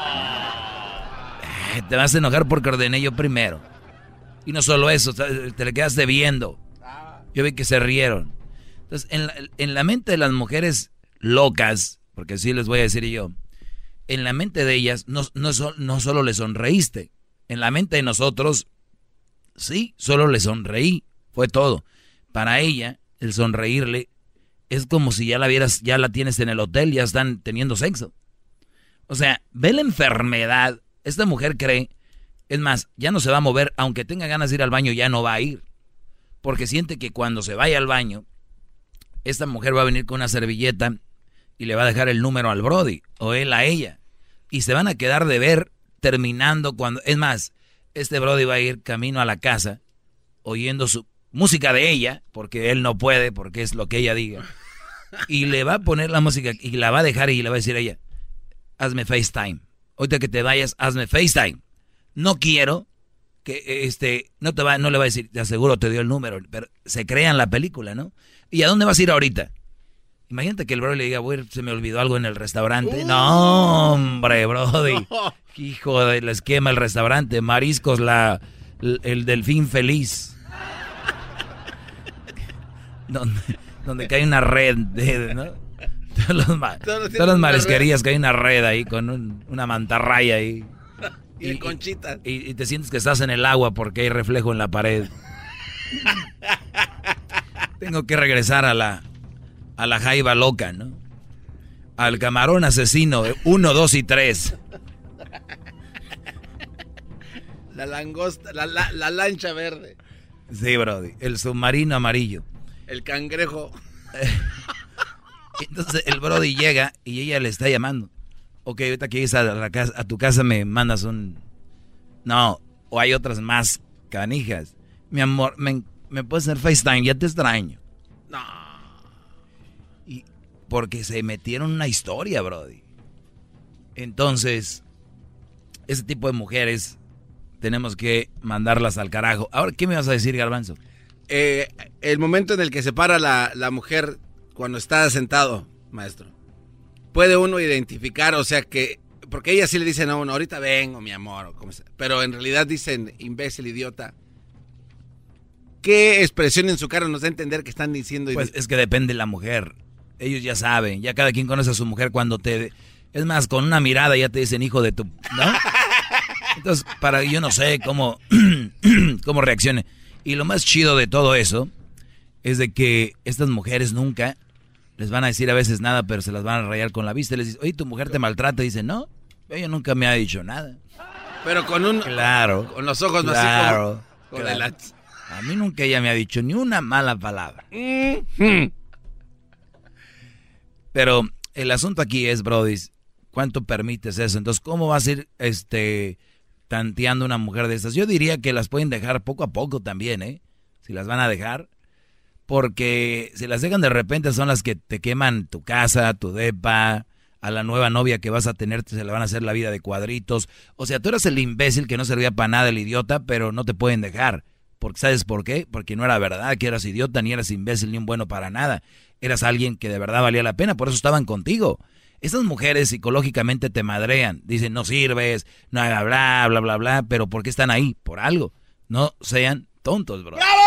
Te vas a enojar porque ordené yo primero. Y no solo eso, te le quedaste viendo. Yo vi que se rieron. Entonces, en la, en la mente de las mujeres locas, porque sí les voy a decir yo, en la mente de ellas no, no, no solo le sonreíste. En la mente de nosotros, sí, solo le sonreí. Fue todo. Para ella, el sonreírle es como si ya la vieras, ya la tienes en el hotel, ya están teniendo sexo. O sea, ve la enfermedad. Esta mujer cree, es más, ya no se va a mover, aunque tenga ganas de ir al baño, ya no va a ir. Porque siente que cuando se vaya al baño, esta mujer va a venir con una servilleta y le va a dejar el número al Brody, o él a ella. Y se van a quedar de ver terminando cuando... Es más, este Brody va a ir camino a la casa, oyendo su música de ella, porque él no puede, porque es lo que ella diga. Y le va a poner la música y la va a dejar y le va a decir a ella, hazme FaceTime. Ahorita que te vayas, hazme FaceTime. No quiero que, este, no te va, no le va a decir, te aseguro te dio el número, pero se crean la película, ¿no? ¿Y a dónde vas a ir ahorita? Imagínate que el Brody le diga, güey, se me olvidó algo en el restaurante. Uh, no, hombre, Brody. No. Hijo de la esquema el restaurante. Mariscos, la, el, el delfín feliz. donde, donde cae una red, de, ¿no? Todos los, todas las marisquerías que hay una red ahí con un, una mantarraya ahí. Y, y conchitas. Y, y te sientes que estás en el agua porque hay reflejo en la pared. Tengo que regresar a la... A la jaiba loca, ¿no? Al camarón asesino, uno, dos y tres. La langosta, la, la, la lancha verde. Sí, Brody. El submarino amarillo. El cangrejo. Entonces el Brody llega y ella le está llamando. Ok, ahorita que llegues a, la casa, a tu casa me mandas un... No, o hay otras más canijas. Mi amor, me, me puedes hacer FaceTime, ya te extraño. No. Porque se metieron en una historia, Brody. Entonces, ese tipo de mujeres tenemos que mandarlas al carajo. Ahora, ¿qué me vas a decir, Garbanzo? Eh, el momento en el que se para la, la mujer cuando está sentado, maestro. Puede uno identificar, o sea que... Porque ellas sí le dicen a uno, ahorita vengo, mi amor, o como sea. Pero en realidad dicen, imbécil, idiota. ¿Qué expresión en su cara nos da a entender que están diciendo? Pues es que depende de la mujer. Ellos ya saben, ya cada quien conoce a su mujer cuando te... Es más, con una mirada ya te dicen hijo de tu... ¿no? Entonces, para yo no sé cómo, cómo reaccione. Y lo más chido de todo eso es de que estas mujeres nunca les van a decir a veces nada, pero se las van a rayar con la vista. Les dicen, oye, ¿tu mujer te maltrata? Y dicen, no, ella nunca me ha dicho nada. Pero con un... Claro. Con los ojos claro, así como... Claro. La... A mí nunca ella me ha dicho ni una mala palabra. Mm-hmm. Pero el asunto aquí es, Brody, ¿cuánto permites eso? Entonces, ¿cómo vas a ir este, tanteando una mujer de estas. Yo diría que las pueden dejar poco a poco también, ¿eh? Si las van a dejar. Porque si las dejan de repente son las que te queman tu casa, tu depa, a la nueva novia que vas a tener se le van a hacer la vida de cuadritos. O sea, tú eras el imbécil que no servía para nada, el idiota, pero no te pueden dejar. Porque ¿sabes por qué? Porque no era verdad que eras idiota, ni eras imbécil, ni un bueno para nada. Eras alguien que de verdad valía la pena, por eso estaban contigo. Estas mujeres psicológicamente te madrean, dicen no sirves, no haga bla, bla, bla, bla, pero ¿por qué están ahí? Por algo. No sean tontos, bro. ¡Bravo!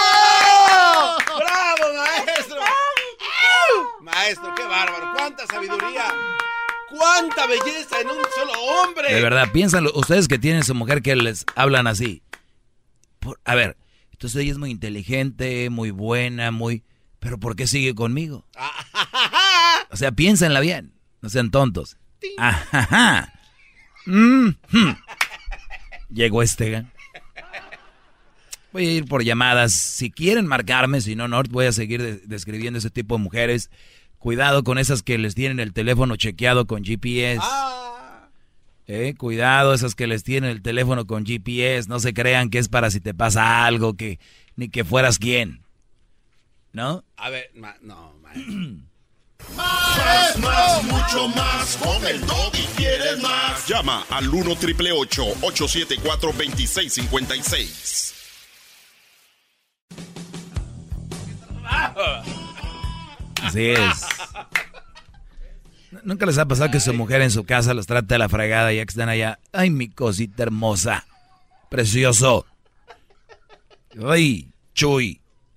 ¡Bravo, maestro! Maestro, qué bárbaro, cuánta sabiduría, cuánta belleza en un solo hombre. De verdad, piénsenlo, ustedes que tienen su mujer que les hablan así. Por, a ver, entonces ella es muy inteligente, muy buena, muy... ¿Pero por qué sigue conmigo? O sea, piénsenla bien, no sean tontos. Ajá. Mm-hmm. Llegó este. Voy a ir por llamadas. Si quieren marcarme, si no, no, voy a seguir de- describiendo ese tipo de mujeres. Cuidado con esas que les tienen el teléfono chequeado con G P S. Eh, cuidado, esas que les tienen el teléfono con G P S. No se crean que es para si te pasa algo, que ni que fueras quién. ¿No? A ver, ma, no, maestro. Más, más, mucho más. Con el Doggy quieres más. Llama al uno triple ocho, ocho siete cuatro, dos seis cinco seis. Así es. ¿Nunca les ha pasado que su mujer en su casa los trata de la fregada y ya que están allá? Ay, mi cosita hermosa. Precioso. Ay, Chuy.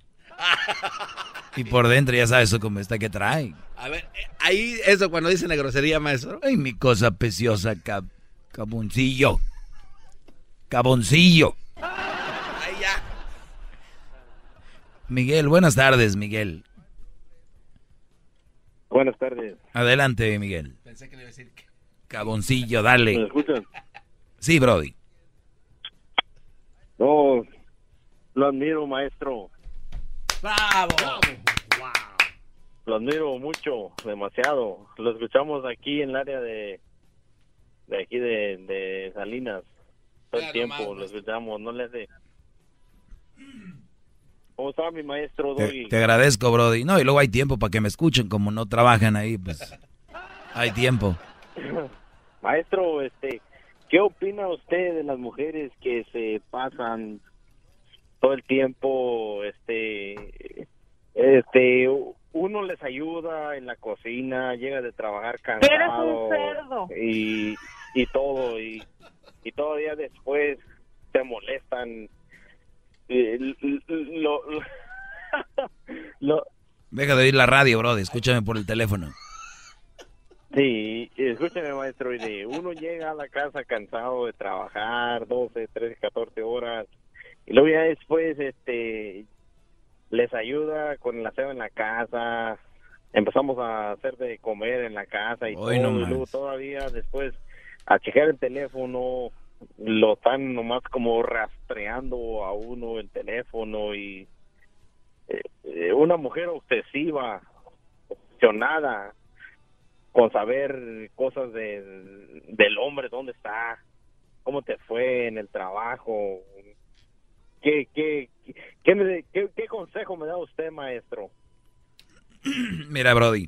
Y por dentro ya sabes eso como está que trae. A ver, ahí eso cuando dicen la grosería, maestro. Ay, mi cosa preciosa, cab caboncillo. Caboncillo. Ahí ya. Miguel, buenas tardes, Miguel. Buenas tardes. Adelante, Miguel. Pensé que le iba a decir que... Caboncillo, dale. ¿Me escuchan? Sí, Brody. No, lo admiro, maestro. ¡Bravo! Lo admiro mucho, demasiado. Lo escuchamos aquí en el área de, de aquí de, de Salinas. Todo el Ya, tiempo nomás, lo escuchamos, no le hace. ¿Cómo está mi maestro Te, Doggy? te agradezco, Brody. No, y luego hay tiempo para que me escuchen, como no trabajan ahí, pues hay tiempo. Maestro, este, ¿qué opina usted de las mujeres que se pasan todo el tiempo, este, este, uno les ayuda en la cocina, llega de trabajar cansado, Eres un cerdo. y y todo y y todavía después te molestan? Eh, lo, lo, lo- Deja de oír la radio, Brody. Escúchame por el teléfono. Sí, escúcheme, maestro, y de uno llega a la casa cansado de trabajar doce, trece, catorce horas, y luego ya después este les ayuda con el aseo en la casa, empezamos a hacer de comer en la casa y Hoy todo, no y más. luego todavía después a checar el teléfono, lo están nomás como rastreando a uno el teléfono, y eh, eh, una mujer obsesiva, obsesionada con saber cosas de, del hombre, dónde está, cómo te fue en el trabajo. ¿Qué, qué, qué, me- qué, qué consejo me da usted, maestro? Mira, Brody.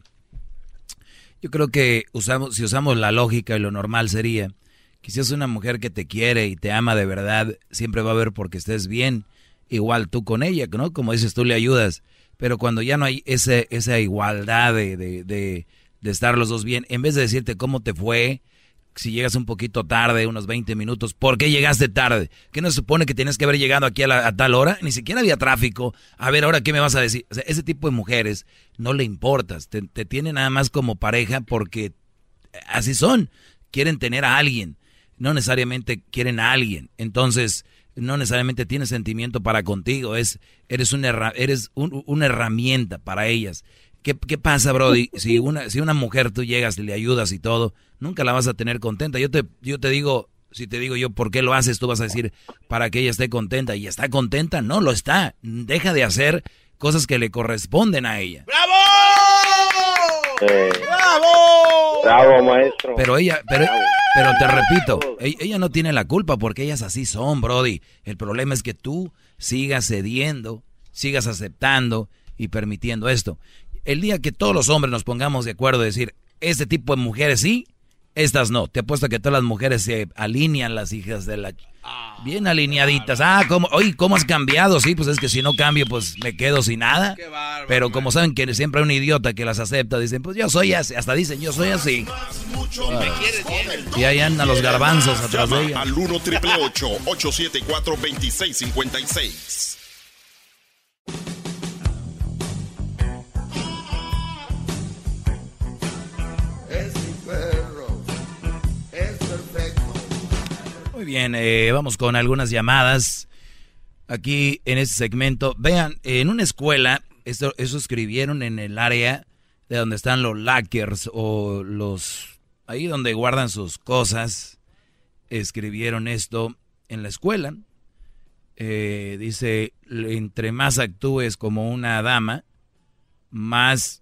Yo creo que usamos, si usamos la lógica y lo normal sería que si es una mujer que te quiere y te ama de verdad, siempre va a haber porque estés bien, igual tú con ella, ¿no? Como dices, tú le ayudas. Pero cuando ya no hay ese, esa igualdad de, de, de, de estar los dos bien, en vez de decirte cómo te fue, si llegas un poquito tarde, unos veinte minutos, ¿por qué llegaste tarde? ¿Qué no se supone que tienes que haber llegado aquí a, la, a tal hora? Ni siquiera había tráfico. A ver, ahora, ¿qué me vas a decir? O sea, ese tipo de mujeres no le importas. Te, te tienen nada más como pareja porque así son. Quieren tener a alguien. No necesariamente quieren a alguien. Entonces, no necesariamente tienes sentimiento para contigo. Es, eres una, herra- eres un- una herramienta para ellas. ¿Qué, qué pasa, Brody? Si una, si una mujer tú llegas y le ayudas y todo, nunca la vas a tener contenta. Yo te, yo te digo, si te digo yo por qué lo haces, tú vas a decir para que ella esté contenta. ¿Y está contenta? No, lo está. Deja de hacer cosas que le corresponden a ella. Eh, ¡Bravo! bravo, maestro. Pero ella, pero, Pero te repito, ella no tiene la culpa porque ellas así son, Brody. El problema es que tú sigas cediendo, sigas aceptando y permitiendo esto. El día que todos los hombres nos pongamos de acuerdo de decir, este tipo de mujeres sí, estas no. Te apuesto que todas las mujeres se alinean, las hijas de la... Bien alineaditas. Ah, ¿cómo? Oye, ¿cómo has cambiado? Sí, pues es que si no cambio, pues me quedo sin nada. Qué bárbaro, pero como saben que siempre hay un idiota que las acepta, dicen, pues yo soy así. Hasta dicen, yo soy así. Ah. Y ahí andan los garbanzos atrás de ella. Al uno triple ocho ocho siete cuatro dos seis cinco seis. Muy bien, eh, vamos con algunas llamadas aquí en este segmento. Vean, en una escuela, esto, eso escribieron en el área de donde están los lockers o los... ahí donde guardan sus cosas, escribieron esto en la escuela. Eh, dice, entre más actúes como una dama, más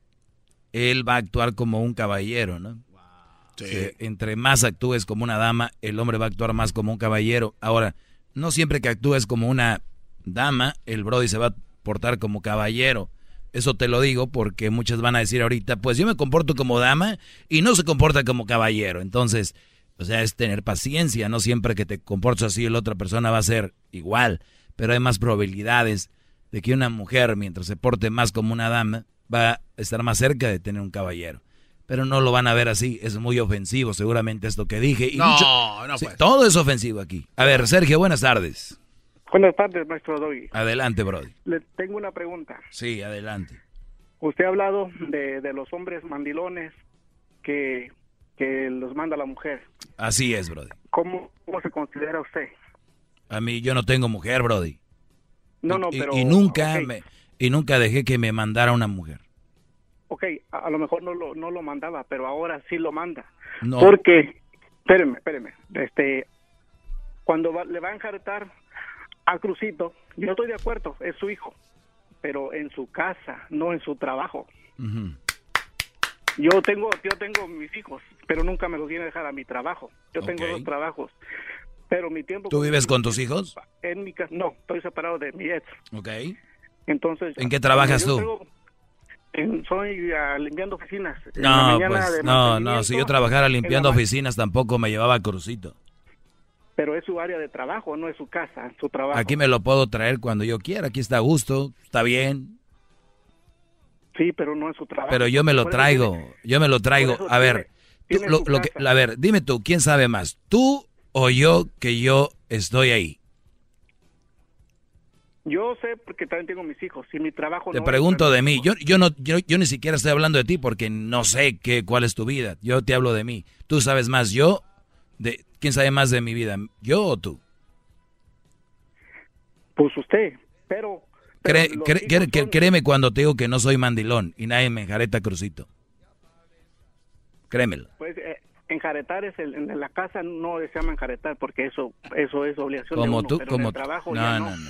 él va a actuar como un caballero, ¿no? Sí. Que entre más actúes como una dama, el hombre va a actuar más como un caballero. Ahora, no siempre que actúes como una dama, el brody se va a portar como caballero. Eso te lo digo porque muchas van a decir ahorita, pues yo me comporto como dama y no se comporta como caballero. Entonces, o sea, es tener paciencia. No siempre que te comportes así, la otra persona va a ser igual. Pero hay más probabilidades de que una mujer, mientras se porte más como una dama, va a estar más cerca de tener un caballero. Pero no lo van a ver así, es muy ofensivo seguramente esto que dije. Y no, mucho, no sí, pues. Todo es ofensivo aquí. A ver, Sergio, buenas tardes. Buenas tardes, maestro Doggy. Adelante, Brody. Le tengo una pregunta. Sí, adelante. Usted ha hablado de, de los hombres mandilones que, que los manda la mujer. Así es, Brody. ¿Cómo, cómo se considera usted? A mí, yo no tengo mujer, Brody. No, no, y, pero... Y, y nunca, okay. me, y nunca dejé que me mandara una mujer. Ok, a, a lo mejor no lo, no lo mandaba, pero ahora sí lo manda. No. Porque, espéreme, espéreme, este, cuando va, le va a enjaretar a Crucito, yo estoy de acuerdo, es su hijo, pero en su casa, no en su trabajo. Uh-huh. Yo tengo, yo tengo mis hijos, pero nunca me los viene a dejar a mi trabajo. Yo Okay. tengo dos trabajos, pero mi tiempo... ¿Tú vives con tus hijos? En mi casa, no, estoy separado de mi ex. Ok. Entonces... ¿En qué trabajas yo tú? tengo- En, soy uh, limpiando oficinas. En la No, mañana pues, de no, no, si yo trabajara en la limpiando ma- oficinas tampoco me llevaba Crucito. Pero es su área de trabajo, no es su casa, su trabajo. Aquí me lo puedo traer cuando yo quiera, aquí está a gusto, está bien. Sí, pero no es su trabajo. Pero yo me lo Por eso traigo, tiene- yo me lo traigo. por eso A ver, tiene- tú, tiene lo, su lo que, casa. a ver, dime tú, ¿quién sabe más? ¿Tú o yo que yo estoy ahí? Yo sé porque también tengo mis hijos y mi trabajo Te no pregunto es- de mí. Yo, yo no, yo, yo ni siquiera estoy hablando de ti porque no sé qué, cuál es tu vida. Yo te hablo de mí. Tú sabes más. Yo, de, ¿quién sabe más de mi vida? ¿Yo o tú? Pues usted, pero... pero Cree- los cree- hijos cree- que- son- créeme cuando te digo que no soy mandilón y nadie me enjareta Crucito. Créemelo. Pues eh, enjaretar es el, en la casa no se llama enjaretar porque eso eso es obligación de Como uno, tú, pero en como el tú. trabajo No, ya no, no. no.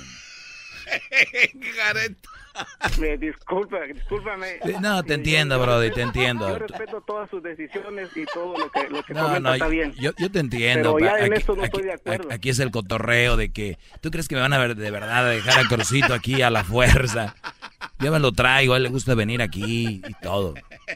Me disculpa, discúlpame. Sí, no, te entiendo, Yo- yo brody, respeto- te entiendo. Yo respeto todas sus decisiones y todo lo que, lo que No, comenta no, está bien. yo, yo te entiendo. Pero ya pa- en aquí, eso no aquí- estoy de acuerdo. aquí es el cotorreo de que... ¿Tú crees que me van a ver de verdad a dejar a Crucito aquí a la fuerza? Yo me lo traigo, a él le gusta venir aquí y todo.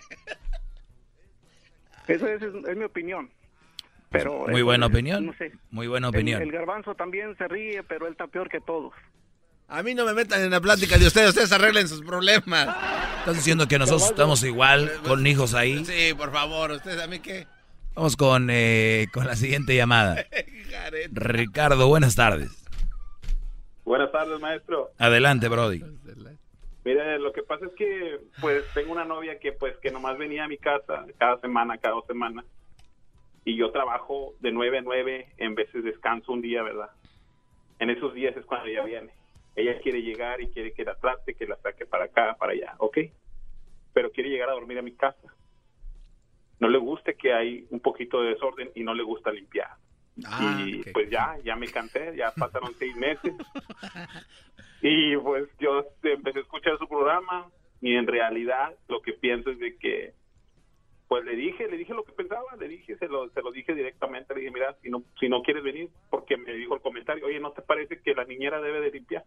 Eso es, es- es mi opinión. Pero Muy eso buena es- opinión. no sé. Muy buena El- opinión. El, garbanzo también se ríe, pero él está peor que todos. A mí no me metan en la plática de ustedes, ustedes arreglen sus problemas. ¿Estás diciendo que nosotros estamos igual con hijos ahí? Sí, por favor, ustedes a mí qué. Vamos con, eh, con la siguiente llamada. Ricardo, buenas tardes. Buenas tardes, maestro. Adelante, Brody. Mire, lo que pasa es que, pues, tengo una novia que, pues, que nomás venía a mi casa cada semana, cada dos semanas. Y yo trabajo de nueve a nueve, en veces descanso un día, ¿verdad? En esos días es cuando ella viene. Ella quiere llegar y quiere que la trate, que la saque para acá, para allá, ¿ok? Pero quiere llegar a dormir a mi casa. No le gusta que hay un poquito de desorden y no le gusta limpiar. Ah, y okay. pues ya, ya me cansé, ya pasaron seis meses. Y pues yo empecé a escuchar su programa y en realidad lo que pienso es de que pues le dije, le dije lo que pensaba, le dije, se lo, se lo dije directamente, le dije, mira, si no, si no quieres venir, porque me dijo el comentario, oye, ¿no te parece que la niñera debe de limpiar?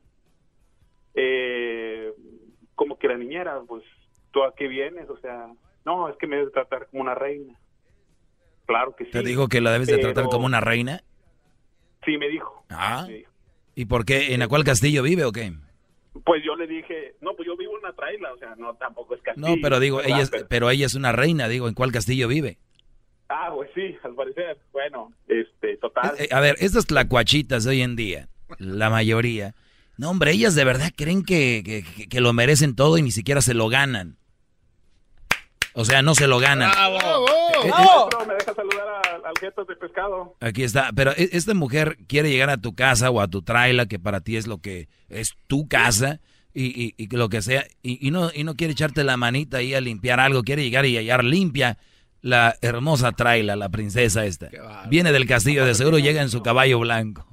Eh, como que la niñera, pues, ¿tú a qué vienes? O sea, no, es que me debes tratar como una reina. Claro que sí. ¿Te dijo que la debes de pero... tratar como una reina? Sí, me dijo. Ah, me dijo. ¿Y por qué? ¿En cuál castillo vive o qué? Pues yo le dije, no, pues yo vivo en una traila, o sea, no, tampoco es castillo. No, pero digo, ¿verdad? ella es, pero... pero ella es una reina, digo, ¿en cuál castillo vive? Ah, pues sí, al parecer, bueno, este, total. Eh, a ver, estas tlacuachitas de hoy en día, la mayoría, no, hombre, ellas de verdad creen que, que, que lo merecen todo y ni siquiera se lo ganan. O sea, no se lo ganan. ¡Bravo! Eh, ¡Bravo! Eh, me deja saludar a, al jefe de pescado. Aquí está, pero esta mujer quiere llegar a tu casa o a tu traila, que para ti es lo que es tu casa, y, y, y lo que sea, y, y, no, y no quiere echarte la manita ahí a limpiar algo, quiere llegar y hallar limpia la hermosa traila, la princesa esta. Viene del castillo, de seguro llega en su caballo blanco.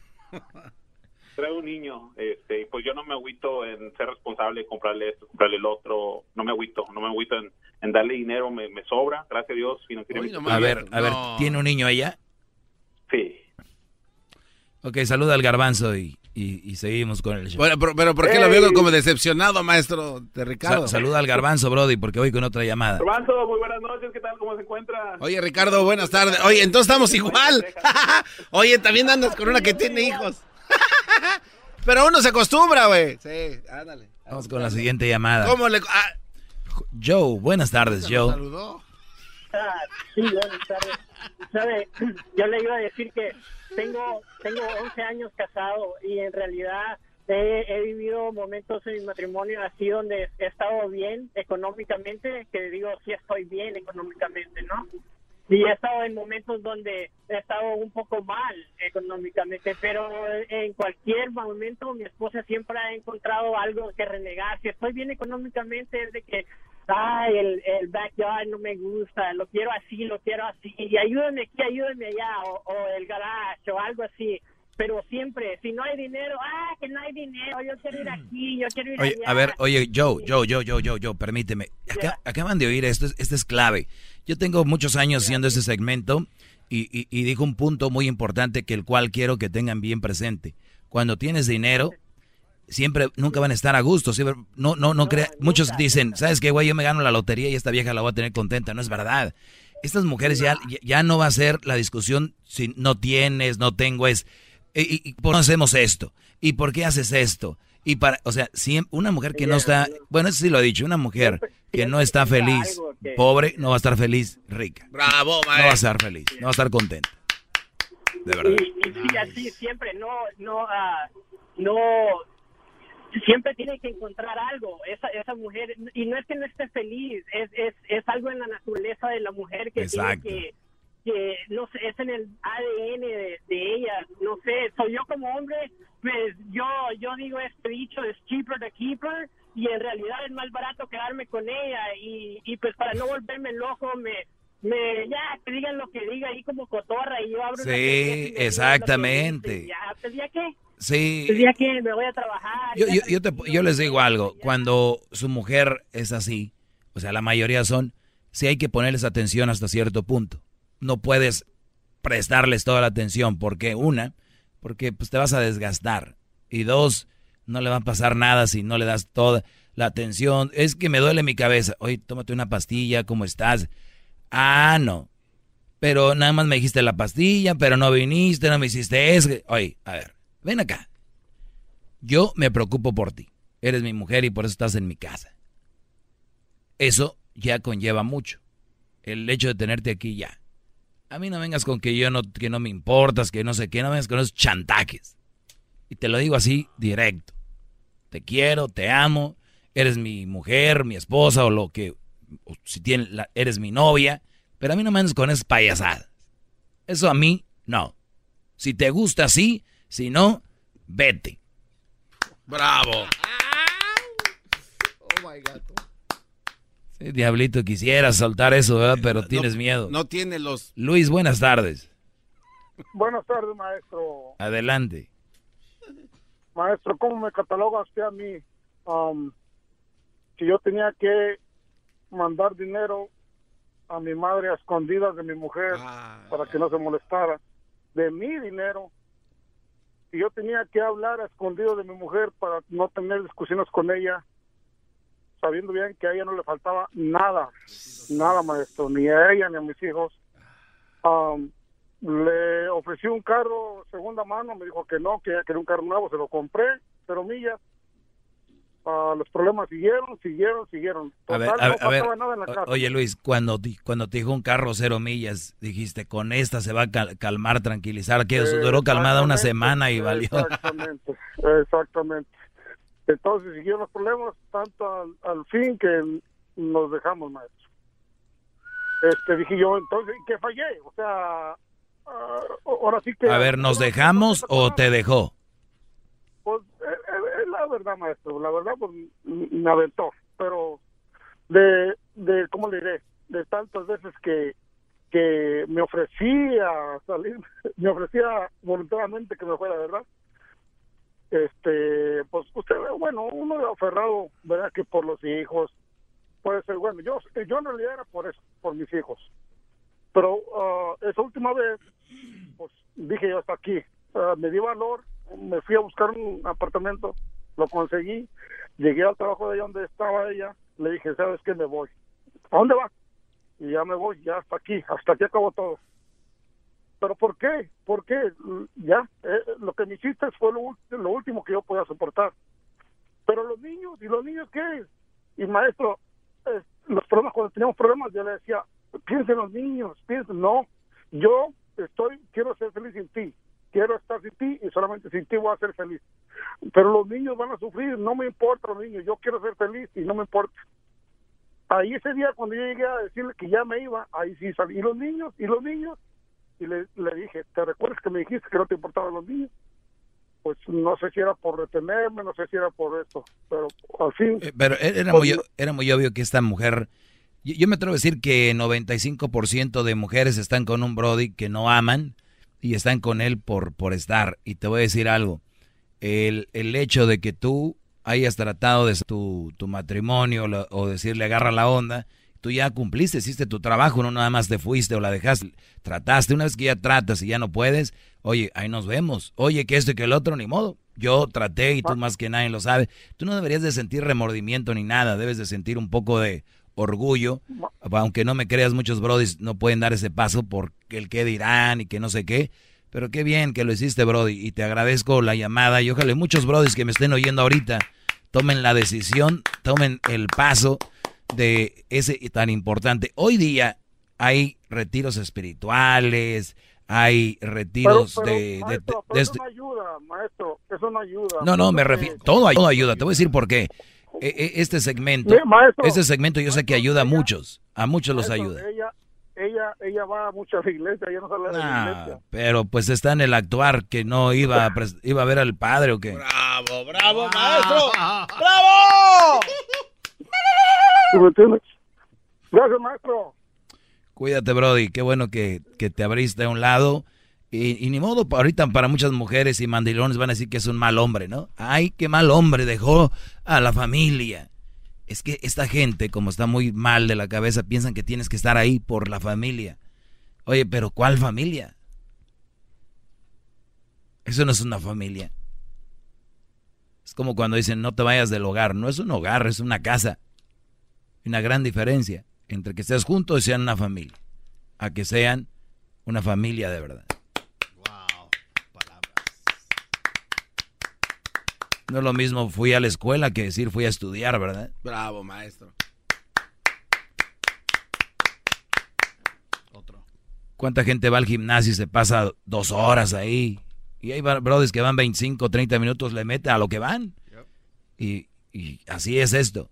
Trae un niño, este, pues yo no me agüito en ser responsable, comprarle esto, comprarle el otro, no me agüito, no me agüito en, en darle dinero, me, me sobra, gracias a Dios, financieramente. A ver, a ver, ¿tiene un niño ella? Sí. Ok, saluda al garbanzo y, y, y seguimos con el show. Bueno, pero, pero ¿por qué hey. lo veo como decepcionado, maestro de Ricardo? Sa saluda al garbanzo, Brody, porque voy con otra llamada. Garbanzo, muy buenas noches, ¿qué tal? ¿Cómo se encuentra? Oye, Ricardo, buenas tardes. Oye, entonces estamos igual. Oye, también andas con una que tiene hijos. Pero uno se acostumbra, güey. Sí, ándale. Vamos con la siguiente llamada. ¿Cómo le...? Ah. Joe, buenas tardes, Joe. Saludó. Ah, sí, buenas tardes. ¿Sabe? Yo le iba a decir que tengo tengo once años casado y en realidad he, he vivido momentos en mi matrimonio así donde he estado bien económicamente, que digo, sí estoy bien económicamente, ¿no? Y he estado en momentos donde he estado un poco mal económicamente, pero en cualquier momento mi esposa siempre ha encontrado algo que renegar. Si estoy bien económicamente es de que, ay, el, el backyard no me gusta, lo quiero así, lo quiero así, y ayúdame aquí, ayúdame allá, o, o el garage, o algo así. Pero siempre, si no hay dinero, ah, que no hay dinero, yo quiero ir aquí, yo quiero ir oye, allá. A ver, oye, Joe, Joe, Joe, Joe, Joe, Joe, permíteme. Acá, acaban de oír esto, esto es clave. Yo tengo muchos años haciendo este segmento y, y, y dijo un punto muy importante que el cual quiero que tengan bien presente. Cuando tienes dinero, siempre, nunca van a estar a gusto. Siempre, no, no, no crea. Muchos dicen, ¿sabes qué, güey? Yo me gano la lotería y esta vieja la voy a tener contenta. No es verdad. Estas mujeres ya, ya no va a ser la discusión si no tienes, no tengo, es... ¿Y, y por qué hacemos esto? ¿Y por qué haces esto? Y para, o sea, si una mujer que no está, bueno, eso sí lo he dicho, una mujer que no está feliz, pobre, no va a estar feliz, rica. Bravo, maestro. No va a estar feliz, no va a estar contenta. De verdad. Y, y sí, así siempre, no, no, uh, no, siempre tiene que encontrar algo, esa, esa mujer, y no es que no esté feliz, es, es, es algo en la naturaleza de la mujer que Exacto. tiene que, que no sé, es en el A D N de, de ella, no sé, soy yo como hombre, pues yo yo digo este dicho, es cheaper to keep her, y en realidad es más barato quedarme con ella, y, y pues para no volverme loco, me, me ya, que digan lo que diga ahí como cotorra, y yo abro sí, una y exactamente. dice, ya, pues ya qué, sí. pues ya que me voy a trabajar. Yo, yo, yo, te, yo les digo algo, cuando su mujer es así, o sea, la mayoría son, sí hay que ponerles atención hasta cierto punto. No puedes prestarles toda la atención, porque una, porque pues te vas a desgastar, y dos, no le va a pasar nada si no le das toda la atención. Es que me duele mi cabeza. Oye, tómate una pastilla, ¿cómo estás? Ah, no. Pero nada más me dijiste la pastilla, pero no viniste, no me hiciste eso. Oye, a ver, ven acá. Yo me preocupo por ti. Eres mi mujer y por eso estás en mi casa. Eso ya conlleva mucho. El hecho de tenerte aquí ya. A mí no vengas con que yo no, que no me importas, que no sé qué, no vengas con esos chantajes. Y te lo digo así, directo. Te quiero, te amo, eres mi mujer, mi esposa, o lo que, o si tienes, la, eres mi novia, pero a mí no me andes con esas payasadas. Eso a mí, no. Si te gusta, sí, si no, vete. ¡Bravo! Oh, my God. Sí, diablito, quisiera soltar eso, ¿verdad? Pero no, tienes miedo. No tiene los... Luis, buenas tardes. Buenas tardes, maestro. Adelante. Maestro, ¿cómo me cataloga usted a mí? Um, si yo tenía que mandar dinero a mi madre a escondidas de mi mujer Ah. para que no se molestara, de mi dinero. Y yo tenía que hablar a escondido de mi mujer para no tener discusiones con ella, sabiendo bien que a ella no le faltaba nada, nada, maestro, ni a ella ni a mis hijos. Um, le ofrecí un carro segunda mano, me dijo que no, que ella quería un carro nuevo, se lo compré, pero millas. Uh, los problemas siguieron, siguieron, siguieron. A ver, Total, a, no ver, a ver, pasaba nada en la o- casa. oye Luis, cuando, ti- cuando te dijo un carro cero millas, dijiste, con esta se va a cal- calmar, tranquilizar, que eso duró calmada una semana y valió. Exactamente, exactamente. Entonces siguieron los problemas tanto al, al fin que nos dejamos, maestro. Este, dije yo, entonces, que fallé, o sea, ah, ahora sí que... A ver, ¿nos dejamos o te dejó? Pues, eh, eh, la verdad, maestro, la verdad, pues, m- me aventó, pero de, de, ¿cómo le diré? De tantas veces que, que me ofrecía salir, me ofrecía voluntariamente que me fuera, ¿verdad? Este, pues, usted ve, bueno, uno aferrado, ¿verdad? Que por los hijos, puede ser, bueno, yo, yo en realidad era por eso, por mis hijos, pero ah, esa última vez, pues, dije yo hasta aquí, ah, me di valor, me fui a buscar un apartamento, lo conseguí, llegué al trabajo de ella donde estaba ella, le dije, ¿sabes qué? Me voy. ¿A dónde vas? Y ya me voy, ya hasta aquí, hasta aquí acabó todo. ¿Pero por qué? ¿Por qué? Ya, eh, lo que me hiciste fue lo, ul- lo último que yo podía soportar. Pero los niños, ¿y los niños qué? Y maestro, eh, los problemas, cuando teníamos problemas, yo le decía, piensa en los niños, piensa, no, yo estoy, quiero ser feliz sin ti. Quiero estar sin ti y solamente sin ti voy a ser feliz. Pero los niños van a sufrir, no me importa los niños, yo quiero ser feliz y no me importa. Ahí ese día cuando yo llegué a decirle que ya me iba, ahí sí salí. ¿Y los niños? ¿Y los niños? Y le, le dije, ¿te recuerdas que me dijiste que no te importaban los niños? Pues no sé si era por retenerme, no sé si era por esto, pero al fin... Eh, Pero era muy, era muy obvio que esta mujer, yo, yo me atrevo a decir que noventa y cinco por ciento de mujeres están con un brody que no aman y están con él por, por estar. Y te voy a decir algo, el, el hecho de que tú hayas tratado de tu, tu matrimonio lo- o decirle agarra la onda, tú ya cumpliste, hiciste tu trabajo, no nada más te fuiste o la dejaste, trataste, una vez que ya tratas y ya no puedes, oye, ahí nos vemos, oye, que esto y que el otro, ni modo, yo traté y tú más que nadie lo sabe, tú no deberías de sentir remordimiento ni nada, debes de sentir un poco de orgullo, aunque no me creas, muchos brodis no pueden dar ese paso por el qué dirán y que no sé qué, pero qué bien que lo hiciste, brody, y te agradezco la llamada, y ojalá muchos brodis que me estén oyendo ahorita tomen la decisión, tomen el paso de ese tan importante. Hoy día hay retiros espirituales, hay retiros Pero- pero, de, de- maestro, de- pero de eso este- no ayuda, maestro, eso no ayuda. no, no, me Porque- refiero, todo, ay- todo ayuda, te voy a decir por qué. E- e- Este segmento, Mira, maestro, este segmento yo sé que ayuda a muchos, a muchos los maestro, ayuda. Ella, ella, ella va mucho a la iglesia, ella no sale de la Ah, iglesia. pero pues está en el actuar que no iba a, pres- iba a ver al padre o qué. ¡Bravo, bravo, maestro! ¡Bravo! ¿Sí me entiendes? Gracias, maestro. Cuídate, Brody, qué bueno que, que te abriste a un lado. Y, y ni modo, ahorita para muchas mujeres y mandilones van a decir que es un mal hombre, ¿no? Ay, qué mal hombre, dejó a la familia. Es que esta gente, como está muy mal de la cabeza, piensan que tienes que estar ahí por la familia. Oye, pero ¿cuál familia? Eso no es una familia. Es como cuando dicen, no te vayas del hogar. No es un hogar, es una casa. Una gran diferencia entre que estés juntos y sean una familia, a que sean una familia de verdad. No es lo mismo fui a la escuela que decir fui a estudiar, ¿verdad? Bravo, maestro. ¿Cuánta gente va al gimnasio y se pasa dos horas ahí? Y hay brothers que van veinticinco, treinta minutos, le mete a lo que van. Y, y así es esto.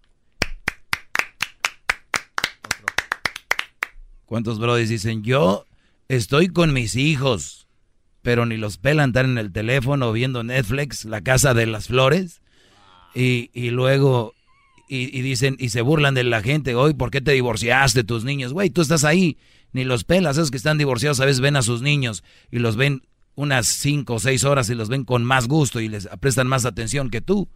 ¿Cuántos brothers dicen, yo estoy con mis hijos, pero ni los pelan, están en el teléfono viendo Netflix, La Casa de las Flores? Y, y luego, y, y dicen, y se burlan de la gente, hoy, ¿por qué te divorciaste tus niños? Güey, tú estás ahí, ni los pelas, esos que están divorciados a veces ven a sus niños y los ven unas cinco o seis horas y los ven con más gusto y les prestan más atención que tú.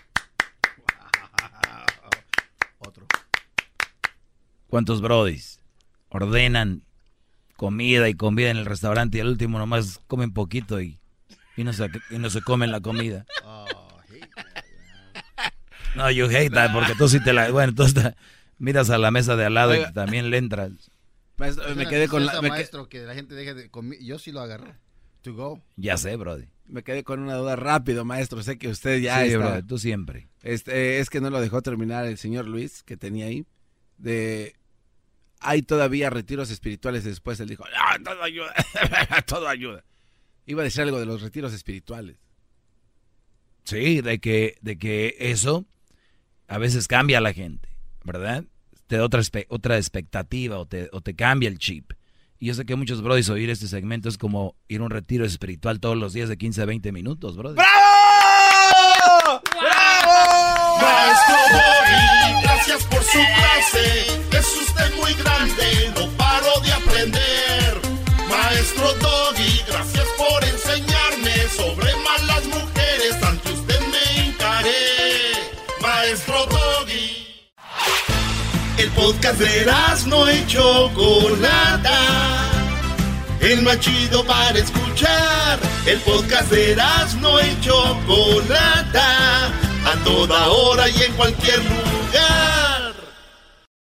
¿Cuántos brodis ordenan comida y comida en el restaurante y al último nomás comen poquito y, y, no, se, y no se comen la comida. Oh, hate that, no, you hate that, porque tú sí te la... Bueno, tú está, miras a la mesa de al lado Oiga. y también le entras. Maestro, me quedé con la... Me maestro, que la gente deje de comer. Yo sí lo agarré. To go. Ya sé, brody. Me quedé con una duda rápido, maestro. Sé que usted ya sí, está... brody, tú siempre. Este, es que no lo dejó terminar el señor Luis, que tenía ahí, de... Hay todavía retiros espirituales después. Él dijo, no, todo ayuda, todo ayuda. Iba a decir algo de los retiros espirituales. Sí, de que, de que eso a veces cambia a la gente, ¿verdad? Te da otra, otra expectativa o te, o te cambia el chip. Y yo sé que muchos brodis oír este segmento es como ir a un retiro espiritual todos los días de quince a veinte minutos, brody. ¡Bravo! ¡Bravo! Maestro Doggy, gracias por su clase. Es usted muy grande, no paro de aprender. Maestro Doggy, gracias por enseñarme sobre malas mujeres. Ante usted me hincaré. Maestro Doggy. El podcast de Erazno y Chocolata, el más chido para escuchar. El podcast de Erazno y Chocolata, a toda hora y en cualquier lugar.